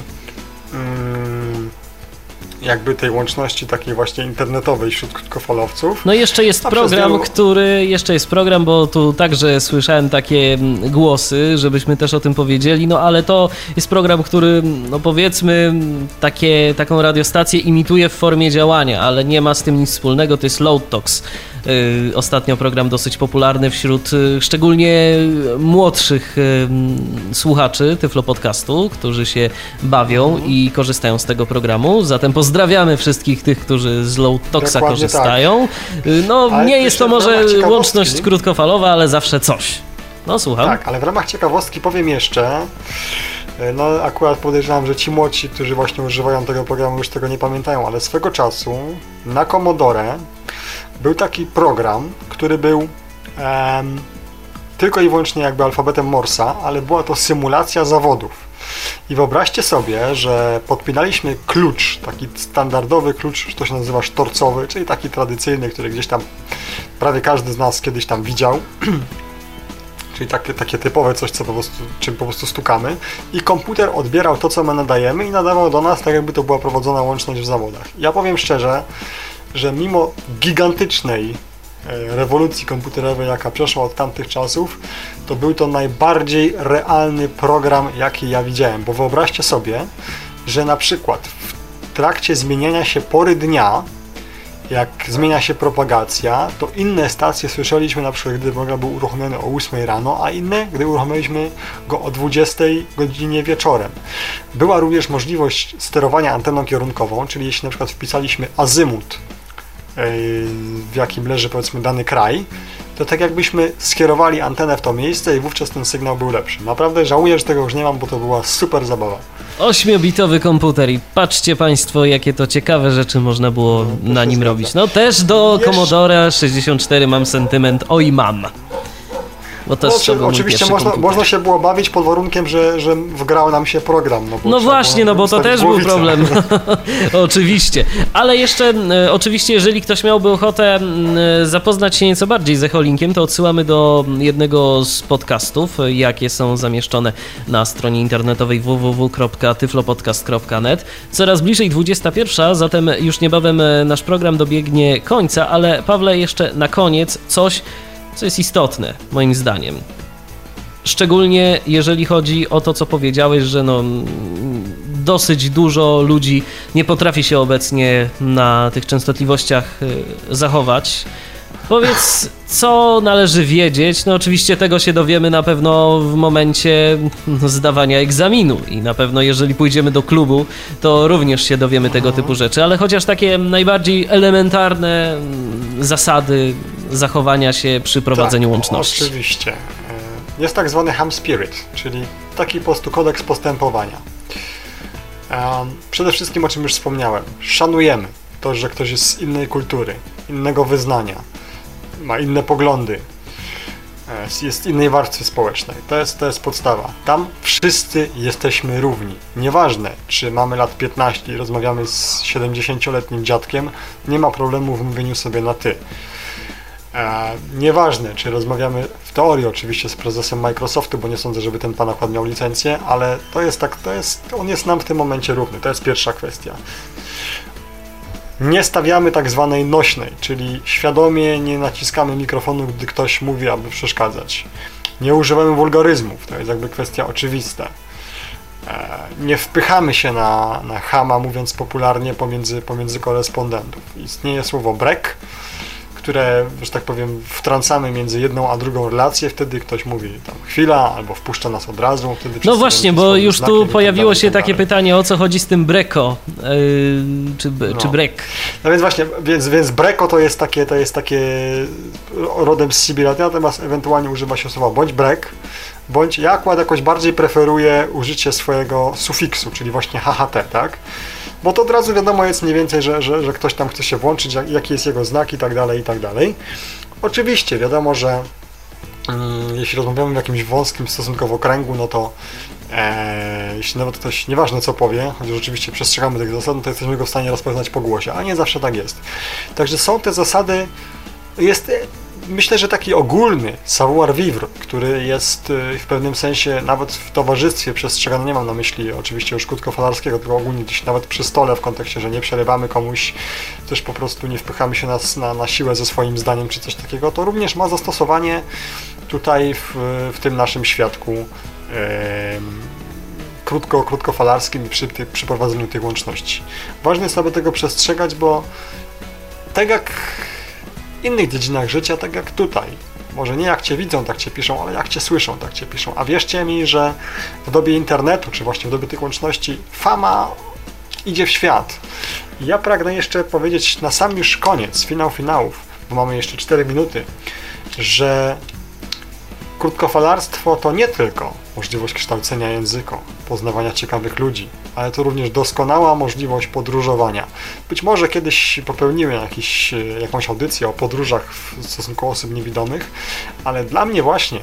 mm, jakby tej łączności takiej właśnie internetowej wśród krótkofalowców. No i jeszcze jest A program, wielu... który, jeszcze jest program, bo tu także słyszałem takie głosy, żebyśmy też o tym powiedzieli, no ale to jest program, który, no powiedzmy, takie, taką radiostację imituje w formie działania, ale nie ma z tym nic wspólnego, to jest Loud Talks. Yy, ostatnio program dosyć popularny wśród yy, szczególnie młodszych yy, słuchaczy Tyflo Podcastu, którzy się bawią mhm. i korzystają z tego programu. Zatem pozdrawiamy wszystkich tych, którzy z Loud Talksa Dokładnie korzystają. Tak. Yy, no ale nie jest to może łączność krótkofalowa, ale zawsze coś. No słucham. Tak, ale w ramach ciekawostki powiem jeszcze, no akurat podejrzewam, że ci młodsi, którzy właśnie używają tego programu, już tego nie pamiętają, ale swego czasu na Commodore był taki program, który był em, tylko i wyłącznie jakby alfabetem Morsa, ale była to symulacja zawodów. I wyobraźcie sobie, że podpinaliśmy klucz, taki standardowy klucz, to się nazywa sztorcowy, czyli taki tradycyjny, który gdzieś tam prawie każdy z nas kiedyś tam widział. Czyli takie, takie typowe coś, co po prostu, czym po prostu stukamy. I komputer odbierał to, co my nadajemy i nadawał do nas, tak jakby to była prowadzona łączność w zawodach. Ja powiem szczerze, że mimo gigantycznej rewolucji komputerowej, jaka przeszła od tamtych czasów, to był to najbardziej realny program, jaki ja widziałem. Bo wyobraźcie sobie, że na przykład w trakcie zmieniania się pory dnia, jak zmienia się propagacja, to inne stacje słyszeliśmy na przykład, gdy program był uruchomiony o ósmej rano, a inne, gdy uruchomiliśmy go o dwudziestej godzinie wieczorem. Była również możliwość sterowania anteną kierunkową, czyli jeśli na przykład wpisaliśmy azymut, w jakim leży powiedzmy dany kraj, to tak jakbyśmy skierowali antenę w to miejsce i wówczas ten sygnał był lepszy. Naprawdę żałuję, że tego już nie mam, bo to była super zabawa. Ośmiobitowy komputer i patrzcie Państwo, jakie to ciekawe rzeczy można było no, na nim robić. No też do Jeszcze... Commodore sześćdziesiąt cztery mam sentyment, oj mam. Bo to no, to oczywiście można, można się było bawić pod warunkiem, że, że wgrał nam się program. No, no właśnie, no bo to też głowicę. Był problem. Oczywiście. Ale jeszcze, e, oczywiście, jeżeli ktoś miałby ochotę e, zapoznać się nieco bardziej z Echolinkiem, to odsyłamy do jednego z podcastów, jakie są zamieszczone na stronie internetowej w w w kropka tyflopodcast kropka net. Coraz bliżej dwudziesta pierwsza, zatem już niebawem nasz program dobiegnie końca, ale Pawle, jeszcze na koniec coś, co jest istotne, moim zdaniem. szczególnie jeżeli chodzi o to, co powiedziałeś, że no, dosyć dużo ludzi nie potrafi się obecnie na tych częstotliwościach zachować. Powiedz, co należy wiedzieć? No oczywiście tego się dowiemy na pewno w momencie zdawania egzaminu i na pewno jeżeli pójdziemy do klubu, to również się dowiemy tego typu rzeczy, ale chociaż takie najbardziej elementarne zasady zachowania się przy prowadzeniu tak, łączności. Oczywiście. Jest tak zwany ham spirit, czyli taki po prostu kodeks postępowania. Przede wszystkim, o czym już wspomniałem, szanujemy to, że ktoś jest z innej kultury, innego wyznania, ma inne poglądy, jest z innej warstwy społecznej. To jest, to jest podstawa. Tam wszyscy jesteśmy równi. Nieważne, czy mamy lat piętnaście i rozmawiamy z siedemdziesięcioletnim dziadkiem, nie ma problemu w mówieniu sobie na ty. E, nieważne, czy rozmawiamy w teorii oczywiście z prezesem Microsoftu, bo nie sądzę, żeby ten pan akurat miał licencję, ale to jest tak, to jest, on jest nam w tym momencie równy. To jest pierwsza kwestia. Nie stawiamy tak zwanej nośnej, czyli świadomie nie naciskamy mikrofonu, gdy ktoś mówi, aby przeszkadzać. Nie używamy wulgaryzmów, to jest jakby kwestia oczywista. Nie wpychamy się na, na chama, mówiąc popularnie, pomiędzy, pomiędzy korespondentów. Istnieje słowo break, które, że tak powiem, wtrącamy między jedną a drugą relację, wtedy ktoś mówi tam chwila, albo wpuszcza nas od razu. Wtedy no właśnie, bo już tu pojawiło tak się takie pytanie, o co chodzi z tym breko, yy, czy, no. czy brek. No więc właśnie, więc, więc breko to jest takie, to jest takie rodem z Sibiradia, natomiast ewentualnie używa się słowa bądź brek, bądź ja akurat jakoś bardziej preferuję użycie swojego sufiksu, czyli właśnie H H T, tak? Bo to od razu wiadomo jest mniej więcej, że, że, że ktoś tam chce się włączyć, jak, jaki jest jego znak i tak dalej, i tak dalej. Oczywiście wiadomo, że mm, jeśli rozmawiamy w jakimś wąskim stosunkowo kręgu, no to e, jeśli nawet ktoś, nieważne co powie, chociaż oczywiście przestrzegamy tych zasad, no to jesteśmy go w stanie rozpoznać po głosie, a nie zawsze tak jest. Także są te zasady, jest myślę, że taki ogólny savoir-vivre, który jest w pewnym sensie nawet w towarzystwie przestrzegany, nie mam na myśli oczywiście już krótkofalarskiego, tylko ogólnie gdzieś nawet przy stole w kontekście, że nie przerywamy komuś, też po prostu nie wpychamy się na, na, na siłę ze swoim zdaniem czy coś takiego, to również ma zastosowanie tutaj w, w tym naszym świadku yy, krótko, krótkofalarskim i przy, ty, przy prowadzeniu tych łączności. Ważne jest, aby tego przestrzegać, bo tak jak w innych dziedzinach życia, tak jak tutaj. Może nie jak Cię widzą, tak Cię piszą, ale jak Cię słyszą, tak Cię piszą. A wierzcie mi, że w dobie internetu, czy właśnie w dobie tych łączności, fama idzie w świat. I ja pragnę jeszcze powiedzieć na sam już koniec, finał finałów, bo mamy jeszcze cztery minuty, że krótkofalarstwo to nie tylko możliwość kształcenia języka, poznawania ciekawych ludzi, ale to również doskonała możliwość podróżowania. Być może kiedyś popełniłem jakiś, jakąś audycję o podróżach w stosunku osób niewidomych, ale dla mnie właśnie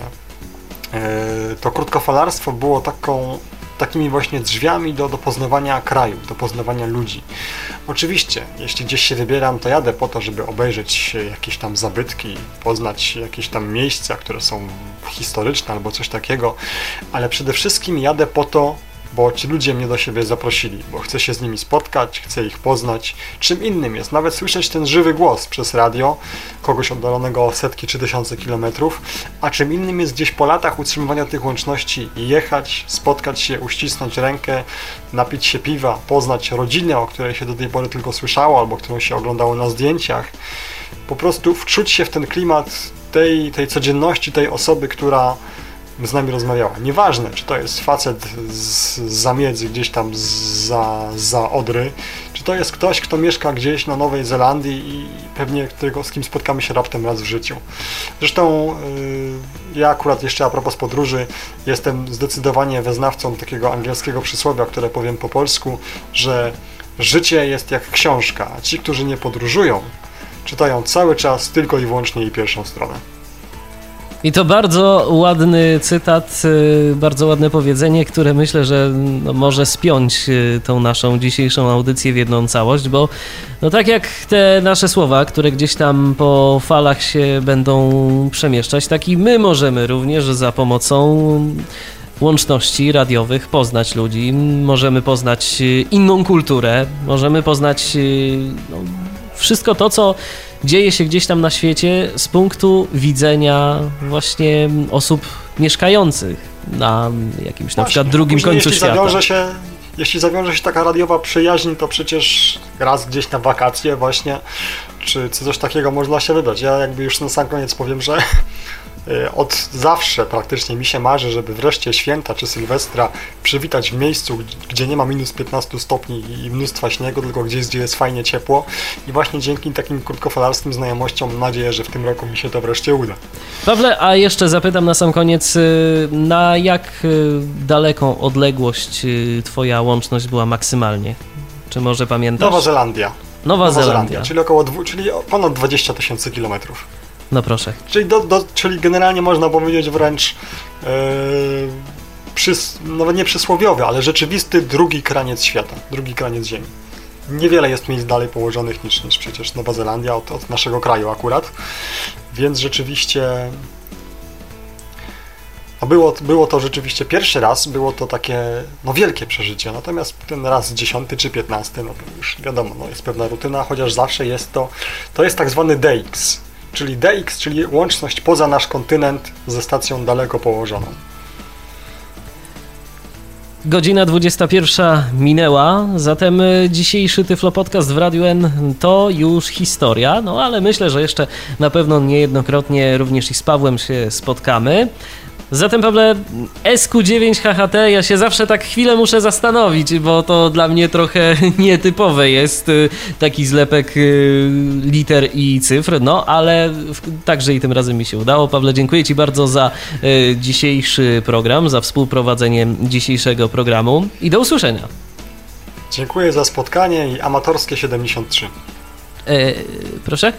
e, to krótkofalarstwo było taką, takimi właśnie drzwiami do, do poznawania kraju, do poznawania ludzi. Oczywiście, jeśli gdzieś się wybieram, to jadę po to, żeby obejrzeć jakieś tam zabytki, poznać jakieś tam miejsca, które są historyczne albo coś takiego, ale przede wszystkim jadę po to, bo ci ludzie mnie do siebie zaprosili, bo chcę się z nimi spotkać, chcę ich poznać. Czym innym jest nawet słyszeć ten żywy głos przez radio kogoś oddalonego o setki czy tysiące kilometrów, a czym innym jest gdzieś po latach utrzymywania tych łączności jechać, spotkać się, uścisnąć rękę, napić się piwa, poznać rodzinę, o której się do tej pory tylko słyszało albo którą się oglądało na zdjęciach. Po prostu wczuć się w ten klimat tej, tej codzienności, tej osoby, która z nami rozmawiała. Nieważne, czy to jest facet z zamiedzy gdzieś tam za, za Odry, czy to jest ktoś, kto mieszka gdzieś na Nowej Zelandii i pewnie którego, z kim spotkamy się raptem raz w życiu. Zresztą yy, ja akurat jeszcze a propos podróży jestem zdecydowanie wyznawcą takiego angielskiego przysłowia, które powiem po polsku, że życie jest jak książka, a ci, którzy nie podróżują, czytają cały czas tylko i wyłącznie jej pierwszą stronę. I to bardzo ładny cytat, bardzo ładne powiedzenie, które myślę, że no może spiąć tą naszą dzisiejszą audycję w jedną całość, bo no tak jak te nasze słowa, które gdzieś tam po falach się będą przemieszczać, tak i my możemy również za pomocą łączności radiowych poznać ludzi, możemy poznać inną kulturę, możemy poznać no, wszystko to, co dzieje się gdzieś tam na świecie z punktu widzenia właśnie osób mieszkających na jakimś na przykład drugim Później, końcu jeśli świata. Zawiąże się, jeśli zawiąże się taka radiowa przyjaźń, to przecież raz gdzieś na wakacje właśnie, czy coś takiego można się wybrać. Ja jakby już na sam koniec powiem, że od zawsze praktycznie mi się marzy, żeby wreszcie święta czy Sylwestra przywitać w miejscu, gdzie nie ma minus piętnaście stopni i mnóstwa śniegu, tylko gdzieś, gdzie jest fajnie ciepło. I właśnie dzięki takim krótkofalarskim znajomościom mam nadzieję, że w tym roku mi się to wreszcie uda. Pawle, a jeszcze zapytam na sam koniec, na jak daleką odległość twoja łączność była maksymalnie? Czy może pamiętasz? Nowa Zelandia. Nowa, Nowa Zelandia. Zelandia, czyli około dwu, czyli ponad dwadzieścia tysięcy kilometrów. No proszę. Czyli, do, do, czyli generalnie można powiedzieć wręcz yy, przys, nawet nie przysłowiowy, ale rzeczywisty drugi kraniec świata, drugi kraniec Ziemi. Niewiele jest miejsc dalej położonych niż, niż przecież Nowa Zelandia od, od naszego kraju akurat, więc rzeczywiście no było, było to rzeczywiście pierwszy raz, było to takie no wielkie przeżycie, natomiast ten raz dziesiąty czy piętnasty, no to już wiadomo, no jest pewna rutyna, chociaż zawsze jest to, to jest tak zwany D X. Czyli D X, czyli łączność poza nasz kontynent ze stacją daleko położoną. Godzina dwudziesta pierwsza minęła, zatem dzisiejszy Tyflo Podcast w Radiu N to już historia, no ale myślę, że jeszcze na pewno niejednokrotnie również i z Pawłem się spotkamy. Zatem Pawle, S Q dziewięć H H T, ja się zawsze tak chwilę muszę zastanowić, bo to dla mnie trochę nietypowe jest taki zlepek liter i cyfr, no ale także i tym razem mi się udało. Pawle, dziękuję Ci bardzo za dzisiejszy program, za współprowadzenie dzisiejszego programu i do usłyszenia. Dziękuję za spotkanie i amatorskie siedemdziesiąt trzy. E, proszę?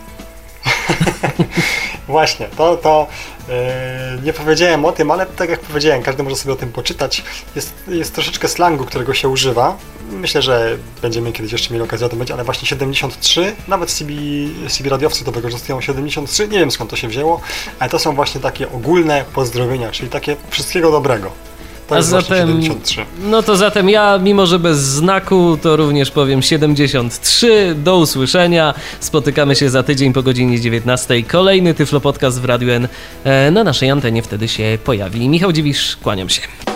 Właśnie, to, to yy, nie powiedziałem o tym, ale tak jak powiedziałem, każdy może sobie o tym poczytać. Jest, jest troszeczkę slangu, którego się używa. Myślę, że będziemy kiedyś jeszcze mieli okazję o tym mówić, ale właśnie siedemdziesiąt trzy, nawet C B, C B radiowcy to wykorzystują siedemdziesiąt trzy, nie wiem skąd to się wzięło, ale to są właśnie takie ogólne pozdrowienia, czyli takie wszystkiego dobrego. To A jest zatem, siedemdziesiąt trzy. No to zatem ja, mimo że bez znaku, to również powiem siedemdziesiąt trzy. Do usłyszenia. Spotykamy się za tydzień po godzinie dziewiętnastej. Kolejny Tyflo Podcast w Radiu N na naszej antenie wtedy się pojawi. Michał Dziwisz, kłaniam się.